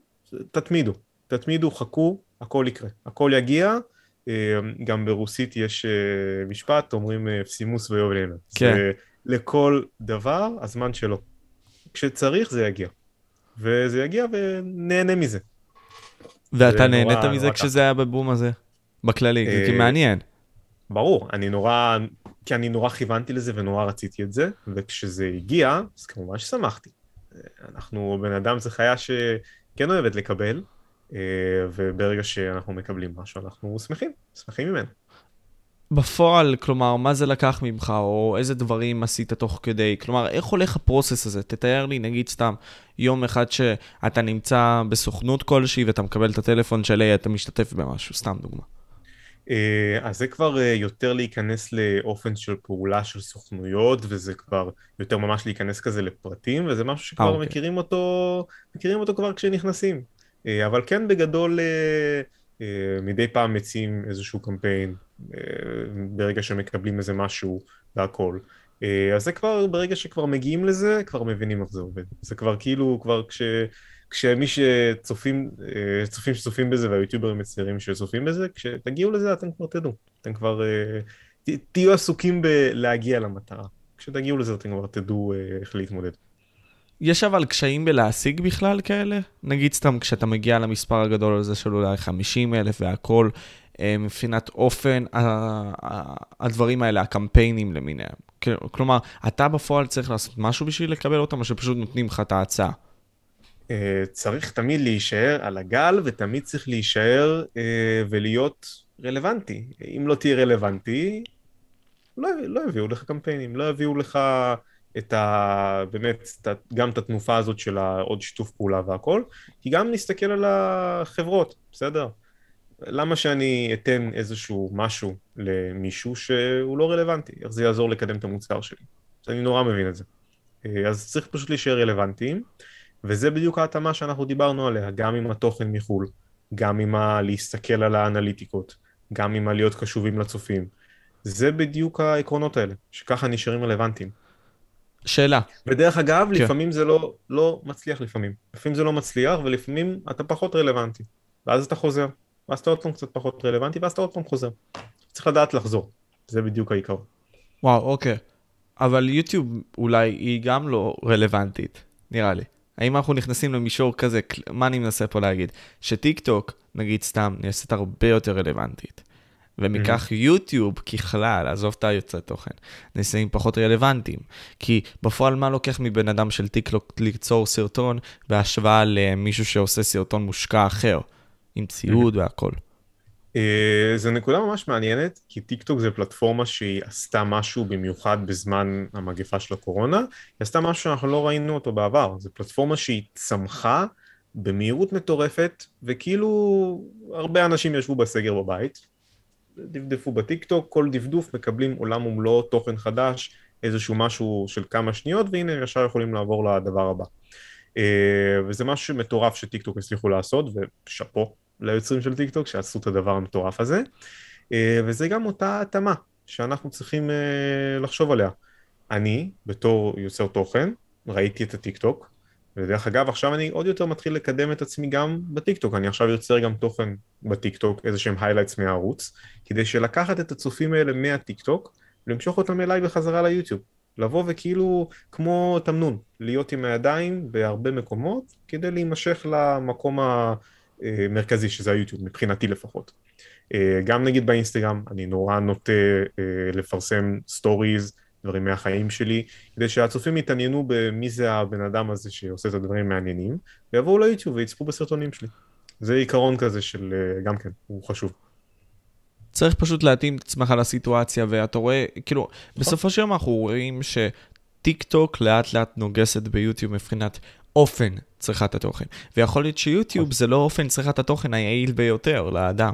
תתמידו, חכו, הכל יקרה, הכל יגיע. גם ברוסית יש משפט, אומרים פסימוס ויובלנה.
כן.
לכל דבר, הזמן שלו. כשצריך זה יגיע. וזה יגיע ונהנה מזה.
ואתה נהנית מזה כשזה היה בבום הזה? בכללי, זה כי מעניין.
ברור, כי אני נורא כיוונתי לזה ונורא רציתי את זה, וכשזה הגיע, אז כמובן ששמחתי. בן אדם זה חיה שכן אוהבת לקבל, וברגע שאנחנו מקבלים משהו, אנחנו שמחים ממנו.
בפועל, כלומר, מה זה לקח ממך, או איזה דברים עשית תוך כדי? כלומר, איך הולך הפרוסס הזה? תתאר לי, נגיד סתם, יום אחד שאתה נמצא בסוכנות כלשהי, ואתה מקבל את הטלפון שלי, אתה משתתף במשהו, סתם דוגמה.
אז זה כבר יותר להיכנס לאופן של פעולה של סוכנויות, וזה כבר יותר ממש להיכנס כזה לפרטים, וזה משהו שכבר מכירים אותו כבר כשנכנסים. אבל כן בגדול מדי פעם מציעים איזשהו קמפיין ברגע שמקבלים איזה משהו והכל. אז זה כבר ברגע שכבר מגיעים לזה כבר מבינים איך זה עובד. זה כבר כאילו כבר כשמי שצופים בזה והיוטיוברים הצעירים שצופים בזה, כשתגיעו לזה אתם כבר תדעו. אתם כבר תהיו עסוקים בלהגיע למטרה. כשתגיעו לזה אתם כבר תדעו איך להתמודד.
יש אבל קשיים בלהשיג בכלל כאלה? נגיד סתם כשאתה מגיע למספר הגדול הזה של אולי 50,000 והכל, מבחינת אופן הדברים האלה, הקמפיינים למיניהם. כלומר, אתה בפועל צריך לעשות משהו בשביל לקבל אותם, או שפשוט נותנים לך את ההצעה?
צריך תמיד להישאר על הגל, ותמיד צריך להישאר ולהיות רלוונטי. אם לא תהיה רלוונטי, לא יביאו לך קמפיינים, לא יביאו לך באמת, גם את התנופה הזאת של עוד שיתוף פעולה והכל, כי גם נסתכל על החברות, בסדר? למה שאני אתן איזשהו משהו למישהו שהוא לא רלוונטי? איך זה יעזור לקדם את המוצר שלי? אני נורא מבין את זה. אז צריך פשוט להישאר רלוונטיים, וזה בדיוק ההתאמה שאנחנו דיברנו עליה, גם עם התוכן מחול, גם עם להסתכל על האנליטיקות, גם עם להיות קשובים לצופים. זה בדיוק העקרונות האלה, שככה נשארים רלוונטיים.
שאלה.
ודרך אגב, לפעמים זה לא מצליח לפעמים. לפעמים זה לא מצליח, ולפעמים אתה פחות רלוונטי. ואז אתה חוזר. ואז אתה עוד פעם קצת פחות רלוונטי, ואז אתה עוד פעם חוזר. צריך לדעת לחזור. זה בדיוק העיקר.
וואו, אוקיי. אבל יוטיוב אולי היא גם לא רלוונטית, נראה לי. האם אנחנו נכנסים למישור כזה, מה אני מנסה פה להגיד? שטיק טוק, נגיד סתם, נעשית הרבה יותר רלוונטית. ומכך יוטיוב ככלל, עזוב את היוצא תוכן, נעשים פחות רלוונטיים. כי בפועל מה לוקח מבן אדם של טיק טוק ליצור סרטון, בהשוואה למישהו שעושה סרטון מושקע אחר, עם ציוד והכל.
זו נקודה ממש מעניינת, כי טיקטוק זה פלטפורמה שהיא עשתה משהו במיוחד בזמן המגפה של הקורונה, היא עשתה משהו שאנחנו לא ראינו אותו בעבר, זו פלטפורמה שהיא צמחה במהירות מטורפת, וכאילו הרבה אנשים ישבו בסגר בבית, דפדפו בטיקטוק, כל דפדוף מקבלים עולם ומלואו תוכן חדש, איזשהו משהו של כמה שניות, והנה ישר יכולים לעבור לדבר הבא. וזה משהו מטורף שטיקטוק הצליחו לעשות, ושאפו ליוצרים של טיקטוק שעשו את הדבר המטורף הזה, וזה גם אותה התאמה שאנחנו צריכים לחשוב עליה. אני, בתור יוצר תוכן, ראיתי את הטיקטוק, ודרך אגב, עכשיו אני עוד יותר מתחיל לקדם את עצמי גם בטיקטוק, אני עכשיו יוצר גם תוכן בטיקטוק, איזה שהם highlights מהערוץ, כדי שלקחת את הצופים האלה מהטיקטוק, ולמשוך אותם אליי בחזרה ליוטיוב. לבוא וכאילו כמו תמנון, להיות עם הידיים בהרבה מקומות, כדי להימשך למקום המרכזי, שזה היוטיוב, מבחינתי לפחות. גם נגיד באינסטגרם, אני נורא נוטה לפרסם סטוריז, דברים מהחיים שלי, כדי שהצופים יתעניינו במי זה הבן אדם הזה שעושה את הדברים מעניינים, ויבואו ליוטיוב ויצפו בסרטונים שלי. זה עיקרון כזה של, גם כן, הוא חשוב.
צריך פשוט להתאים את עצמך לסיטואציה, ואתה רואה, כאילו, בסופו של יום אנחנו רואים שטיק טוק לאט לאט נוגסת ביוטיוב מבחינת אופן צריכת התוכן. ויכול להיות שיוטיוב זה לא אופן צריכת התוכן היעיל ביותר לאדם.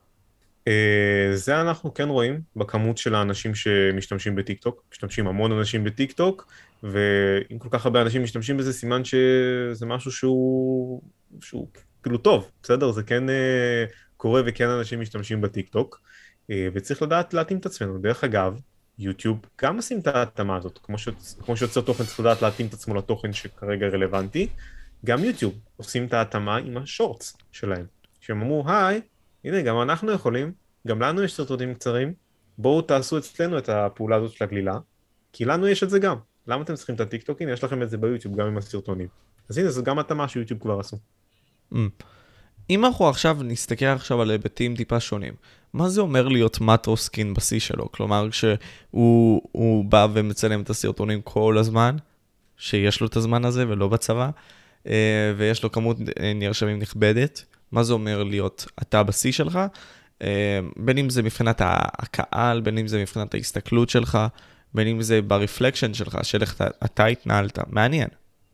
זה אנחנו כן רואים בכמות של האנשים שמשתמשים בטיק טוק, משתמשים המון אנשים בטיק טוק, ואם כל כך הרבה אנשים משתמשים בזה, סימן שזה משהו שהוא כאילו טוב, בסדר? זה כן קורה וכן אנשים משתמשים בטיק טוק, וצריך לדעת להתאים את עצמנו. דרך אגב, יוטיוב גם עושים את ההתאמה הזאת, כמו שיוצר תוכן צריך לדעת להתאים את עצמו לתוכן שכרגע רלוונטי, גם יוטיוב עושים את ההתאמה עם השורטס שלהם, שהם אמרו, היי, הנה, גם אנחנו יכולים, גם לנו יש סרטונים קצרים, בואו תעשו אצלנו את הפעולה הזאת של הגלילה, כי לנו יש את זה גם. למה אתם צריכים את הטיקטוק? הנה, יש לכם את זה ביוטיוב, גם עם הסרטונים. אז הנה, זו גם התאמה שיוטיוב כבר עשו.
אם אנחנו עכשיו נסתכל עכשיו על היבטים טיפה שונים, מה זה אומר להיות מטרוסקין בשיא שלו? כלומר, כשהוא בא ומצלם את הסרטונים כל הזמן, שיש לו את הזמן הזה ולא בצבא, ויש לו כמות נרשמים נכבדת, מה זה אומר להיות אתה בשיא שלך? בין אם זה מבחינת הקהל, בין אם זה מבחינת ההסתכלות שלך, בין אם זה ברפלקשן שלך, של איך אתה התנהלת. מעניין.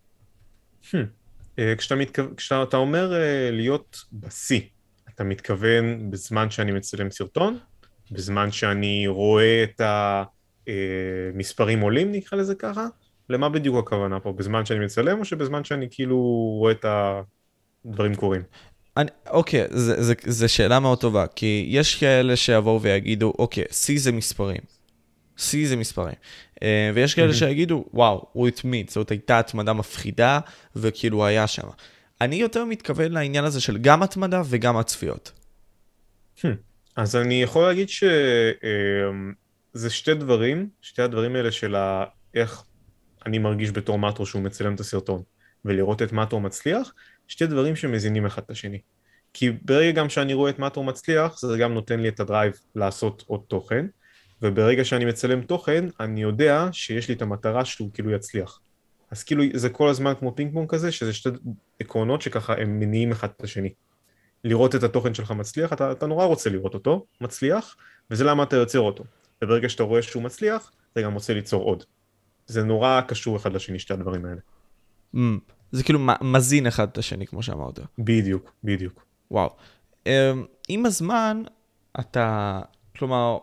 כשאתה אומר להיות בשיא, אתה מתכוון בזמן שאני מצלם סרטון? בזמן שאני רואה את המספרים עולים, נקרא לזה ככה? למה בדיוק הכוונה פה? בזמן שאני מצלם או שבזמן שאני כאילו רואה את הדברים קורים?
אוקיי, זו שאלה מאוד טובה, כי יש כאלה שיבואו ויגידו, אוקיי, C זה מספרים. C זה מספרים. ויש כאלה שיגידו, וואו, הוא התמיד, זאת הייתה התמדה מפחידה, וכאילו הוא היה שם. אני יותר מתכוון לעניין הזה של גם התמדה וגם הצפיות.
אז אני יכול להגיד שזה שתי הדברים האלה של איך אני מרגיש בתור מטרו שהוא מצלם את הסרטון, ולראות את מטרו מצליח, שתי דברים שמזינים אחד את השני. כי ברגע גם שאני רואה את מטרו מצליח, זה גם נותן לי את הדרייב לעשות עוד תוכן, וברגע שאני מצלם תוכן, אני יודע שיש לי את המטרה שהוא כאילו יצליח. אז כאילו זה כל הזמן כמו פינג פונג כזה, שזה שתי עקרונות שככה הם מניעים אחד את השני. לראות את התוכן שלך מצליח, אתה נורא רוצה לראות אותו, מצליח, וזה למה אתה יוצר אותו. וברגע שאתה רואה שהוא מצליח, אתה גם רוצה ליצור עוד. זה נורא קשור אחד לשני, שתי הדברים האלה.
זה כאילו מזין אחד את השני, כמו שאמרת.
בדיוק, בדיוק.
וואו. עם הזמן, אתה, כלומר,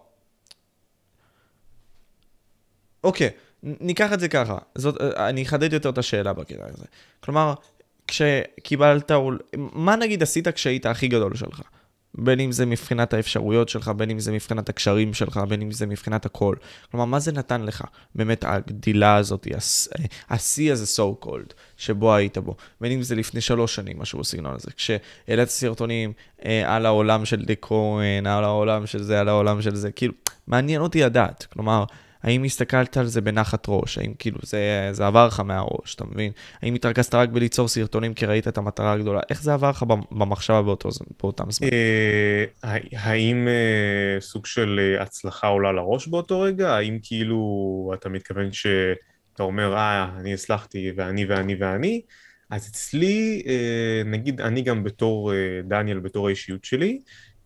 אוקיי, ניקח את זה ככה. אני אחדד יותר את השאלה בקטע הזה. כלומר, כשקיבלת, מה נגיד עשית כשהיית הכי גדול שלך? בין אם זה מבחינת האפשרויות שלך, בין אם זה מבחינת הקשרים שלך, בין אם זה מבחינת הכל. כלומר, מה זה נתן לך? באמת הגדילה הזאת, השיא הזה so called, שבו היית בו. בין אם זה לפני 3 שנים, משהו בסגנון הזה. כשהעלת סרטונים על העולם של דקרון, על העולם של זה, על העולם של זה, כאילו, מעניין אותי לדעת. כלומר, האם הסתכלת על זה בנחת ראש? האם כאילו זה עבר לך מהראש, אתה מבין? האם התרכזת רק בליצור סרטונים כי ראית את המטרה הגדולה? איך זה עבר לך במחשבה באותם זמן?
האם סוג של הצלחה עולה לראש באותו רגע? האם כאילו אתה מתכוון שאתה אומר, אני הצלחתי ואני ואני ואני? אז אצלי, נגיד אני גם בתור דניאל, בתור האישיות שלי,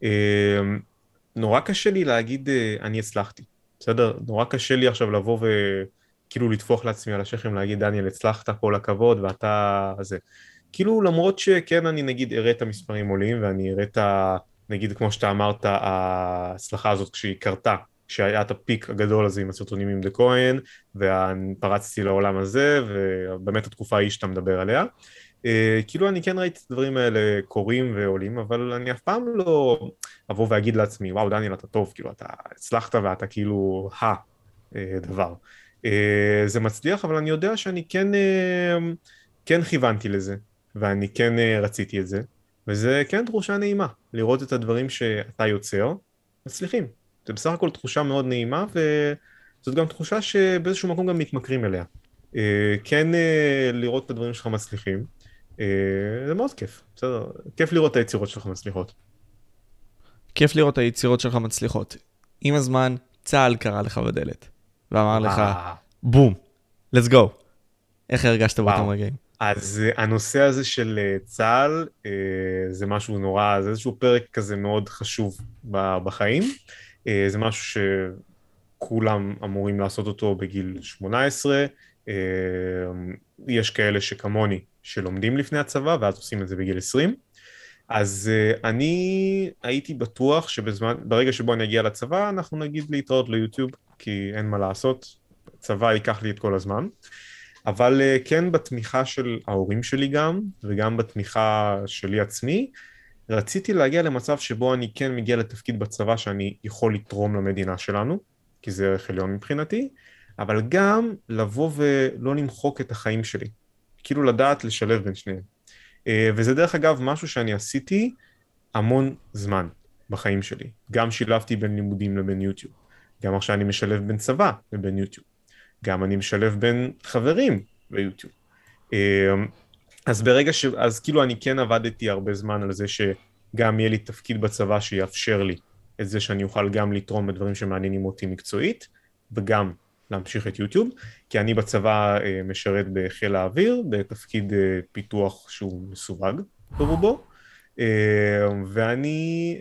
נורא קשה לי להגיד, אני הצלחתי, בסדר? נורא קשה לי עכשיו לבוא וכאילו לטפוח לעצמי על השכם, להגיד, דניאל, הצלחת, כל הכבוד, ואתה זה. כאילו, למרות שכן, אני נגיד אראה את המספרים עולים, ואני אראה את נגיד, כמו שאתה אמרת, ההצלחה הזאת כשהיא קרתה, כשהיה את הפיק הגדול הזה עם הסרטונים עם דה כהן, ופרצתי לעולם הזה, ובאמת התקופה ההיא שאתה מדבר עליה. כאילו אני כן ראיתי את הדברים האלה קורים ועולים, אבל אני אף פעם לא אבוא ואגיד לעצמי, וואו דניאל אתה טוב, כאילו אתה הצלחת ואתה כאילו דבר. זה מצליח, אבל אני יודע שאני כן כיוונתי לזה, ואני כן רציתי את זה, וזה כן תחושה נעימה, לראות את הדברים שאתה יוצר, מצליחים. זה בסך הכל תחושה מאוד נעימה, וזאת גם תחושה שבאיזשהו מקום גם מתמכרים אליה. כן לראות את הדברים שלך מצליחים, זה מאוד כיף, בסדר, כיף לראות את היצירות שלך מצליחות.
כיף לראות את היצירות שלך מצליחות. עם הזמן, צהל קרא לך בדלת, ואמר לך, בום, let's go. איך הרגשת באותם רגעים?
אז הנושא הזה של צהל, זה משהו נורא, זה איזשהו פרק כזה מאוד חשוב בחיים, זה משהו שכולם אמורים לעשות אותו בגיל 18, יש כאלה שכמוני שלומדים לפני הצבא, ואז עושים את זה בגיל 20, אז אני הייתי בטוח שברגע שבו אני אגיע לצבא, אנחנו נגיד להתראות ליוטיוב, כי אין מה לעשות, צבא ייקח לי את כל הזמן, אבל כן בתמיכה של ההורים שלי גם, וגם בתמיכה שלי עצמי, רציתי להגיע למצב שבו אני כן מגיע לתפקיד בצבא שאני יכול לתרום למדינה שלנו, כי זה ערך עליון מבחינתי, אבל גם לבוא ולא למחוק את החיים שלי, כאילו לדעת לשלב בין שניהם. וזה דרך אגב משהו שאני עשיתי המון זמן בחיים שלי, גם שילבתי בין לימודים לבין יוטיוב, גם עכשיו אני משלב בין צבא לבין יוטיוב, גם אני משלב בין חברים ביוטיוב. אז כאילו אני כן עבדתי הרבה זמן על זה שגם יהיה לי תפקיד בצבא שיאפשר לי את זה שאני אוכל גם לתרום בדברים שמעניינים אותי מקצועית, וגם להמשיך את יוטיוב, כי אני בצבא משרת בחיל האוויר, בתפקיד פיתוח שהוא מסווג ברובו, ואני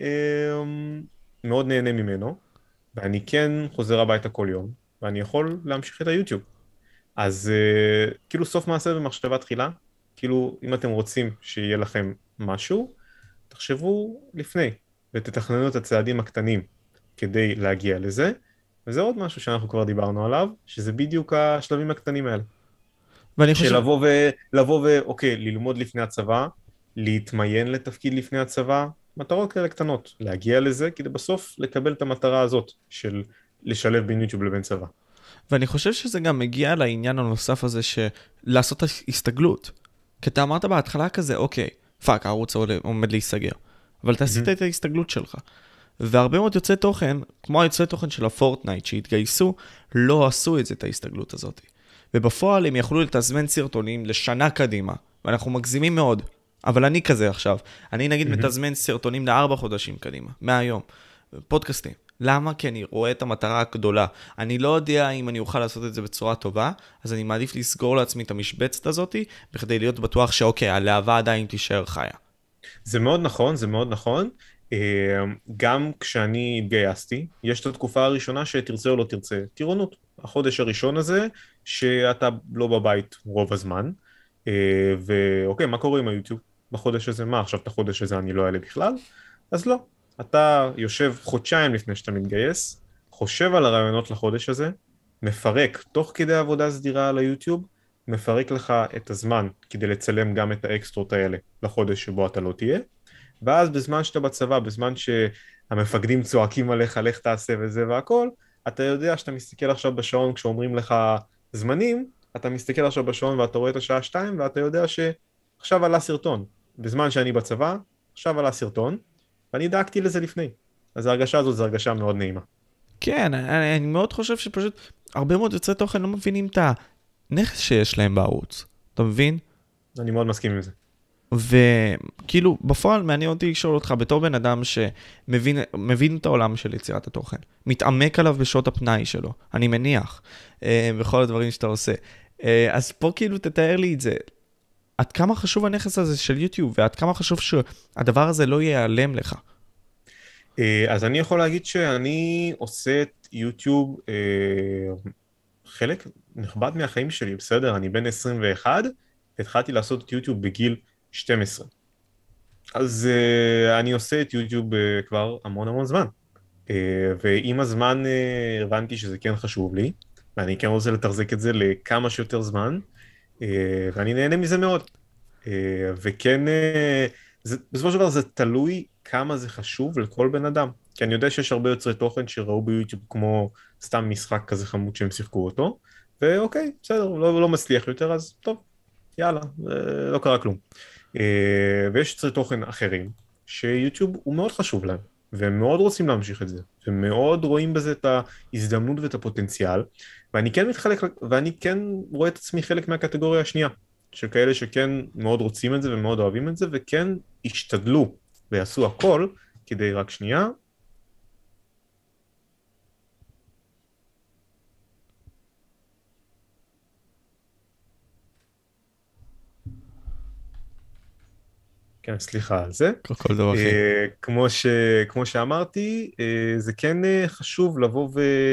מאוד נהנה ממנו, ואני כן חוזר הביתה כל יום, ואני יכול להמשיך את היוטיוב. אז כאילו סוף מעשה במחשבה תחילה, כאילו אם אתם רוצים שיהיה לכם משהו, תחשבו לפני, ותתכננו את הצעדים הקטנים כדי להגיע לזה, וזה עוד משהו שאנחנו כבר דיברנו עליו, שזה בדיוק השלבים הקטנים האלה.
ואני חושב...
לבוא אוקיי, ללמוד לפני הצבא, להתמיין לתפקיד לפני הצבא, מטרות כאלה קטנות, להגיע לזה, כדי בסוף לקבל את המטרה הזאת של לשלב בין יוטיוב לבין צבא.
ואני חושב שזה גם מגיע לעניין הנוסף הזה של לעשות הסתגלות. כי אתה אמרת בהתחלה כזה, אוקיי, פאק, הערוץ עומד להיסגר. אבל אתה עשית את ההסתגלות שלך. והרבה מאוד יוצאי תוכן, כמו היוצאי תוכן של הפורטנייט שהתגייסו, לא עשו את ההסתגלות הזאת. ובפועל הם יכלו לתזמן סרטונים לשנה קדימה, ואנחנו מגזימים מאוד. אבל אני כזה עכשיו. אני נגיד מתזמן סרטונים ל4 חודשים קדימה, מהיום. פודקאסטים. למה? כי אני רואה את המטרה הגדולה. אני לא יודע אם אני אוכל לעשות את זה בצורה טובה, אז אני מעדיף לסגור לעצמי את המשבצת הזאת, בכדי להיות בטוח שאוקיי, הלהבה עדיין תישאר חיה.
זה מאוד נכון, זה מאוד נכון. גם כשאני התגייסתי, יש את התקופה הראשונה שתרצה או לא תרצה, טירונות. החודש הראשון הזה, שאתה לא בבית רוב הזמן, ואוקיי, מה קורה עם היוטיוב בחודש הזה? מה, עכשיו את החודש הזה אני לא אעלה בכלל? אז לא. אתה יושב חודשיים לפני שאתה מתגייס, חושב על הרעיונות לחודש הזה, מפרק תוך כדי עבודה סדירה על היוטיוב, מפרק לך את הזמן כדי לצלם גם את האקסטרות האלה לחודש שבו אתה לא תהיה, ואז בזמן שאתה בצבא, בזמן שהמפקדים צועקים עליך, לך תעשה וזה והכל, אתה יודע שאתה מסתכל עכשיו בשעון כשאומרים לך זמנים, אתה מסתכל עכשיו בשעון ואתה רואה את השעה 2, ואתה יודע שעכשיו עלה סרטון. בזמן שאני בצבא, עכשיו עלה סרטון, ואני דאגתי לזה לפני. אז ההרגשה הזאת זו הרגשה מאוד נעימה.
כן, אני מאוד חושב שפשוט הרבה מאוד יוצאי תוכן לא מבינים את הנכס שיש להם בערוץ. אתה מבין?
אני מאוד מסכים עם זה.
וכאילו, בפועל מעניין אותי לשאול אותך בתור בן אדם שמבין את העולם של יצירת התוכן. מתעמק עליו בשעות הפנאי שלו, אני מניח, בכל הדברים שאתה עושה. אז פה כאילו תתאר לי את זה. עד כמה חשוב הנכס הזה של יוטיוב, ועד כמה חשוב שהדבר הזה לא ייעלם לך?
אז אני יכול להגיד שאני עושה את יוטיוב חלק נכבד מהחיים שלי, בסדר? אני בן 21, התחלתי לעשות את יוטיוב בגיל 12. אז אני עושה את יוטיוב כבר המון המון זמן. ועם הזמן הבנתי שזה כן חשוב לי, ואני כן רוצה לתחזק את זה לכמה שיותר זמן, ואני נהנה מזה מאוד. וכן, בסופו של דבר זה תלוי כמה זה חשוב לכל בן אדם. כי אני יודע שיש הרבה יוצרי תוכן שראו ביוטיוב כמו סתם משחק כזה חמוד שהם שיחקו אותו, ואוקיי, בסדר, לא מצליח יותר, אז טוב, יאללה, לא קרה כלום. ויש יוצרי תוכן אחרים שיוטיוב הוא מאוד חשוב להם, והם מאוד רוצים להמשיך את זה, ומאוד רואים בזה את ההזדמנות ואת הפוטנציאל, ואני כן רואה את עצמי חלק מהקטגוריה השנייה, של כאלה שכן מאוד רוצים את זה ומאוד אוהבים את זה, וכן ישתדלו ויעשו הכל כדי רק שנייה. כן, סליחה על זה.
כל דבר אחי.
כמו שאמרתי, זה כן חשוב לבוא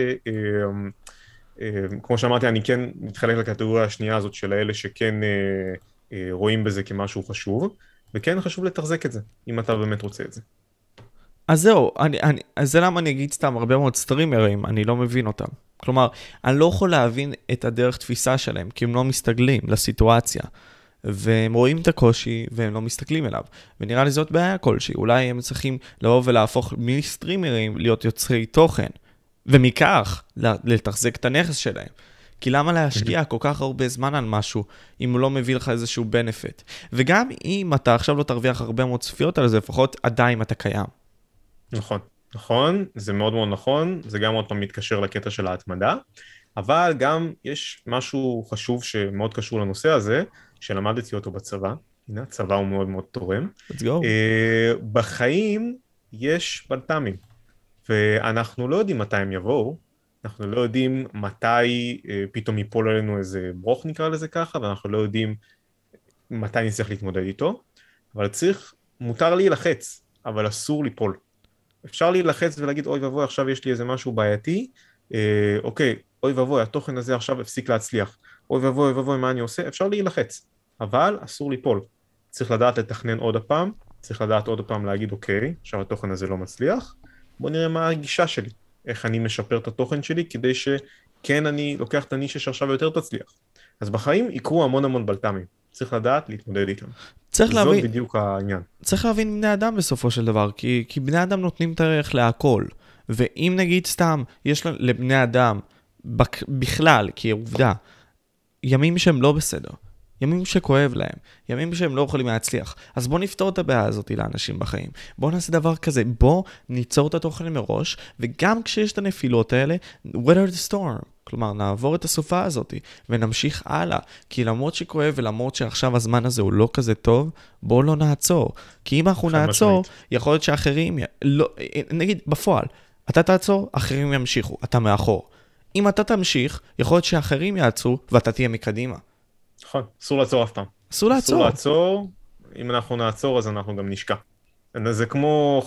כמו שאמרתי, אני כן מתחלק לקטגוריה השנייה הזאת של האלה שכן רואים בזה כמשהו חשוב, וכן חשוב לתחזק את זה, אם אתה באמת רוצה את זה.
אז זהו, אז זה למה אני אגיד סתם, הרבה מאוד סטרימרים, אני לא מבין אותם. כלומר, אני לא יכול להבין את הדרך תפיסה שלהם, כי הם לא מסתגלים לסיטואציה. והם רואים את הקושי, והם לא מסתכלים אליו. ונראה לי זאת בעיה כלשהי. אולי הם צריכים לבוא ולהפוך מסטרימרים להיות יוצרי תוכן. ומכך, לתחזק את הנכס שלהם. כי למה להשקיע כל כך הרבה זמן על משהו, אם הוא לא מביא לך איזשהו benefit? וגם אם אתה עכשיו לא תרוויח הרבה מאוד צפיות על זה, לפחות עדיין אתה קיים.
נכון, נכון, זה מאוד מאוד נכון, זה גם עוד פעם מתקשר לקטע של ההתמדה, אבל גם יש משהו חשוב שמאוד קשור לנושא הזה, שלמדתי אותו בצבא, הנה, הצבא הוא מאוד מאוד תורם.
Let's go.
בחיים יש בלת"מים, ואנחנו לא יודעים מתי הם יבואו, אנחנו לא יודעים מתי פתאום ייפול עלינו איזה ברוך נקרא לזה ככה, ואנחנו לא יודעים מתי נצטרך להתמודד איתו, אבל מותר להילחץ, אבל אסור ליפול. אפשר להילחץ ולהגיד, אוי ובוי, עכשיו יש לי איזה משהו בעייתי, אוקיי, אוי ובוי, התוכן הזה עכשיו הפסיק להצליח, אוי ובוי, אוי ובוי, מה אני עושה? אפשר להילחץ, אבל אסור ליפול. צריך לדעת לתכנן עוד הפעם, צריך לדעת עוד הפעם להגיד, אוקיי, עכשיו התוכן הזה לא מצליח, בוא נראה מה הגישה שלי, איך אני משפר את התוכן שלי, כדי שכן אני לוקח את הנישה שעכשיו יותר תצליח. אז בחיים יקרו המון המון בלת"מים, צריך לדעת להתמודד איתם. זאת בדיוק העניין.
צריך להבין בני אדם בסופו של דבר, כי בני אדם נותנים את הערך להכל. ואם נגיד סתם, יש לבני אדם בכלל, כעובדה, ימים שהם לא בסדר, ימים שכואב להם, ימים שהם לא יכולים להצליח. אז בוא נפתור את הבעיה הזאת לאנשים בחיים. בוא נעשה דבר כזה, בוא ניצור את התוכן מראש, וגם כשיש את הנפילות האלה, weather the storm. כלומר, נעבור את הסופה הזאת ונמשיך הלאה. כי למרות שכואב ולמרות שעכשיו הזמן הזה הוא לא כזה טוב, בוא לא נעצור. כי אם אנחנו נעצור, יכול להיות שאחרים, לא, נגיד בפועל, אתה תעצור, אחרים ימשיכו, אתה מאחור. אם אתה תמשיך, יכול להיות שאחרים יעצרו ואתה תהיה מקדימה.
נכון, אסור לעצור אף פעם.
אסור לעצור.
אם אנחנו נעצור אז אנחנו גם נשקע. זה כמו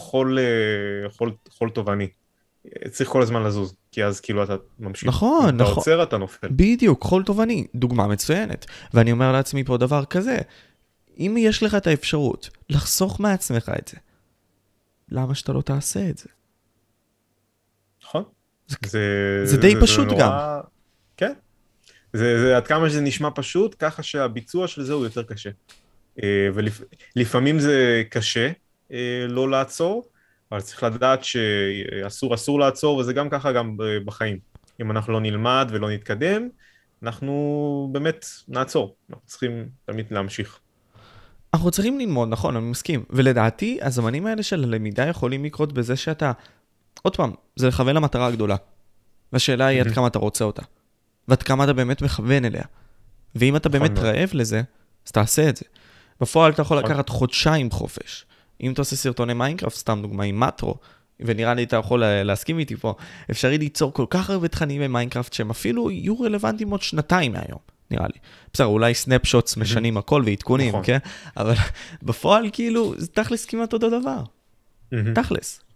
חול תובעני. צריך כל הזמן לזוז, כי אז כאילו אתה ממשיך.
נכון,
אתה עוצר, אתה נופל.
בדיוק, חול תובעני, דוגמה מצוינת. ואני אומר לעצמי פה דבר כזה, אם יש לך את האפשרות לחסוך מעצמך את זה, למה שאתה לא תעשה את זה?
נכון.
זה די פשוט גם.
כן. זה עד כמה שזה נשמע פשוט, ככה שהביצוע של זה הוא יותר קשה. ולפעמים זה קשה לא לעצור, אבל צריך לדעת שאסור לעצור, וזה גם ככה גם בחיים. אם אנחנו לא נלמד ולא נתקדם, אנחנו באמת נעצור. אנחנו צריכים תמיד להמשיך.
אנחנו צריכים ללמוד, נכון, אני מסכים. ולדעתי, הזמנים האלה של הלמידה יכולים לקרות בזה שאתה, עוד פעם, זה לכוון למטרה הגדולה. והשאלה היא עד כמה אתה רוצה אותה. ועד כמה אתה באמת מכוון אליה. ואם אתה באמת רעב לזה, אז תעשה את זה. בפועל אתה יכול לקחת חודשיים חופש. אם אתה עושה סרטוני מיינקראפט, סתם דוגמה עם מטרו, ונראה לי אתה יכול להסכים איתי פה, אפשרי ליצור כל כך הרבה תכנים במיינקראפט, שהם אפילו יהיו רלוונטיים עוד שנתיים מהיום, נראה לי. בסדר, אולי סנאפשוטס משנים הכל ועדכונים, כן? אבל בפועל כאילו, זה תכלס כמעט אותו דבר. תכלס.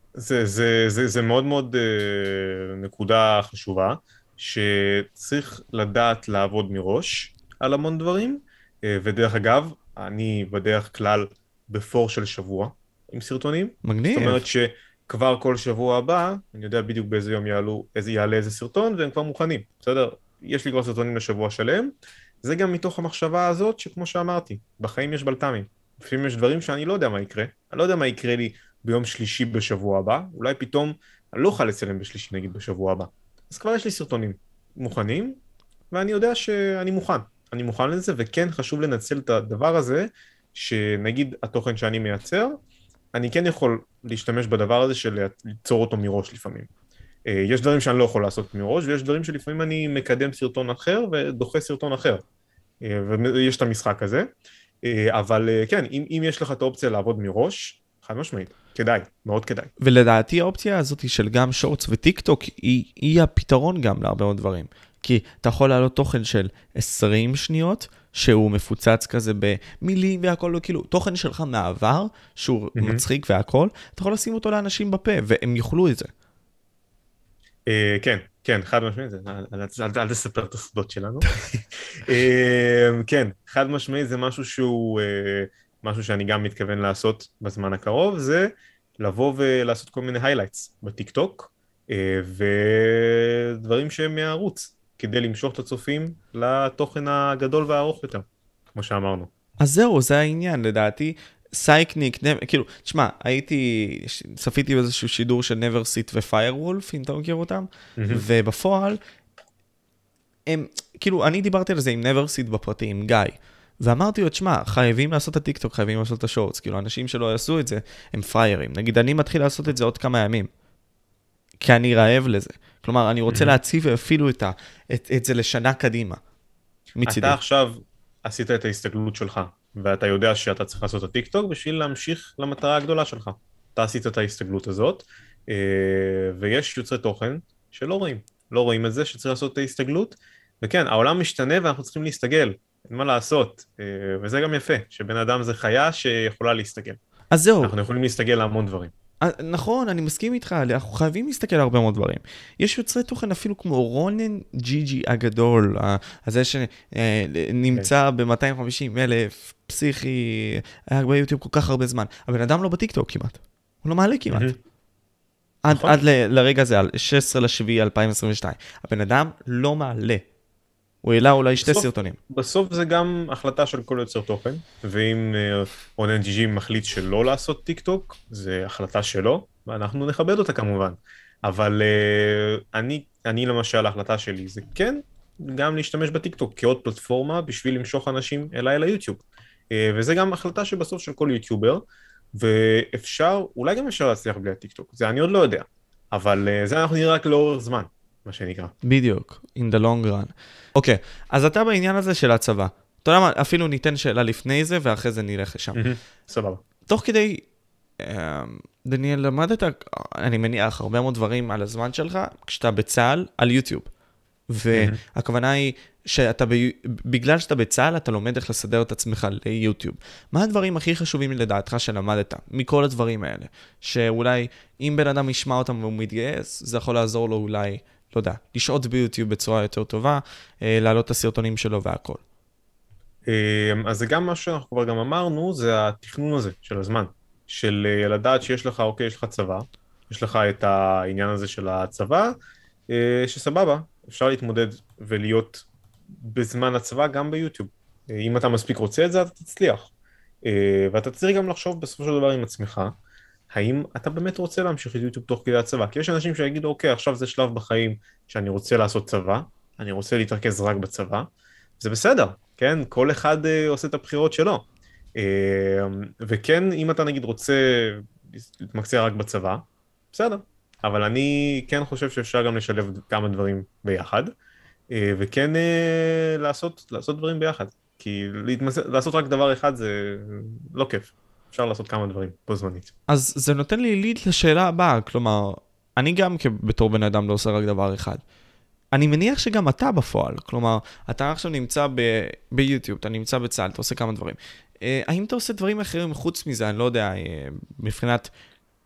זה מאוד מאוד נקודה חשובה, שצריך לדעת לעבוד מראש על המון דברים, ודרך אגב, אני בדרך כלל בפור של שבוע עם סרטונים. זאת אומרת
מגניב.
שכבר כל שבוע הבא, אני יודע בדיוק באיזה יום יעלה איזה סרטון, והם כבר מוכנים, בסדר? יש לי כבר סרטונים לשבוע שלם, זה גם מתוך המחשבה הזאת שכמו שאמרתי, בחיים יש בלת"מים. לפעמים יש דברים שאני לא יודע מה יקרה, אני לא יודע מה יקרה לי ביום שלישי בשבוע הבא, אולי פתאום אני לא אוכל לצלם בשלישי נגיד בשבוע הבא. אז כבר יש לי סרטונים מוכנים, ואני יודע שאני מוכן. אני מוכן לזה, וכן חשוב לנצל את הדבר הזה, שנגיד התוכן שאני מייצר, אני כן יכול להשתמש בדבר הזה של ליצור אותו מראש לפעמים. יש דברים שאני לא יכול לעשות מראש, ויש דברים שלפעמים אני מקדם סרטון אחר ודוחה סרטון אחר. ויש את המשחק הזה. אבל כן, אם יש לך את האופציה לעבוד מראש, חד משמעית, כדאי, מאוד כדאי.
ולדעתי האופציה הזאת של גם שורטס וטיק טוק היא הפתרון גם להרבה מאוד דברים. כי אתה יכול לעלות תוכן של 20 שניות, שהוא מפוצץ כזה במילים והכל, כאילו תוכן שלך מעבר, שהוא מצחיק והכל, אתה יכול לשים אותו לאנשים בפה, והם יוכלו את זה.
כן, כן, חד משמעית, אל תספר את הסודות שלנו. כן, חד משמעית זה משהו שהוא, משהו שאני גם מתכוון לעשות בזמן הקרוב, זה לבוא ולעשות כל מיני highlights בטיק טוק, ודברים שהם מהערוץ, כדי למשוך את הצופים לתוכן הגדול והארוך יותר, כמו שאמרנו.
אז זהו, זה העניין, לדעתי. סייקניק, כאילו, תשמע, צפיתי באיזשהו שידור של Neversit ו-Firewolf, אם אתה מכיר אותם, ובפועל, כאילו, אני דיברתי על זה עם Neversit בפרטי, עם גיא, ואמרתי לו, תשמע, חייבים לעשות את הטיק-טוק, חייבים לעשות את השורטס, כאילו, אנשים שלא יעשו את זה, הם פריירים. נגיד, אני מתחיל לעשות את זה עוד כמה ימים, כי אני רעב לזה. כלומר, אני רוצה להציב אפילו את זה לשנה קדימה, מצידי.
אתה עכשיו עשית את ההסתגלות שלך, ואתה יודע שאתה צריך לעשות את הטיק-טוק בשביל להמשיך למטרה הגדולה שלך. אתה עשית את ההסתגלות הזאת, ויש יוצרי תוכן שלא רואים. לא רואים את זה שצריך לעשות את ההסתגלות, וכן, העולם משתנה ואנחנו צריכים להסתגל, אין מה לעשות, וזה גם יפה, שבן אדם זה חיה שיכולה להסתגל.
אז זהו.
אנחנו יכולים להסתגל להמון דברים.
נכון, אני מסכים איתך, אנחנו חייבים להסתכל על הרבה מאוד דברים. יש יוצרי תוכן אפילו כמו רונן ג'י הגדול, הזה שנמצא ב-250,000, פסיכי, היה ביוטיוב כל כך הרבה זמן. הבן אדם לא בטיקטוק כמעט, הוא לא מעלה כמעט. עד לרגע זה, 16/7/2022. הבן אדם לא מעלה. הוא העלה אולי 2 סרטונים.
בסוף זה גם החלטה של כל יוצר תוכן, ואם רונן ג'י מחליט שלא לעשות טיק טוק, זה החלטה שלו, ואנחנו נכבד אותה כמובן. אבל אני למשל, ההחלטה שלי זה כן, גם להשתמש בטיק טוק כעוד פלטפורמה בשביל למשוך אנשים אליי ליוטיוב. וזה גם החלטה שבסוף של כל יוטיובר, ואפשר, אולי גם אפשר להצליח בלי הטיק טוק, זה אני עוד לא יודע, אבל זה אנחנו נראה רק לאורך זמן. מה שנקרא.
בדיוק, in the long run. אוקיי, אז אתה בעניין הזה של הצבא. אתה יודע מה, אפילו ניתן שאלה לפני זה, ואחרי זה נלך לשם.
סבבה.
תוך כדי, דניאל, למדת, אני מניח, הרבה מאוד דברים על הזמן שלך, כשאתה בצהל, על יוטיוב. והכוונה היא בגלל שאתה בצהל, אתה לומד איך לסדר את עצמך ליוטיוב. מה הדברים הכי חשובים לדעתך שלמדת מכל הדברים האלה? שאולי אם בן אדם ישמע אותם והוא מתגייס, זה יכול לעזור לו אולי, לא יודע, לשעות ביוטיוב בצורה יותר טובה, להעלות את הסרטונים שלו והכל.
אז זה גם מה שאנחנו כבר גם אמרנו, זה התכנון הזה של הזמן. של לדעת שיש לך, אוקיי, יש לך צבא, יש לך את העניין הזה של הצבא, שסבבה, אפשר להתמודד ולהיות בזמן הצבא גם ביוטיוב. אם אתה מספיק רוצה את זה, אתה תצליח. ואתה צריך גם לחשוב בסופו של דבר עם עצמך, האם אתה באמת רוצה להמשיך את יוטיוב תוך כדי הצבא? כי יש אנשים שיגידו, אוקיי, עכשיו זה שלב בחיים שאני רוצה לעשות צבא, אני רוצה להתרכז רק בצבא, זה בסדר, כן? כל אחד עושה את הבחירות שלו. וכן, אם אתה נגיד רוצה להתמקצע רק בצבא, בסדר. אבל אני כן חושב שאפשר גם לשלב כמה דברים ביחד, וכן לעשות דברים ביחד. כי לעשות רק דבר אחד זה לא כיף. אפשר לעשות כמה דברים בו זמנית.
אז זה נותן לי ליד לשאלה הבאה, כלומר, אני גם בתור בן אדם לא עושה רק דבר אחד. אני מניח שגם אתה בפועל, כלומר, אתה עכשיו נמצא ביוטיוב, אתה נמצא בצה"ל, אתה עושה כמה דברים. האם אתה עושה דברים אחרים חוץ מזה, אני לא יודע, מבחינת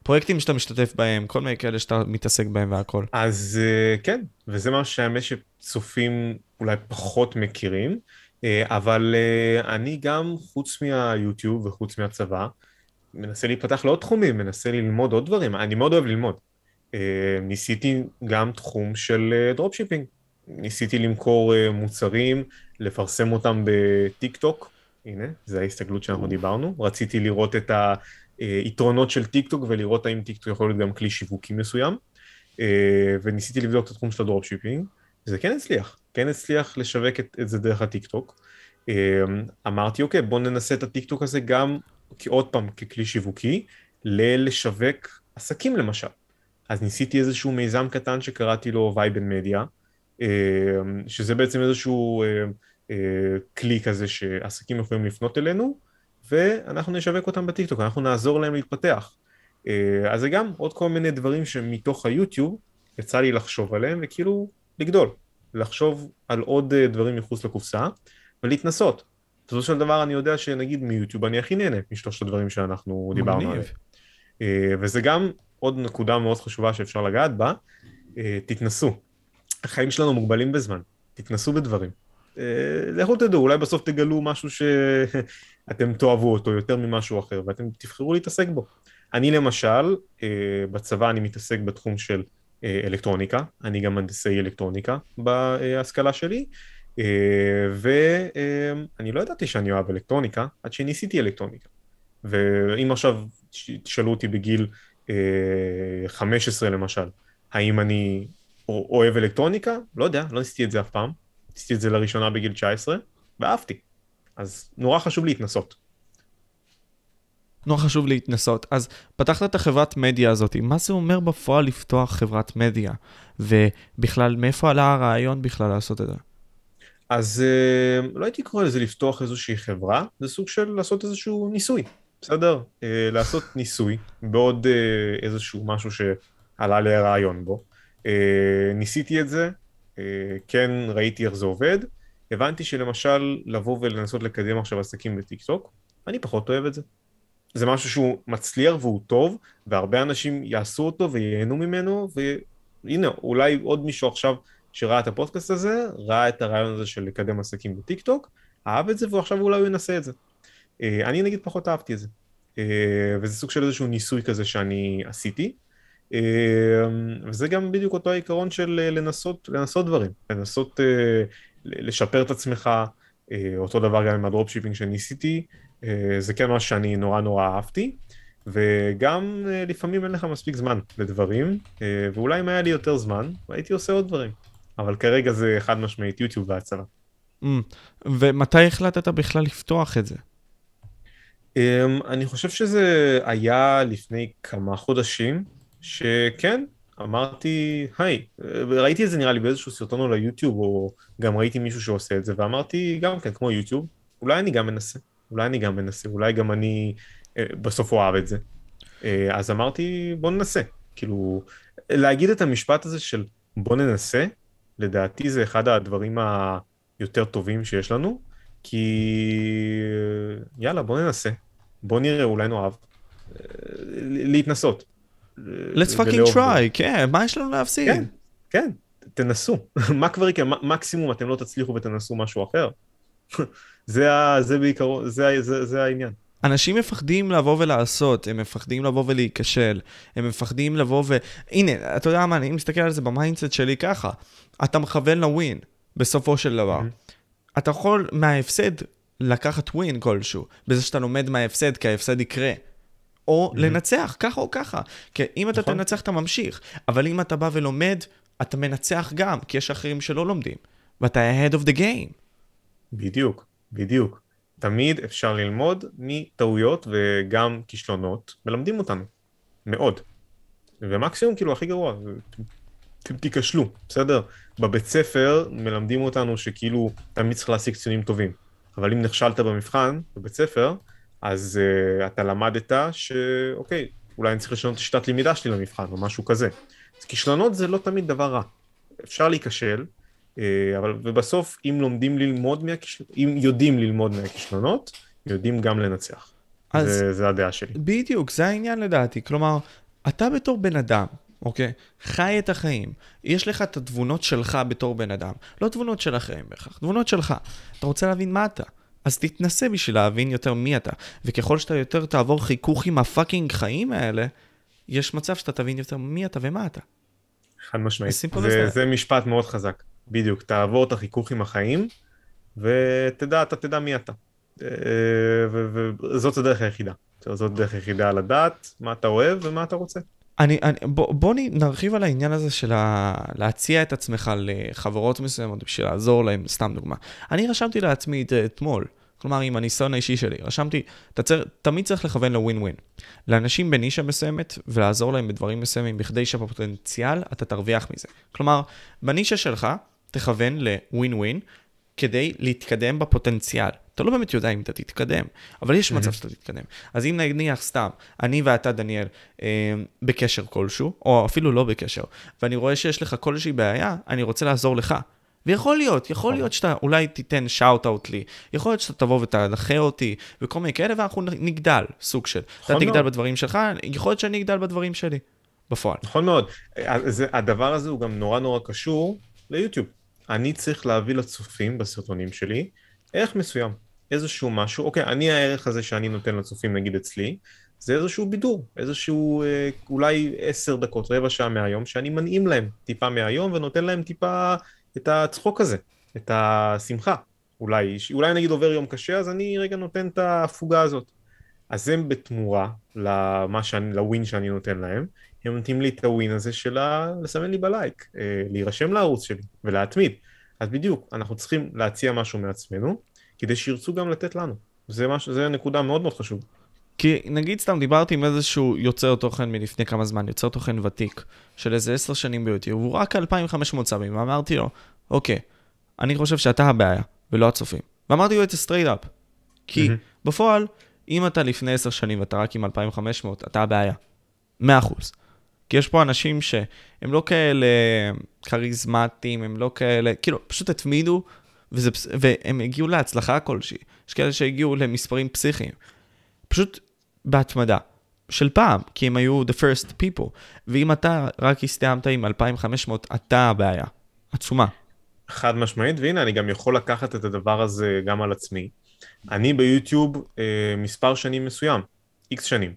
פרויקטים שאתה משתתף בהם, כל מיני כאלה שאתה מתעסק בהם והכל.
אז כן, וזה מה שהאמת שצופים אולי פחות מכירים, אבל אני גם, חוץ מהיוטיוב וחוץ מהצבא, מנסה להיפתח לעוד תחומים, מנסה ללמוד עוד דברים, אני מאוד אוהב ללמוד. ניסיתי גם תחום של דרופשיפינג, ניסיתי למכור מוצרים, לפרסם אותם בטיק טוק, הנה, זה ההסתגלות שאנחנו דיברנו, רציתי לראות את היתרונות של טיק טוק ולראות האם טיק טוק יכול להיות גם כלי שיווקי מסוים, וניסיתי לבדוק את התחום של הדרופשיפינג, וזה כן הצליח לשווק את זה דרך הטיק טוק. אמרתי, אוקיי, בוא ננסה את הטיק טוק הזה גם, עוד פעם, ככלי שיווקי, לשווק עסקים למשל. אז ניסיתי איזשהו מיזם קטן שקראתי לו וייבן מדיה, שזה בעצם איזשהו כלי כזה שעסקים יכולים לפנות אלינו, ואנחנו נשווק אותם בטיק טוק, אנחנו נעזור להם להתפתח. אז זה גם עוד כל מיני דברים שמתוך היוטיוב יצא לי לחשוב עליהם, וכאילו לגדול, לחשוב על עוד דברים מחוץ לקופסה, ולהתנסות. בסופו של דבר אני יודע שנגיד מיוטיוב אני הכי נהנה משלושת הדברים שאנחנו דיברנו עליהם. וזה גם עוד נקודה מאוד חשובה שאפשר לגעת בה, תתנסו. החיים שלנו מוגבלים בזמן, תתנסו בדברים. לכו תדעו, אולי בסוף תגלו משהו שאתם תאהבו אותו יותר ממשהו אחר, ואתם תבחרו להתעסק בו. אני למשל, בצבא אני מתעסק בתחום של אלקטרוניקה, אני גם מהנדסי אלקטרוניקה בהשכלה שלי, ואני לא ידעתי שאני אוהב אלקטרוניקה, עד שניסיתי אלקטרוניקה. ואם עכשיו תשאלו אותי בגיל 15 למשל, האם אני אוהב אלקטרוניקה? לא יודע, לא ניסיתי את זה אף פעם. ניסיתי את זה לראשונה בגיל 19, ואהבתי. אז נורא חשוב להתנסות.
נורא חשוב להתנסות. אז פתחת את החברת מדיה הזאת. מה זה אומר בפועל לפתוח חברת מדיה? ובכלל, מאיפה עלה הרעיון בכלל לעשות את זה?
אז לא הייתי קורא לזה לפתוח איזושהי חברה, זה סוג של לעשות איזשהו ניסוי. בסדר? לעשות ניסוי בעוד איזשהו משהו שעלה לי הרעיון בו. ניסיתי את זה, כן ראיתי איך זה עובד, הבנתי שלמשל לבוא ולנסות לקדם עכשיו עסקים בטיק טוק, אני פחות אוהב את זה. זה משהו שהוא מצליח והוא טוב, והרבה אנשים יעשו אותו וייהנו ממנו, והנה, אולי עוד מישהו עכשיו שראה את הפודקאסט הזה, ראה את הרעיון הזה של לקדם עסקים בטיק טוק, אהב את זה ועכשיו אולי הוא ינסה את זה. אני נגיד פחות אהבתי את זה, וזה סוג של איזשהו ניסוי כזה שאני עשיתי, וזה גם בדיוק אותו העיקרון של לנסות דברים, לנסות לשפר את עצמך, אותו דבר גם עם הדרופשיפינג שניסיתי, זה כן מה שאני נורא אהבתי, וגם לפעמים אין לך מספיק זמן לדברים, ואולי אם היה לי יותר זמן, הייתי עושה עוד דברים, אבל כרגע זה חד משמעית יוטיוב והצבא.
ומתי החלטת בכלל לפתוח את זה?
אני חושב שזה היה לפני כמה חודשים, שכן, אמרתי, היי, ראיתי את זה נראה לי באיזשהו סרטון על היוטיוב, או גם ראיתי מישהו שעושה את זה, ואמרתי גם כן, כמו יוטיוב, אולי אני גם מנסה, אולי גם אני בסוף אוהב את זה. אז אמרתי, בוא ננסה. כאילו, להגיד את המשפט הזה של בוא ננסה, לדעתי זה אחד הדברים היותר טובים שיש לנו, כי יאללה, בוא ננסה, בוא נראה, אולי נאהב, להתנסות.
Let's fucking try, כן, מה יש לנו להפסיד?
כן, תנסו. מה כבר יקרה? מקסימום אתם לא תצליחו ותנסו משהו אחר. זה בעיקרון, זה העניין.
אנשים מפחדים לבוא ולעשות, הם מפחדים לבוא ולהיכשל, הם מפחדים לבוא הנה, אתה יודע מה, אני מסתכל על זה במיינדסט שלי ככה, אתה מכוון לווין, בסופו של דבר. אתה יכול מההפסד לקחת ווין כלשהו, בזה שאתה לומד מההפסד, כי ההפסד יקרה. או לנצח, ככה או ככה. כי אם אתה תנצח, אתה ממשיך. אבל אם אתה בא ולומד, אתה מנצח גם, כי יש אחרים שלא לומדים. ואתה ahead of the game.
בדיוק. תמיד אפשר ללמוד מטעויות וגם כישלונות. מלמדים אותנו. מאוד. ומקסימום, כאילו, הכי גרוע. תיכשלו, בסדר? בבית ספר מלמדים אותנו שכאילו תמיד צריך להשיג ציונים טובים. אבל אם נכשלת במבחן, בבית ספר, אז אתה למדת שאוקיי, אולי אני צריך לשנות את שיטת למידה שלי למבחן, או משהו כזה. אז כישלונות זה לא תמיד דבר רע. אפשר להיכשל, אבל ובסוף, אם יודעים ללמוד מהכישלונות, יודעים גם לנצח. זה הדעה שלי.
בדיוק, זה העניין לדעתי. כלומר, אתה בתור בן אדם, אוקיי? חי את החיים. יש לך את התבונות שלך בתור בן אדם. לא תבונות של אחרים בכך, תבונות שלך. אתה רוצה להבין מה אתה. אז תתנסה בשביל להבין יותר מי אתה. וככל שאתה יותר תעבור חיכוך עם הפאקינג חיים האלה, יש מצב שאתה תבין יותר מי אתה ומה אתה.
חד משמעית. זה משפט מאוד חזק. בדיוק, תעבור את החיכוך עם החיים, אתה תדע מי אתה. וזאת הדרך היחידה. זאת הדרך היחידה לדעת מה אתה אוהב ומה אתה רוצה.
בוא נרחיב על העניין הזה של להציע את עצמך לחברות מסוימות בשביל לעזור להם, סתם דוגמה. אני רשמתי לעצמי אתמול, כלומר עם הניסיון האישי שלי, רשמתי, תמיד צריך לכוון לווין ווין. לאנשים בנישה מסוימת ולעזור להם בדברים מסוימים בכדי שבפוטנציאל אתה תרוויח מזה. כלומר, בנישה שלך תכוון לווין ווין כדי להתקדם בפוטנציאל. אתה לא באמת יודע אם אתה תתקדם, אבל יש מצב שאתה תתקדם. אז אם נניח סתם, אני ואתה, דניאל, בקשר כלשהו, או אפילו לא בקשר, ואני רואה שיש לך כלשהי בעיה, אני רוצה לעזור לך. ויכול להיות שאתה אולי תיתן שאוט-אוט לי, יכול להיות שאתה תבוא ותדחה אותי, וכל מיני כאלה, ואנחנו נגדל, סוג של. אתה תגדל בדברים שלך, יכול להיות שאני אגדל בדברים שלי, בפועל.
נכון מאוד. הדבר הזה הוא גם נורא נורא קשור ליוטיוב. אני צריך להביא לצופים בסרטונים שלי ערך מסוים, איזשהו משהו, אוקיי, אני הערך הזה שאני נותן לצופים, נגיד אצלי, זה איזשהו בידור, איזשהו אולי 10 דקות, רבע שעה מהיום, שאני מנעים להם טיפה מהיום, ונותן להם טיפה את הצחוק הזה, את השמחה. אולי נגיד עובר יום קשה, אז אני רגע נותן את ההפוגה הזאת. אז הם בתמורה לווין שאני נותן להם, הם נותנים לי את הווין הזה שלה, לסמן לי בלייק, להירשם לערוץ שלי ולהתמיד. אז בדיוק, אנחנו צריכים להציע משהו מעצמנו, כדי שירצו גם לתת לנו. זה נקודה מאוד מאוד חשוב.
כי נגיד סתם דיברתי עם איזשהו יוצר תוכן מלפני כמה זמן, יוצר תוכן ותיק, של איזה 10 שנים ביוטיוב, הוא רק 2,500 סאבים, ואמרתי לו, אוקיי, אני חושב שאתה הבעיה, ולא הצופים. ואמרתי לו את זה straight up. כי בפועל, אם אתה לפני 10 שנים ואתה רק עם 2,500, אתה הבעיה. 100%. כי יש פה אנשים שהם לא כאלה כריזמטיים, הם לא כאלה, כאילו, פשוט התמידו, והם הגיעו להצלחה כלשהי. יש כאלה שהגיעו למספרים פסיכיים. פשוט בהתמדה של פעם, כי הם היו the first people. ואם אתה רק הסתיימת עם 2,500, אתה הבעיה. עצומה.
חד משמעית, והנה, אני גם יכול לקחת את הדבר הזה גם על עצמי. אני ביוטיוב מספר שנים מסוים, X שנים.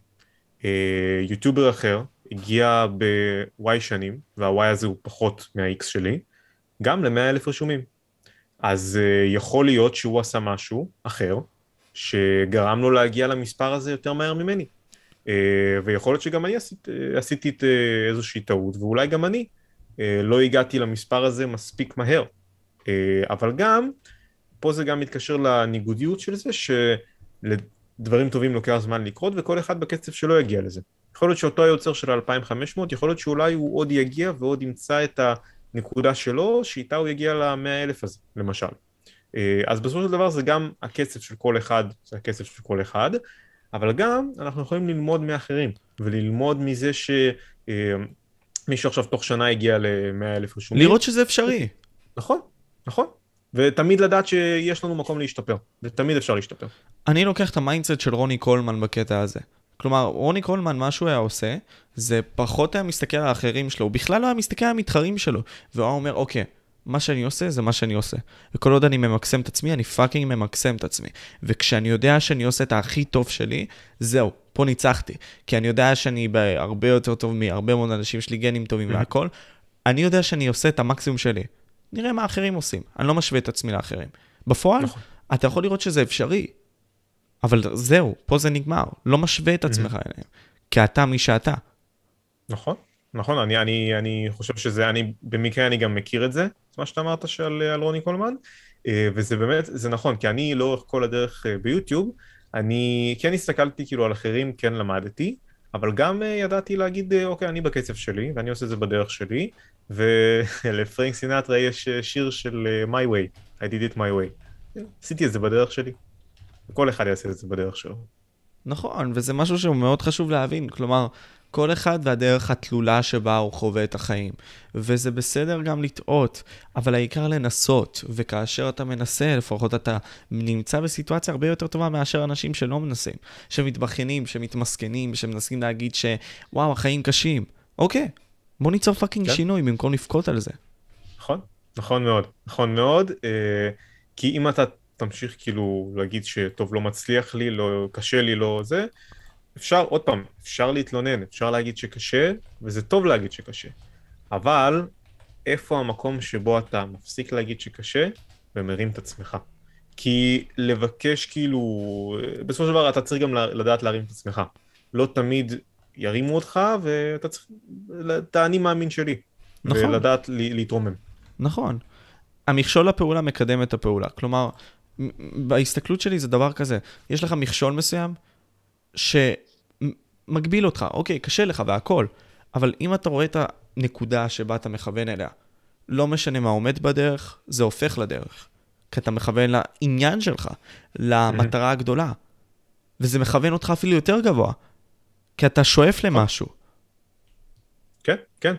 יוטיובר אחר הגיע ב-Y שנים, וה-Y הזה הוא פחות מה-X שלי, גם ל-100,000 רשומים. אז יכול להיות שהוא עשה משהו אחר, שגרם לו להגיע למספר הזה יותר מהר ממני. ויכול להיות שגם אני עשיתי איזושהי טעות, ואולי גם אני לא הגעתי למספר הזה מספיק מהר. אבל גם, פה זה גם מתקשר לניגודיות של זה, שלדברים טובים לוקח זמן לקרות, וכל אחד בקצב שלו יגיע לזה. יכול להיות שאותו היוצר של 2,500, יכול להיות שאולי הוא עוד יגיע ועוד ימצא את הנקודה שלו, שאיתה הוא יגיע ל100,000 הזה, למשל. אז בסופו של דבר זה גם הקצב של כל אחד, זה הקצב של כל אחד, אבל גם אנחנו יכולים ללמוד מאחרים, וללמוד מזה שמישהו עכשיו תוך שנה הגיע ל100,000 רשומים.
לראות שזה אפשרי.
נכון, נכון. ותמיד לדעת שיש לנו מקום להשתפר, ותמיד אפשר להשתפר.
אני לוקח את המיינדסט של רוני קולמן בקטע הזה. כלומר, רוני קולמן, מה שהוא היה עושה, זה פחות היה מסתכל על האחרים שלו, הוא בכלל לא היה מסתכל על המתחרים שלו, והוא אומר, אוקיי, מה שאני עושה, זה מה שאני עושה. וכל עוד אני ממקסם את עצמי, אני פאקינג ממקסם את עצמי. וכשאני יודע שאני עושה את הכי טוב שלי, זהו, פה ניצחתי. כי אני יודע שאני הרבה יותר טוב מהרבה מאוד אנשים שלי, גנים טובים והכל. אני יודע שאני עושה את המקסימום שלי. נראה מה האחרים עושים. אני לא משווה את עצמי לאחרים. בפועל, אתה יכול לראות שזה אפשרי. אבל זהו, פה זה נגמר. לא משווה את עצמך אליהם. כי אתה מי שאתה.
נכון. נכון, אני חושב שזה, במקרה אני גם מכיר את זה, מה שאתה אמרת על רוני קולמן, וזה באמת, זה נכון, כי אני לאורך כל הדרך ביוטיוב, כן הסתכלתי כאילו על אחרים, כן למדתי, אבל גם ידעתי להגיד, אוקיי, אני בקצב שלי, ואני עושה את זה בדרך שלי, ולפרנק סינטרה יש שיר של My Way, I did it my way. עשיתי את זה בדרך שלי, וכל אחד יעשה את זה בדרך שלו.
נכון, וזה משהו שהוא מאוד חשוב להבין, כלומר, כל אחד והדרך התלולה שבה הוא חווה את החיים. וזה בסדר גם לטעות, אבל העיקר לנסות, וכאשר אתה מנסה, לפחות אתה נמצא בסיטואציה הרבה יותר טובה מאשר אנשים שלא מנסים, שמתבחנים, שמתמסכנים, שמנסים להגיד שוואו, החיים קשים. אוקיי, בוא ניצור פאקינג שינוי במקום לפקוט על זה.
נכון, נכון מאוד, נכון מאוד, כי אם אתה תמשיך כאילו להגיד שטוב לא מצליח לי, לא קשה לי, לא זה, אפשר, עוד פעם, אפשר להתלונן, אפשר להגיד שקשה, וזה טוב להגיד שקשה. אבל איפה המקום שבו אתה מפסיק להגיד שקשה ומרים את עצמך? כי לבקש כאילו, בסופו של דבר אתה צריך גם לדעת להרים את עצמך. לא תמיד ירימו אותך, ואתה צריך, אתה אני מאמין שלי.
נכון.
ולדעת להתרומם.
נכון. המכשול לפעולה מקדם את הפעולה. כלומר, בהסתכלות שלי זה דבר כזה. יש לך מכשול מסוים שמגביל אותך. אוקיי, קשה לך והכל. אבל אם אתה רואה את הנקודה שבה אתה מכוון אליה, לא משנה מה עומד בדרך, זה הופך לדרך. כי אתה מכוון לעניין שלך, למטרה הגדולה. וזה מכוון אותך אפילו יותר גבוה. כי אתה שואף למשהו.
כן, כן,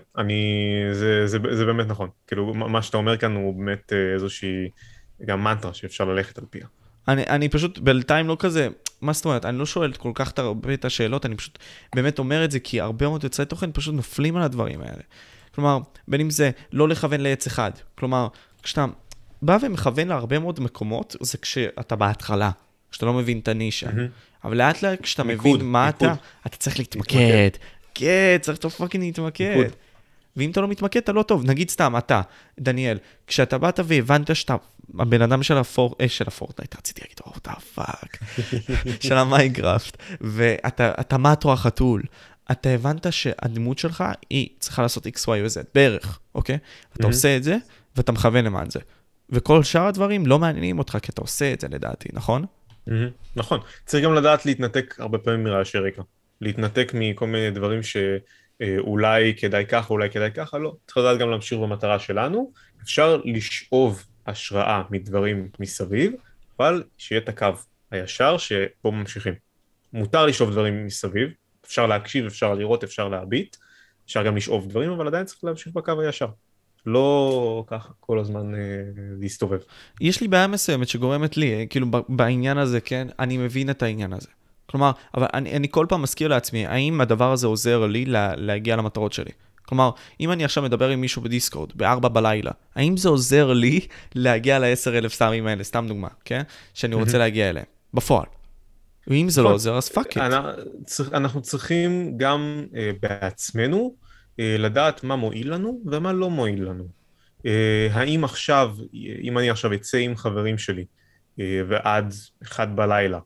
זה באמת נכון. כאילו, מה שאתה אומר כאן הוא באמת איזושהי גם מנטרה שאפשר ללכת על פיה.
אני פשוט בינתיים לא כזה, מה זאת אומרת, אני לא שואל כל כך הרבה את השאלות, אני פשוט באמת אומר את זה, כי הרבה מאוד יוצאי תוכן פשוט נופלים על הדברים האלה. כלומר, בין אם זה לא לכוון לעץ אחד. כלומר, כשאתה בא ומכוון להרבה מאוד מקומות, זה כשאתה בהתחלה, כשאתה לא מבין את הנישה. אבל לאט לאט כשאתה מבין מה אתה צריך להתמקד. כן, צריך to fucking להתמקד. ואם אתה לא מתמקד, אתה לא טוב. נגיד סתם, אתה, דניאל, כשאתה באת והבנת שאתה הבן אדם של הפורטנייט, רציתי להגיד, אתה פאק, של המיינקראפט, ואתה מטרו החתול, אתה הבנת שהדמות שלך היא צריכה לעשות X, Y ו Z, בערך, אוקיי? אתה עושה את זה, ואתה מכוון למען זה. וכל שאר הדברים לא מעניינים אותך, כי אתה עושה את זה לדעתי, נכון?
נכון. צריך גם לדעת להתנתק הרבה פעמים מרעשי רקע. להתנתק מכל מיני דברים שאולי כדאי ככה, אולי כדאי ככה, לא. צריך לדעת גם להמשיך במטרה שלנו. אפשר לשאוב השראה מדברים מסביב, אבל שיהיה את הקו הישר שבו ממשיכים. מותר לשאוב דברים מסביב, אפשר להקשיב, אפשר לראות, אפשר להביט, אפשר גם לשאוב דברים, אבל עדיין צריך להמשיך בקו הישר. לא ככה כל הזמן להסתובב.
יש לי בעיה מסוימת שגורמת לי, כאילו בעניין הזה, כן, אני מבין את העניין הזה. כלומר, אבל אני כל פעם מזכיר לעצמי, האם הדבר הזה עוזר לי להגיע למטרות שלי? כלומר, אם אני עכשיו מדבר עם מישהו בדיסקורד, ב-4 בלילה, האם זה עוזר לי להגיע ל10,000 סתמים האלה, סתם דוגמה, כן? שאני רוצה להגיע אליהם, בפועל. ואם זה לא עוזר, אז fuck it.
אנחנו צריכים גם בעצמנו לדעת מה מועיל לנו ומה לא מועיל לנו. האם עכשיו, אם אני עכשיו אצא עם חברים שלי ועד 1 בלילה,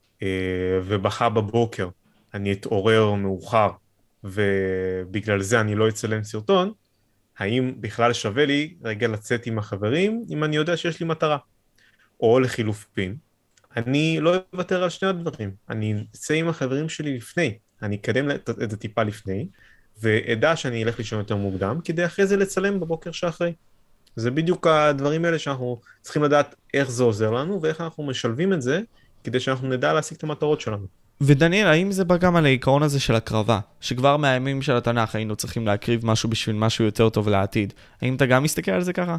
ובחר בבוקר אני אתעורר מאוחר ובגלל זה אני לא אצלם סרטון, האם בכלל שווה לי רגע לצאת עם החברים אם אני יודע שיש לי מטרה? או לחילופין, אני לא אוותר על שני הדברים, אני אצא עם החברים שלי לפני, אני אקדם את זה טיפה לפני, ואדע שאני אלך לישון יותר מוקדם, כדי אחרי זה לצלם בבוקר שאחרי. זה בדיוק הדברים האלה שאנחנו צריכים לדעת איך זה עוזר לנו, ואיך אנחנו משלבים את זה, כדי שאנחנו נדע להשיג את המטרות שלנו.
ודניאל, האם זה בא גם על העיקרון הזה של הקרבה? שכבר מהימים של התנ"ך היינו צריכים להקריב משהו בשביל משהו יותר טוב לעתיד. האם אתה גם מסתכל על זה ככה?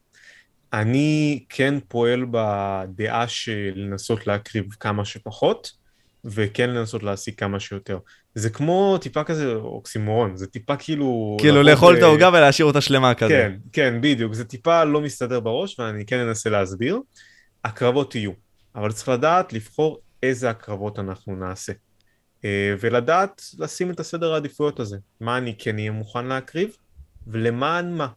אני כן פועל בדעה של לנסות להקריב כמה שפחות, וכן לנסות להשיג כמה שיותר. זה כמו טיפה כזה אוקסימורון, זה טיפה כאילו...
כאילו לאכול את העוגה ולהשאיר אותה שלמה כזה.
כן, כן, בדיוק. זה טיפה לא מסתדר בראש, ואני כן אנסה להסביר. הקרבות יהיו, אבל צריך לדעת לבחור איזה הקרבות אנחנו נעשה. ולדעת לשים את הסדר העדיפויות הזה. מה אני כן אהיה מוכן להקריב, ולמען מה.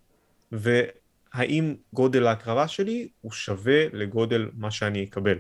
והאם גודל ההקרבה שלי הוא שווה לגודל מה שאני אקבל.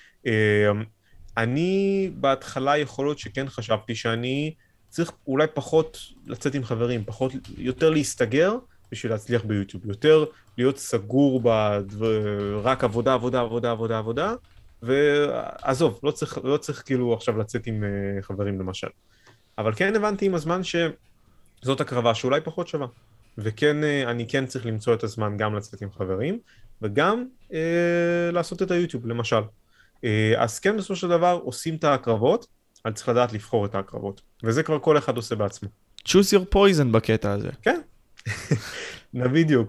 אני בהתחלה יכול להיות שכן חשבתי שאני צריך אולי פחות לצאת עם חברים, פחות, יותר להסתגר בשביל להצליח ביוטיוב, יותר להיות סגור רק עבודה, עבודה, עבודה, עבודה, עבודה, ועזוב, לא צריך כאילו עכשיו לצאת עם חברים למשל. אבל כן הבנתי עם הזמן שזאת הקרבה שאולי פחות שווה, וכן, אני כן צריך למצוא את הזמן גם לצאת עם חברים, וגם לעשות את היוטיוב למשל. אז כן בסופו של דבר עושים את ההקרבות, אני צריך לדעת לבחור את ההקרבות. וזה כבר כל אחד עושה בעצמו.
choose your poison בקטע הזה.
כן. בדיוק.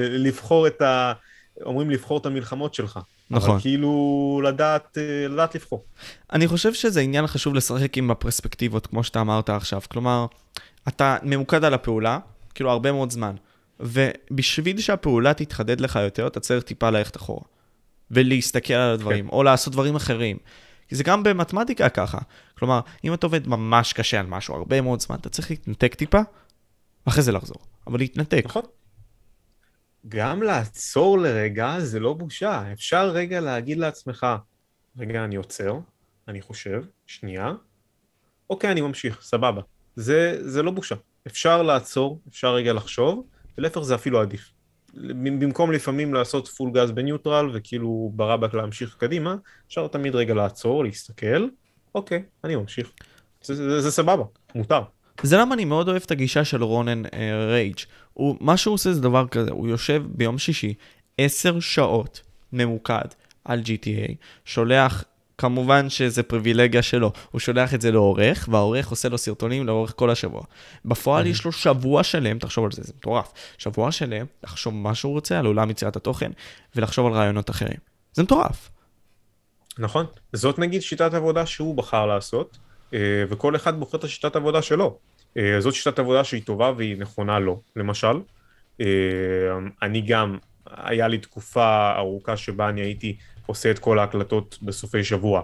אומרים לבחור את המלחמות שלך.
נכון.
אבל כאילו לדעת לבחור.
אני חושב שזה עניין חשוב לשחק עם הפרספקטיבות, כמו שאתה אמרת עכשיו. כלומר, אתה ממוקד על הפעולה, כאילו הרבה מאוד זמן. ובשביל שהפעולה תתחדד לך יותר, אתה צריך טיפה ללכת אחורה. ולהסתכל על הדברים, או לעשות דברים אחרים. כי זה גם במתמטיקה ככה. כלומר, אם אתה עובד ממש קשה על משהו, הרבה מאוד זמן, אתה צריך להתנתק טיפה, ואחרי זה לחזור. אבל להתנתק.
נכון. גם לעצור לרגע זה לא בושה. אפשר רגע להגיד לעצמך, רגע אני עוצר, אני חושב, שנייה, אוקיי, אני ממשיך, סבבה. זה לא בושה. אפשר לעצור, אפשר רגע לחשוב, ולהפך זה אפילו עדיף. במקום לפעמים לעשות פול גז בניוטרל, וכאילו ברבק להמשיך קדימה, אפשר תמיד רגע לעצור, להסתכל, אוקיי, אני ממשיך. זה סבבה, מותר.
זה למה אני מאוד אוהב את הגישה של רונן רייג'. מה שהוא עושה זה דבר כזה, הוא יושב ביום שישי 10 שעות ממוקד על GTA, שולח, כמובן שזה פריבילגיה שלו, הוא שולח את זה לעורך, והעורך עושה לו סרטונים לאורך כל השבוע. בפועל יש לו שבוע שלם, תחשוב על זה, זה מטורף, שבוע שלם, לחשוב מה שהוא רוצה על עולם יצירת התוכן, ולחשוב על רעיונות אחרים. זה מטורף.
נכון, זאת נגיד שיטת עבודה שהוא בחר לעשות, וכל אחד בוחר את השיטת עבודה שלו. זאת שיטת עבודה שהיא טובה והיא נכונה לו, למשל. אני גם, היה לי תקופה ארוכה שבה אני הייתי עושה את כל ההקלטות בסופי שבוע,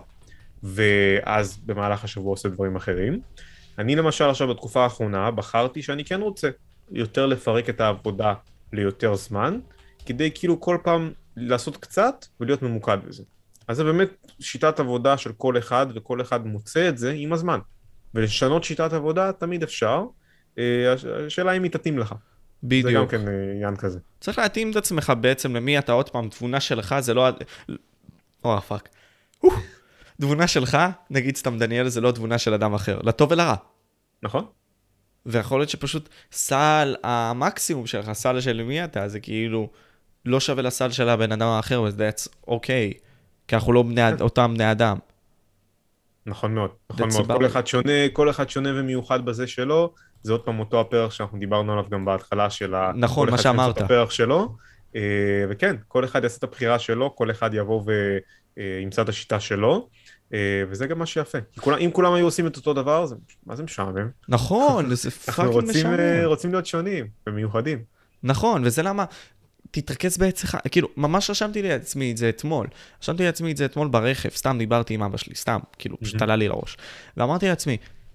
ואז במהלך השבוע עושה דברים אחרים. אני למשל עכשיו בתקופה האחרונה בחרתי שאני כן רוצה יותר לפרק את העבודה ליותר זמן, כדי כאילו כל פעם לעשות קצת ולהיות ממוקד בזה. אז זה באמת שיטת עבודה של כל אחד, וכל אחד מוצא את זה עם הזמן. ולשנות שיטת עבודה תמיד אפשר, השאלה אם היא תתאים לך.
בדיוק.
זה גם כן עניין כזה.
צריך להתאים את עצמך בעצם למי אתה עוד פעם, תבונה שלך זה לא... פאק. תבונה שלך, נגיד סתם דניאל, זה לא תבונה של אדם אחר, לטוב ולרע.
נכון.
ויכול להיות שפשוט סל המקסימום שלך, סל של מי אתה, זה כאילו לא שווה לסל של הבן אדם האחר, וזה אוקיי, כי אנחנו לא אותם בני אדם.
נכון מאוד, נכון מאוד. כל אחד שונה ומיוחד בזה שלו, זה עוד פעם אותו הפרח שאנחנו דיברנו עליו גם בהתחלה של
נכון, מה שאמרת.
כל אחד הפרח שלו, וכן, כל אחד יעשה את הבחירה שלו, כל אחד יבוא וימצא את השיטה שלו, וזה גם מה שיפה. אם כולם היו עושים את אותו דבר, מה זה משעמם?
נכון, זה פאקינג משעמם.
אנחנו רוצים להיות שונים ומיוחדים.
נכון, וזה למה... תתרכז בעצמך, כאילו, ממש רשמתי לעצמי את זה אתמול. רשמתי לעצמי את זה אתמול ברכב, סתם דיברתי עם אבא שלי, סתם, כאילו, פשוט עלה לי לראש. ואמרתי לעצמי,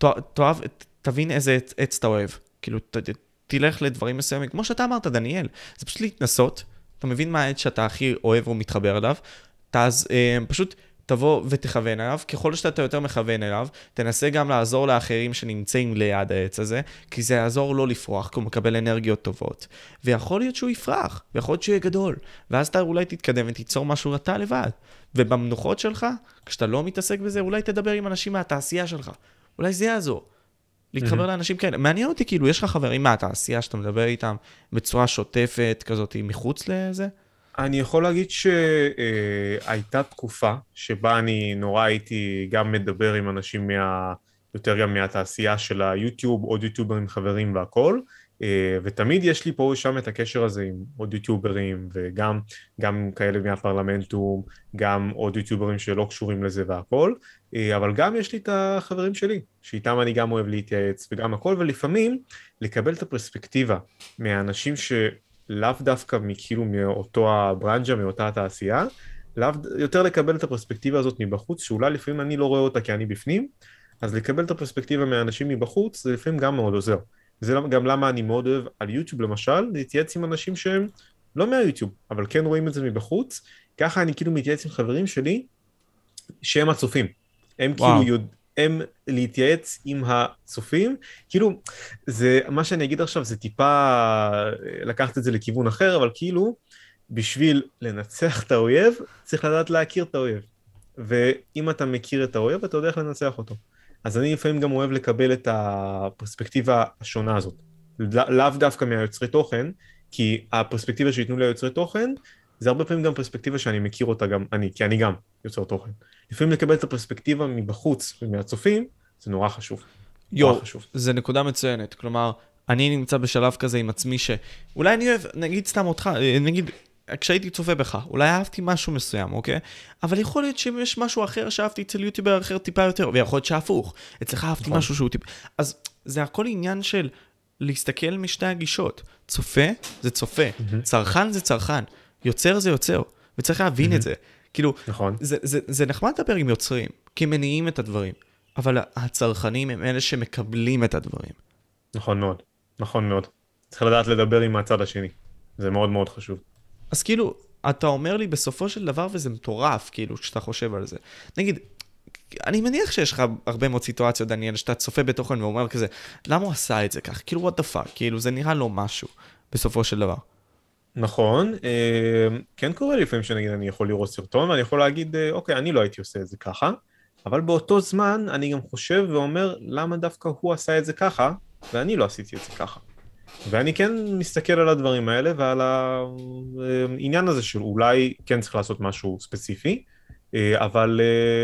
תבין איזה עץ אתה אוהב. כאילו, תלך לדברים מסוימים, כמו שאתה אמרת, דניאל. זה פשוט להתנסות, אתה מבין מה העץ שאתה הכי אוהב או מתחבר אליו, אז פשוט תבוא ותכוון אליו, ככל שאתה יותר מכוון אליו, תנסה גם לעזור לאחרים שנמצאים ליד העץ הזה, כי זה יעזור לא לפרוח, כי הוא מקבל אנרגיות טובות. ויכול להיות שהוא יפרח, ויכול להיות שהוא יהיה גדול, ואז אתה אולי תתקדם ותיצור משהו אתה לבד. ובמנוחות שלך, כשאתה לא מתעסק בזה, אולי תדבר עם אנשים מהתעשייה שלך. אולי זה יעזור. להתחבר לאנשים כאלה. מעניין אותי, כאילו, יש לך חברים מהתעשייה שאתה מדבר איתם בצורה שוטפת כזאת, מחוץ לזה?
אני יכול להגיד שהייתה תקופה שבה אני נורא הייתי גם מדבר עם אנשים יותר גם מהתעשייה של היוטיוב, עוד יוטיוברים חברים והכל, ותמיד יש לי פה ושם את הקשר הזה עם עוד יוטיוברים, וגם כאלה מהפרלמנטום, גם עוד יוטיוברים שלא קשורים לזה והכל, אבל גם יש לי את החברים שלי, שאיתם אני גם אוהב להתייעץ וגם הכל, ולפעמים לקבל את הפרספקטיבה מהאנשים לאו דווקא כאילו מאותו הברנג'ה, מאותה התעשייה, יותר לקבל את הפרספקטיבה הזאת מבחוץ, שאולי לפעמים אני לא רואה אותה כי אני בפנים, אז לקבל את הפרספקטיבה מהאנשים מבחוץ, זה לפעמים גם מאוד עוזר. זה גם למה אני מאוד אוהב על יוטיוב למשל, להתייעץ עם אנשים שהם לא מהיוטיוב, אבל כן רואים את זה מבחוץ, ככה אני כאילו מתייעץ עם חברים שלי, שהם הצופים. הם כאילו הם להתייעץ עם הצופים, כאילו, זה, מה שאני אגיד עכשיו זה טיפה לקחת את זה לכיוון אחר, אבל כאילו, בשביל לנצח את האויב, צריך לדעת להכיר את האויב. ואם אתה מכיר את האויב, אתה יודע איך לנצח אותו. אז אני לפעמים גם אוהב לקבל את הפרספקטיבה השונה הזאת. לאו דווקא מהיוצרי תוכן, כי הפרספקטיבה שיתנו לי היוצרי תוכן, זה הרבה פעמים גם פרספקטיבה שאני מכיר אותה גם אני, כי אני גם יוצר תוכן. לפעמים לקבל את הפרספקטיבה מבחוץ ומהצופים, זה נורא חשוב.
יו, זה נקודה מצוינת. כלומר, אני נמצא בשלב כזה עם עצמי אולי אני אוהב, נגיד סתם אותך, נגיד, כשהייתי צופה בך, אולי אהבתי משהו מסוים, אוקיי? אבל יכול להיות שיש משהו אחר שאהבתי אצל יוטיובר אחר טיפה יותר, ויכול להיות שהפוך. אצלך אהבתי משהו שהוא טיפה... אז זה הכל עניין של להסתכל משתי הגישות. צופה זה צופה, צרכן זה צרכן, יוצר זה יוצר, וצריך להבין את זה. כאילו, זה נחמד לדבר עם יוצרים, כי הם מניעים את הדברים, אבל הצרכנים הם אלה שמקבלים את הדברים.
נכון מאוד, נכון מאוד. צריך לדעת לדבר עם הצד השני, זה מאוד מאוד חשוב.
אז כאילו, אתה אומר לי בסופו של דבר, וזה מטורף, כאילו, שאתה חושב על זה. נגיד, אני מניח שיש לך הרבה מאוד סיטואציות, דניאל, שאתה צופה בתוכן ואומר כזה, למה הוא עשה את זה כך? כאילו, what the fuck? כאילו, זה נראה לו משהו, בסופו של דבר.
נכון, כן קורה לפעמים שנגיד אני יכול לראות סרטון, ואני יכול להגיד, אוקיי, אני לא הייתי עושה את זה ככה, אבל באותו זמן אני גם חושב ואומר, למה דווקא הוא עשה את זה ככה, ואני לא עשיתי את זה ככה. ואני כן מסתכל על הדברים האלה, ועל העניין הזה של אולי כן צריך לעשות משהו ספציפי, אבל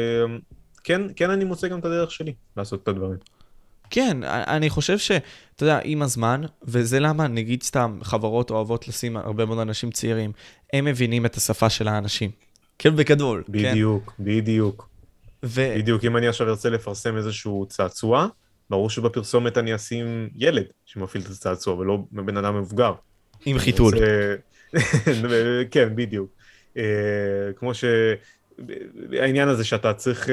כן אני מוצא גם את הדרך שלי לעשות את הדברים.
כן, אני חושב אתה יודע, עם הזמן, וזה למה נגיד סתם חברות אוהבות לשים הרבה מאוד אנשים צעירים, הם מבינים את השפה של האנשים. כן, בגדול.
בדיוק, כן? בדיוק. בדיוק, אם אני עכשיו ארצה לפרסם איזשהו צעצוע, ברור שבפרסומת אני אשים ילד שמפעיל את הצעצוע, ולא בן אדם מבוגר.
עם חיתול.
כן, בדיוק. כמו שהעניין הזה שאתה צריך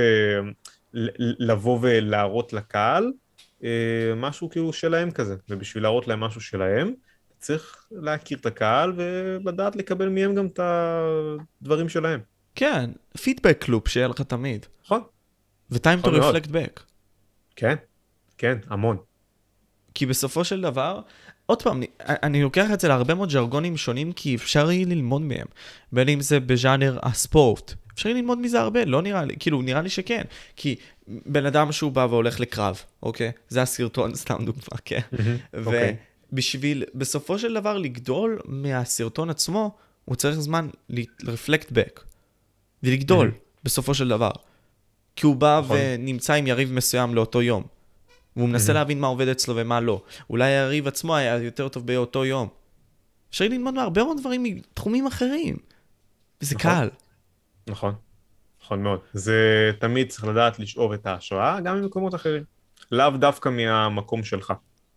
לבוא ולהראות לקהל, משהו כאילו שלהם כזה, ובשביל להראות להם משהו שלהם, צריך להכיר את הקהל ולדעת לקבל מהם גם את הדברים שלהם.
כן, פידבק לופ שיהיה לך תמיד.
נכון.
ו-time to reflect back.
כן, כן, המון.
כי בסופו של דבר, עוד פעם, אני לוקח את זה להרבה מאוד ז'רגונים שונים, כי אפשר ללמוד מהם. בין אם זה בז'אנר הספורט. אפשר ללמוד מזה הרבה, לא נראה לי, כאילו נראה לי שכן. כי בן אדם שהוא בא והולך לקרב, אוקיי? זה הסרטון, סתם דוגמה, כן? ובשביל, בסופו של דבר, לגדול מהסרטון עצמו, הוא צריך זמן ל-reflect back. ולגדול, בסופו של דבר. כי הוא בא ונמצא עם יריב מסוים לאותו יום. והוא מנסה להבין מה עובד אצלו ומה לא. אולי היריב עצמו היה יותר טוב באותו יום. אפשר ללמוד מהרבה מאוד דברים מתחומים אחרים. וזה קל.
נכון, נכון מאוד. זה תמיד צריך לדעת לשאוב את ההשראה, גם ממקומות אחרים. לאו דווקא מהמקום שלך.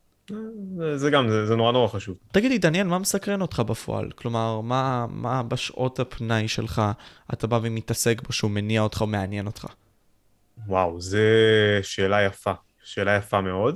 זה גם, זה נורא נורא חשוב.
תגידי, דניאל, מה מסקרן אותך בפועל? כלומר, מה בשעות הפנאי שלך אתה בא ומתעסק בו שהוא מניע אותך או מעניין אותך?
וואו, זה שאלה יפה. שאלה יפה מאוד.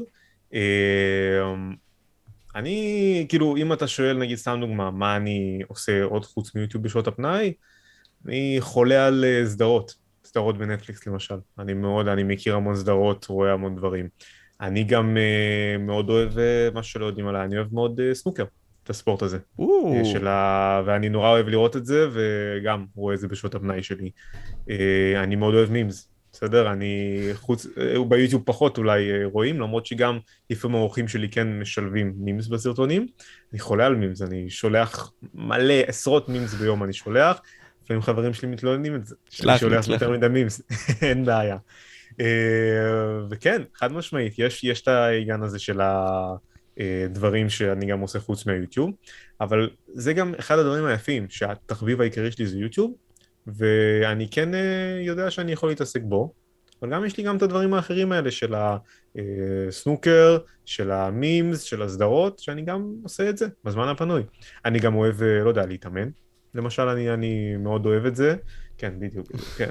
אני, כאילו, אם אתה שואל, נגיד, סתם דוגמה, מה אני עושה עוד חוץ מיוטיוב בשעות הפנאי, אני חולה על סדרות בנטפליקס למשל. אני מכיר המון סדרות, רואה המון דברים. אני גם מאוד אוהב, מה שלא יודעים עליי, אני אוהב מאוד סנוקר, את הספורט הזה. ואני נורא אוהב לראות את זה, וגם רואה את זה בשעות הפנאי שלי. אני מאוד אוהב מימס. בסדר, ביוטיוב פחות אולי רואים, למרות שגם לפעמים האורחים שלי כן משלבים מימס בסרטונים. אני חולה על מימס, אני שולח מלא, עשרות מימס ביום אני שולח, לפעמים חברים שלי מתלוננים את זה, שאני שולח יותר מדי מימס, אין בעיה. וכן, חד משמעית, יש את העניין הזה של הדברים שאני גם עושה חוץ מהיוטיוב, אבל זה גם אחד הדברים היפים, שהתחביב העיקרי שלי זה יוטיוב, ואני כן יודע שאני יכול להתעסק בו, אבל גם יש לי גם את הדברים האחרים האלה של הסנוקר, של המימס, של הסדרות, שאני גם עושה את זה בזמן הפנוי. אני גם אוהב, לא יודע, להתאמן. למשל, אני מאוד אוהב את זה. כן, בדיוק, כן.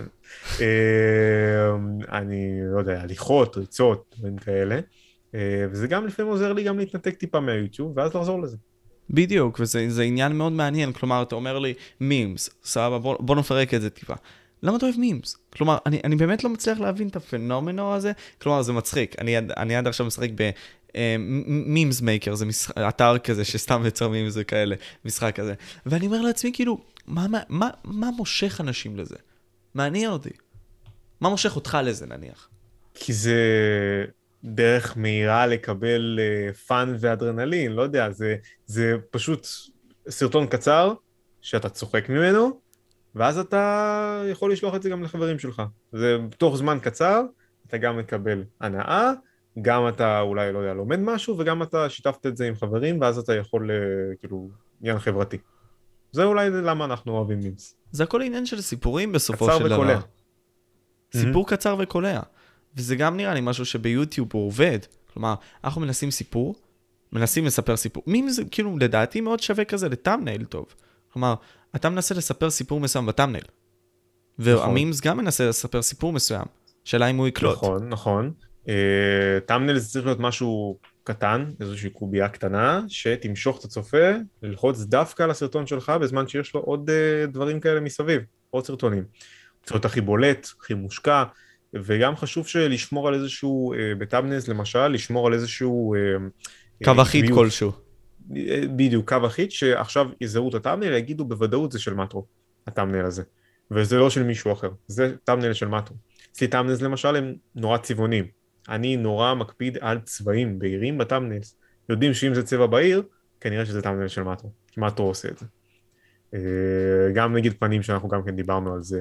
אני, לא יודע, הליכות, ריצות, דברים כאלה. וזה גם לפעמים עוזר לי גם להתנתק טיפה מהיוטיוב, ואז לחזור לזה.
בדיוק, וזה עניין מאוד מעניין. כלומר, אתה אומר לי, מימס, סבבה, בוא נפרק את זה טיפה. למה אתה אוהב מימס? כלומר, אני באמת לא מצליח להבין את הפנומנו הזה. כלומר, זה מצחיק. אני עד עכשיו משחק במימס מייקר, זה אתר כזה שסתם יוצר מימס וכאלה, משחק כזה. ואני אומר לעצמי, כאילו, מה מושך אנשים לזה? מעניין אותי. מה מושך אותך לזה, נניח?
כי זה דרך מהירה לקבל פאן ואדרנלין, לא יודע, זה פשוט סרטון קצר שאתה צוחק ממנו, ואז אתה יכול לשלוח את זה גם לחברים שלך. זה בתוך זמן קצר, אתה גם מקבל הנאה, גם אתה אולי, לא יודע, לומד משהו, וגם אתה שיתפת את זה עם חברים, ואז אתה יכול, כאילו, עניין חברתי. זה אולי למה אנחנו אוהבים מימס.
זה הכל עניין של סיפורים בסופו
קצר
של דבר.
וקולע.
סיפור קצר וקולע. וזה גם נראה לי משהו שביוטיוב הוא עובד. כלומר, אנחנו מנסים סיפור, מנסים לספר סיפור. מימס, כאילו, לדעתי מאוד שווה כזה לטאמנייל טוב. כלומר, אתה מנסה לספר סיפור מסוים בטאמנייל. והמימס גם מנסה לספר סיפור מסוים. שאלה אם הוא יקלוט.
נכון, נכון. טאמנייל זה צריך להיות משהו קטן, איזושהי קובייה קטנה, שתמשוך את הצופה ללחוץ דווקא על הסרטון שלך, בזמן שיש לו עוד דברים כאלה מסביב, עוד סרטונים. צריך להיות הכי בולט, הכי מושקע, וגם חשוב לשמור על איזשהו, בטאמניילס למשל, לשמור על איזשהו...
קו אחיד כלשהו.
בדיוק, קו אחיד, שעכשיו יזהו את הטאמנייל, יגידו בוודאות זה של מטרו, הטאמנייל הזה. וזה לא של מישהו אחר, זה טאמנייל של מטרו. אצלי טאמניילס למשל הם נורא צבעונים. אני נורא מקפיד על צבעים בהירים בטאמניילס. יודעים שאם זה צבע בהיר, כנראה שזה טאמנייל של מטרו. כי מטרו עושה את זה. גם נגיד פנים שאנחנו גם כן דיברנו על זה.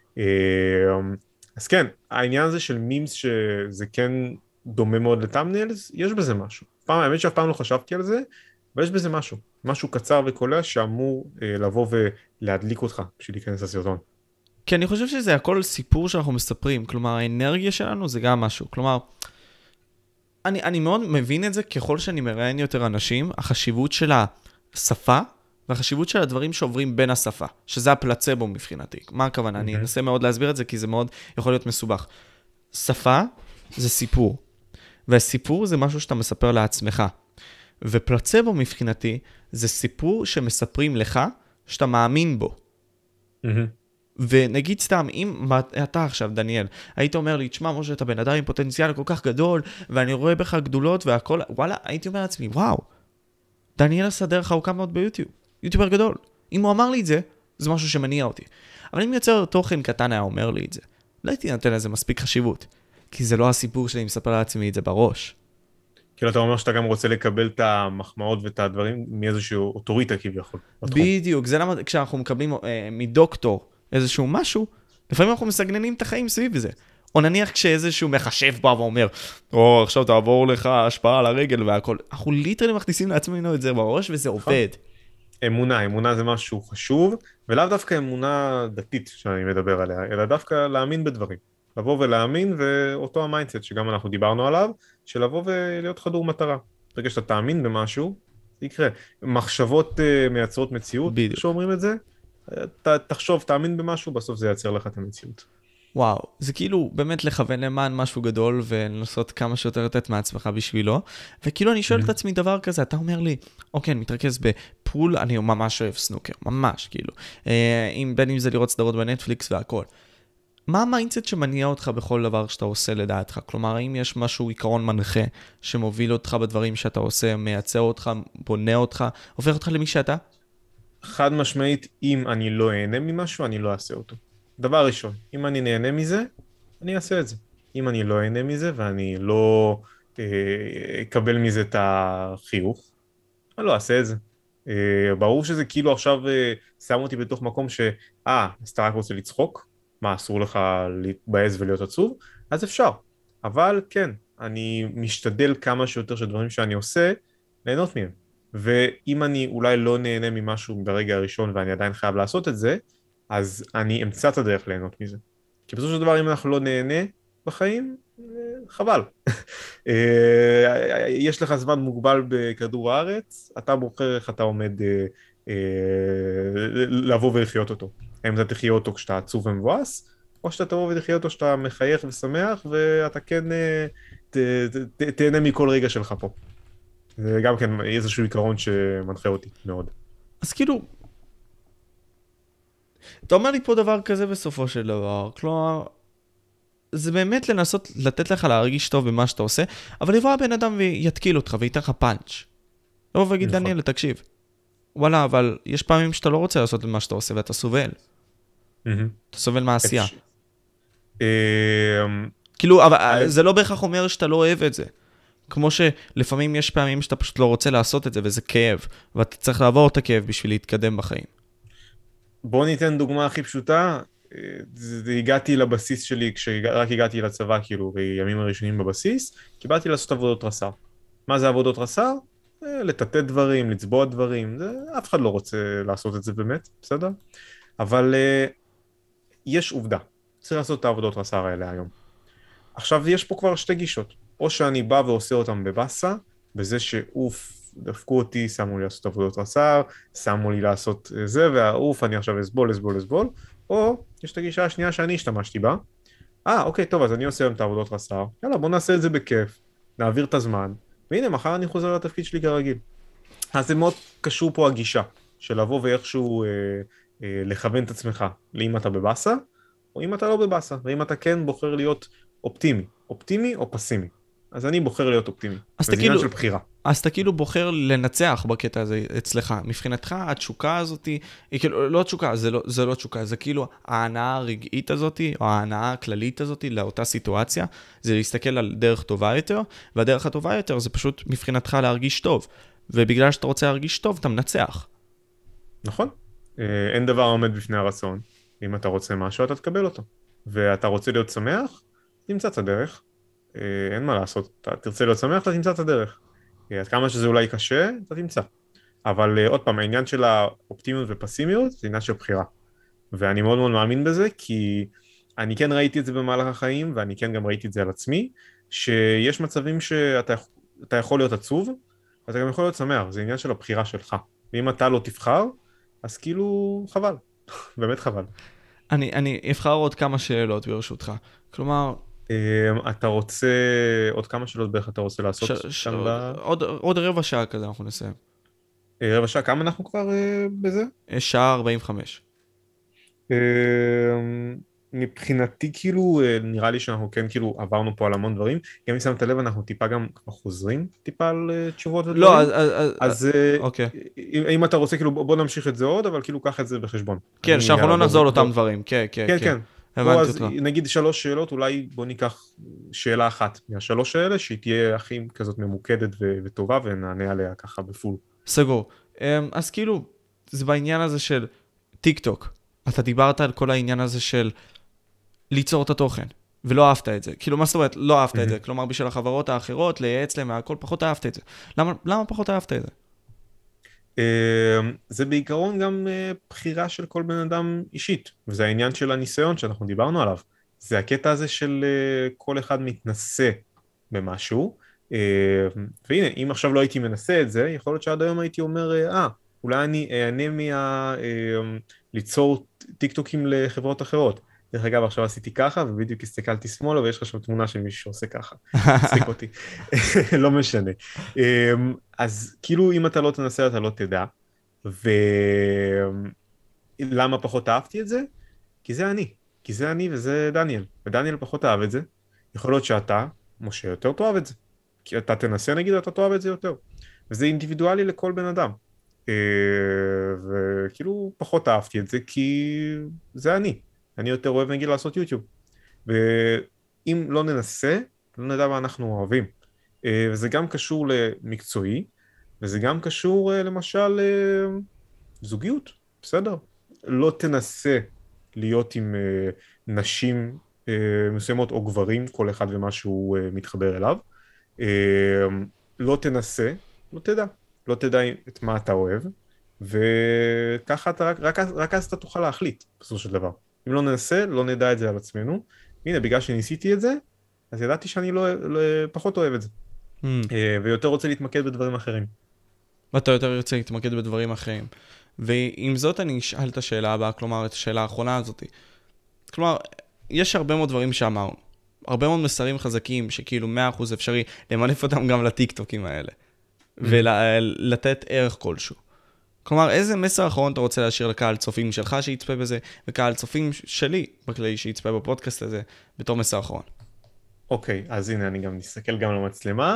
אז כן, העניין הזה של מימס שזה כן דומה מאוד לטאמניילס, יש בזה משהו. האמת שאף פעם לא חשבתי על זה, אבל יש בזה משהו. משהו קצר וקולע שאמור לבוא ולהדליק אותך בשביל להיכנס לסרטון.
כי אני חושב שזה הכל סיפור שאנחנו מספרים, כלומר האנרגיה שלנו זה גם משהו, כלומר אני מאוד מבין את זה ככל שאני מראיין יותר אנשים, החשיבות של השפה והחשיבות של הדברים שעוברים בין השפה, שזה הפלצבו מבחינתי. מה הכוונה? אני אנסה מאוד להסביר את זה כי זה מאוד יכול להיות מסובך. שפה זה סיפור, והסיפור זה משהו שאתה מספר לעצמך, ופלצבו מבחינתי זה סיפור שמספרים לך שאתה מאמין בו. ונגיד סתם, אם אתה עכשיו, דניאל, היית אומר לי, תשמע, משה, אתה בן אדם עם פוטנציאל כל כך גדול, ואני רואה בך גדולות והכל, וואלה, הייתי אומר לעצמי, וואו, דניאל עשה דרך ארוכה מאוד ביוטיוב, יוטיובר גדול. אם הוא אמר לי את זה, זה משהו שמניע אותי. אבל אם יוצר תוכן קטן היה אומר לי את זה, לא הייתי נותן לזה מספיק חשיבות, כי זה לא הסיפור שלי, מספר לעצמי את זה בראש.
כאילו אתה אומר שאתה גם רוצה לקבל את המחמאות ואת הדברים מאיזשהו אוטוריטה כביכול.
בדיוק, זה למה כשאנחנו מקבלים מדוקטור איזשהו משהו, לפעמים אנחנו מסגננים את החיים סביב זה. או נניח כשאיזשהו מחשב בא ואומר, עכשיו תעבור לך השפעה על הרגל והכל. אנחנו ליטרלי מכניסים לעצמנו את זה בראש וזה עובד.
אמונה זה משהו חשוב, ולאו דווקא אמונה דתית שאני מדבר עליה, אלא דווקא להאמין בדברים. לבוא ולהאמין, ואותו המיינדסט שגם אנחנו דיברנו עליו, של לבוא ולהיות חדור מטרה. ברגע שאתה תאמין במשהו, זה יקרה. מחשבות מייצרות מציאות, שאומרים את זה, תחשוב, תאמין במשהו, בסוף זה ייצר לך את המציאות.
וואו, זה כאילו באמת לכוון למען משהו גדול, ולנסות כמה שיותר לתת מעצמך בשבילו, וכאילו אני שואל את עצמי דבר כזה, אתה אומר לי, אוקיי, אני מתרכז בפול, אני ממש אוהב סנוקר, ממש, כאילו. בין אם זה לראות סדרות בנטפליקס והכל. מה המיינדסט שמניע אותך בכל דבר שאתה עושה לדעתך? כלומר, האם יש משהו עיקרון מנחה שמוביל אותך בדברים שאתה עושה, מייצר אותך, בונה אותך, הופך אותך למי שאתה?
חד משמעית, אם אני לא אהנה ממשהו, אני לא אעשה אותו. דבר ראשון, אם אני נהנה מזה, אני אעשה את זה. אם אני לא אהנה מזה ואני לא אקבל מזה את החיוך, אני לא אעשה את זה. ברור שזה כאילו עכשיו שם אותי בתוך מקום אז אתה רק רוצה לצחוק, מה, אסור לך להתבאס ולהיות עצוב? אז אפשר. אבל כן, אני משתדל כמה שיותר שדברים שאני עושה, ליהנות מהם. ואם אני אולי לא נהנה ממשהו ברגע הראשון ואני עדיין חייב לעשות את זה, אז אני אמצא את הדרך ליהנות מזה. כי בסופו של דבר, אם אנחנו לא נהנה בחיים, חבל. יש לך זמן מוגבל בכדור הארץ, אתה בוחר איך אתה עומד לבוא ולחיות אותו. האם אתה תחיה אותו כשאתה עצוב ומבואס, או שאתה תבוא ותחיה אותו כשאתה מחייך ושמח, ואתה כן תהנה מכל רגע שלך פה. זה גם כן איזשהו עיקרון שמנחה אותי מאוד.
אז כאילו, אתה אומר לי פה דבר כזה בסופו של דבר, כלומר, זה באמת לנסות לתת לך להרגיש טוב במה שאתה עושה, אבל יבוא הבן אדם ויתקיל אותך וייתן לך פאנץ'. לא ויגיד דניאל, תקשיב. וואלה, אבל יש פעמים שאתה לא רוצה לעשות את מה שאתה עושה ואתה סובל. אתה סובל מהעשייה. כאילו, אבל זה לא בהכרח אומר שאתה לא אוהב את זה. כמו שלפעמים יש פעמים שאתה פשוט לא רוצה לעשות את זה וזה כאב, ואתה צריך לעבור את הכאב בשביל להתקדם בחיים.
בוא ניתן דוגמה הכי פשוטה, הגעתי לבסיס שלי, כשרק הגעתי לצבא, כאילו, בימים הראשונים בבסיס, קיבלתי לעשות עבודות רס"ר. מה זה עבודות רס"ר? לטאטא דברים, לצבוע דברים, אף אחד לא רוצה לעשות את זה באמת, בסדר? אבל יש עובדה, צריך לעשות את העבודות רס"ר האלה היום. עכשיו יש פה כבר שתי גישות, או שאני בא ועושה אותם בבאסה, בזה שאוף, דפקו אותי, שמו לי לעשות עבודות רס"ר, שמו לי לעשות זה, והאוף, אני עכשיו אסבול, או יש את הגישה השנייה שאני השתמשתי בה, אוקיי, טוב, אז אני עושה היום את העבודות רס"ר, יאללה, בוא נעשה את זה בכיף, נעביר את הזמן, והנה, מחר אני חוזר לתפקיד שלי כרגיל. אז זה מאוד קשור פה הגישה, של לבוא ואיכשהו לכוון את עצמך, לאם אתה בבאסה, או אם אתה לא בבאסה, ואם אתה כן בוחר להיות אופטימי או פסימי. אז אני בוחר להיות אופטימי. זה עניין של בחירה.
אז אתה כאילו בוחר לנצח בקטע הזה אצלך. מבחינתך, התשוקה הזאת, היא כאילו, לא התשוקה, זה לא תשוקה, זה כאילו ההנאה הרגעית הזאת, או ההנאה הכללית הזאת לאותה סיטואציה, זה להסתכל על דרך טובה יותר, והדרך הטובה יותר זה פשוט מבחינתך להרגיש טוב. ובגלל שאתה רוצה להרגיש טוב, אתה מנצח.
נכון. אין דבר עומד בפני הרצון. אם אתה רוצה משהו, אתה תקבל אותו. ואתה רוצה להיות שמח, תמצא את הדרך. אין מה לעשות. אתה תרצה להיות שמח, אתה תמצא את הדרך. עד כמה שזה אולי קשה, אתה תמצא. אבל עוד פעם, העניין של האופטימיות ופסימיות, זה עניין של בחירה. ואני מאוד מאוד מאמין בזה, כי אני כן ראיתי את זה במהלך החיים, ואני כן גם ראיתי את זה על עצמי, שיש מצבים שאתה יכול להיות עצוב, אתה גם יכול להיות שמח, זה עניין של הבחירה שלך. ואם אתה לא תבחר, אז כאילו חבל, באמת חבל.
אני אבחר עוד כמה שאלות ברשותך. כלומר...
אתה רוצה, עוד כמה שאלות בערך אתה רוצה לעשות?
עוד רבע שעה כזה אנחנו נסיים.
רבע שעה, כמה אנחנו כבר בזה?
שעה 45.
מבחינתי כאילו נראה לי שאנחנו כן כאילו עברנו פה על המון דברים, גם אם שמת לב אנחנו טיפה גם חוזרים טיפה על תשובות ודברים.
לא,
אז
אוקיי.
אם אתה רוצה כאילו בוא נמשיך את זה עוד, אבל כאילו קח את זה בחשבון.
כן, שאנחנו לא נחזור לאותם דברים, כן.
כן. אז נגיד 3 שאלות, אולי בוא ניקח שאלה אחת מה3 האלה, שהיא תהיה הכי כזאת ממוקדת וטובה, ונענה עליה ככה בפול.
סגור. אז כאילו, זה בעניין הזה של טיק טוק. אתה דיברת על כל העניין הזה של ליצור את התוכן, ולא אהבת את זה. כאילו, מה זאת אומרת? לא אהבת את זה. כלומר, בשביל החברות האחרות, לייעץ להם מהכל, פחות אהבת את זה. למה פחות אהבת את זה?
זה בעיקרון גם בחירה של כל בן אדם אישית, וזה העניין של הניסיון שאנחנו דיברנו עליו. זה הקטע הזה של כל אחד מתנסה במשהו, והנה, אם עכשיו לא הייתי מנסה את זה, יכול להיות שעד היום הייתי אומר, אולי אני אענה ליצור טיק טוקים לחברות אחרות. דרך אגב, עכשיו עשיתי ככה, ובדיוק הסתכלתי שמאלה, ויש לך שם תמונה של מישהו שעושה ככה. הצחיק אותי. לא משנה. אז כאילו, אם אתה לא תנסה, אתה לא תדע. ולמה פחות אהבתי את זה? כי זה אני וזה דניאל. ודניאל פחות אהב את זה. יכול להיות שאתה, משה, יותר תאהב את זה. כי אתה תנסה, נגיד, אתה תאהב את זה יותר. וזה אינדיבידואלי לכל בן אדם. וכאילו, פחות אהבתי את זה, כי זה אני יותר אוהב נגיד לעשות יוטיוב, ואם לא ננסה, לא נדע מה אנחנו אוהבים, וזה גם קשור למקצועי, וזה גם קשור למשל זוגיות, בסדר? לא תנסה להיות עם נשים מסוימות או גברים, כל אחד ומה שהוא מתחבר אליו, לא תנסה, לא תדע את מה אתה אוהב, וככה אתה רק אז אתה תוכל להחליט בסופו של דבר. אם לא ננסה, לא נדע את זה על עצמנו. הנה, בגלל שניסיתי את זה, אז ידעתי שאני פחות אוהב את זה. ויותר רוצה להתמקד בדברים אחרים.
ואתה יותר רוצה להתמקד בדברים אחרים. ועם זאת אני אשאל את השאלה הבאה, כלומר, את השאלה האחרונה הזאת. כלומר, יש הרבה מאוד דברים שאמרנו. הרבה מאוד מסרים חזקים שכאילו 100% אפשרי למנף אותם גם לטיק-טוקים האלה. ולתת ערך כלשהו. כלומר, איזה מסר אחרון אתה רוצה להשאיר לקהל צופים שלך שיצפה בזה, וקהל צופים שלי בכלי שיצפה בפודקאסט הזה, בתור מסר אחרון?
אוקיי, אז הנה, אני גם נסתכל גם למצלמה.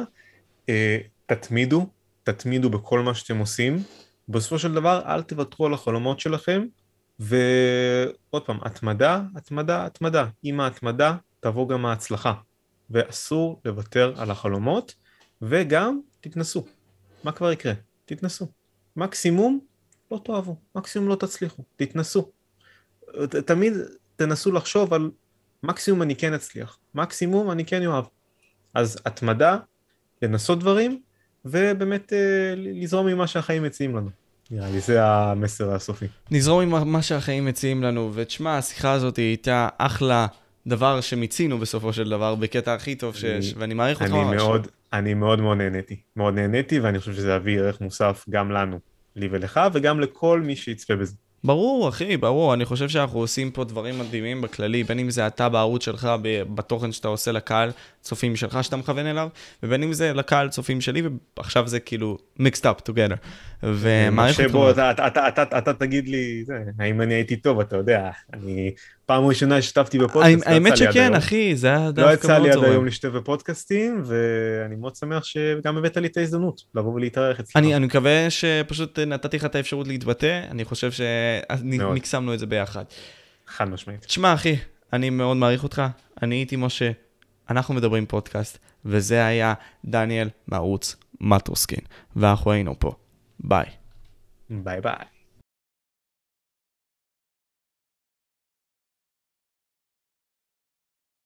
תתמידו בכל מה שאתם עושים. בסופו של דבר, אל תוותרו על החלומות שלכם, ועוד פעם, התמדה. עם ההתמדה תבוא גם ההצלחה, ואסור לוותר על החלומות, וגם תתנסו. מה כבר יקרה? תתנסו. מקסימום לא תאהבו, מקסימום לא תצליחו, תתנסו. תמיד תנסו לחשוב על מקסימום אני כן אצליח, מקסימום אני כן יאהב. אז התמדה, לנסות דברים, ובאמת לזרום ממה שהחיים מציעים לנו. נראה לי, זה המסר הסופי.
נזרום עם מה שהחיים מציעים לנו, ותשמע, השיחה הזאת הייתה אחלה דבר שמיצינו בסופו של דבר, בקטע הכי טוב שיש, ואני מעריך אותך ממש.
אני מאוד מאוד נהניתי, מאוד נהניתי, ואני חושב שזה יביא ערך מוסף גם לנו, לי ולך, וגם לכל מי שיצפה בזה.
ברור, אחי, ברור. אני חושב שאנחנו עושים פה דברים מדהימים בכללי, בין אם זה אתה בערוץ שלך, בתוכן שאתה עושה לקהל צופים שלך שאתה מכוון אליו, ובין אם זה לקהל צופים שלי, ועכשיו זה כאילו mixed up together.
משה, בוא, אתה תגיד לי, האם אני הייתי טוב, אתה יודע, אני פעם ראשונה ששתפתי בפודקאסט,
האמת שכן, אחי, זה היה דווקא מאוד
זורם. לא יצא לי עד היום לשתף בפודקאסטים, ואני מאוד שמח שגם הבאת לי את ההזדמנות, לבוא ולהתארח אצלך.
אני מקווה שפשוט נתתי לך את האפשרות להתבטא, אני חושב שמקסמנו את זה ביחד.
חד משמעית.
תשמע, אחי, אני מאוד מעריך אותך, אני הייתי משה, אנחנו מדברים פודקאסט, וזה היה דניאל מערוץ מטרוסקין, ואנחנו היינו פה. ביי.
ביי ביי.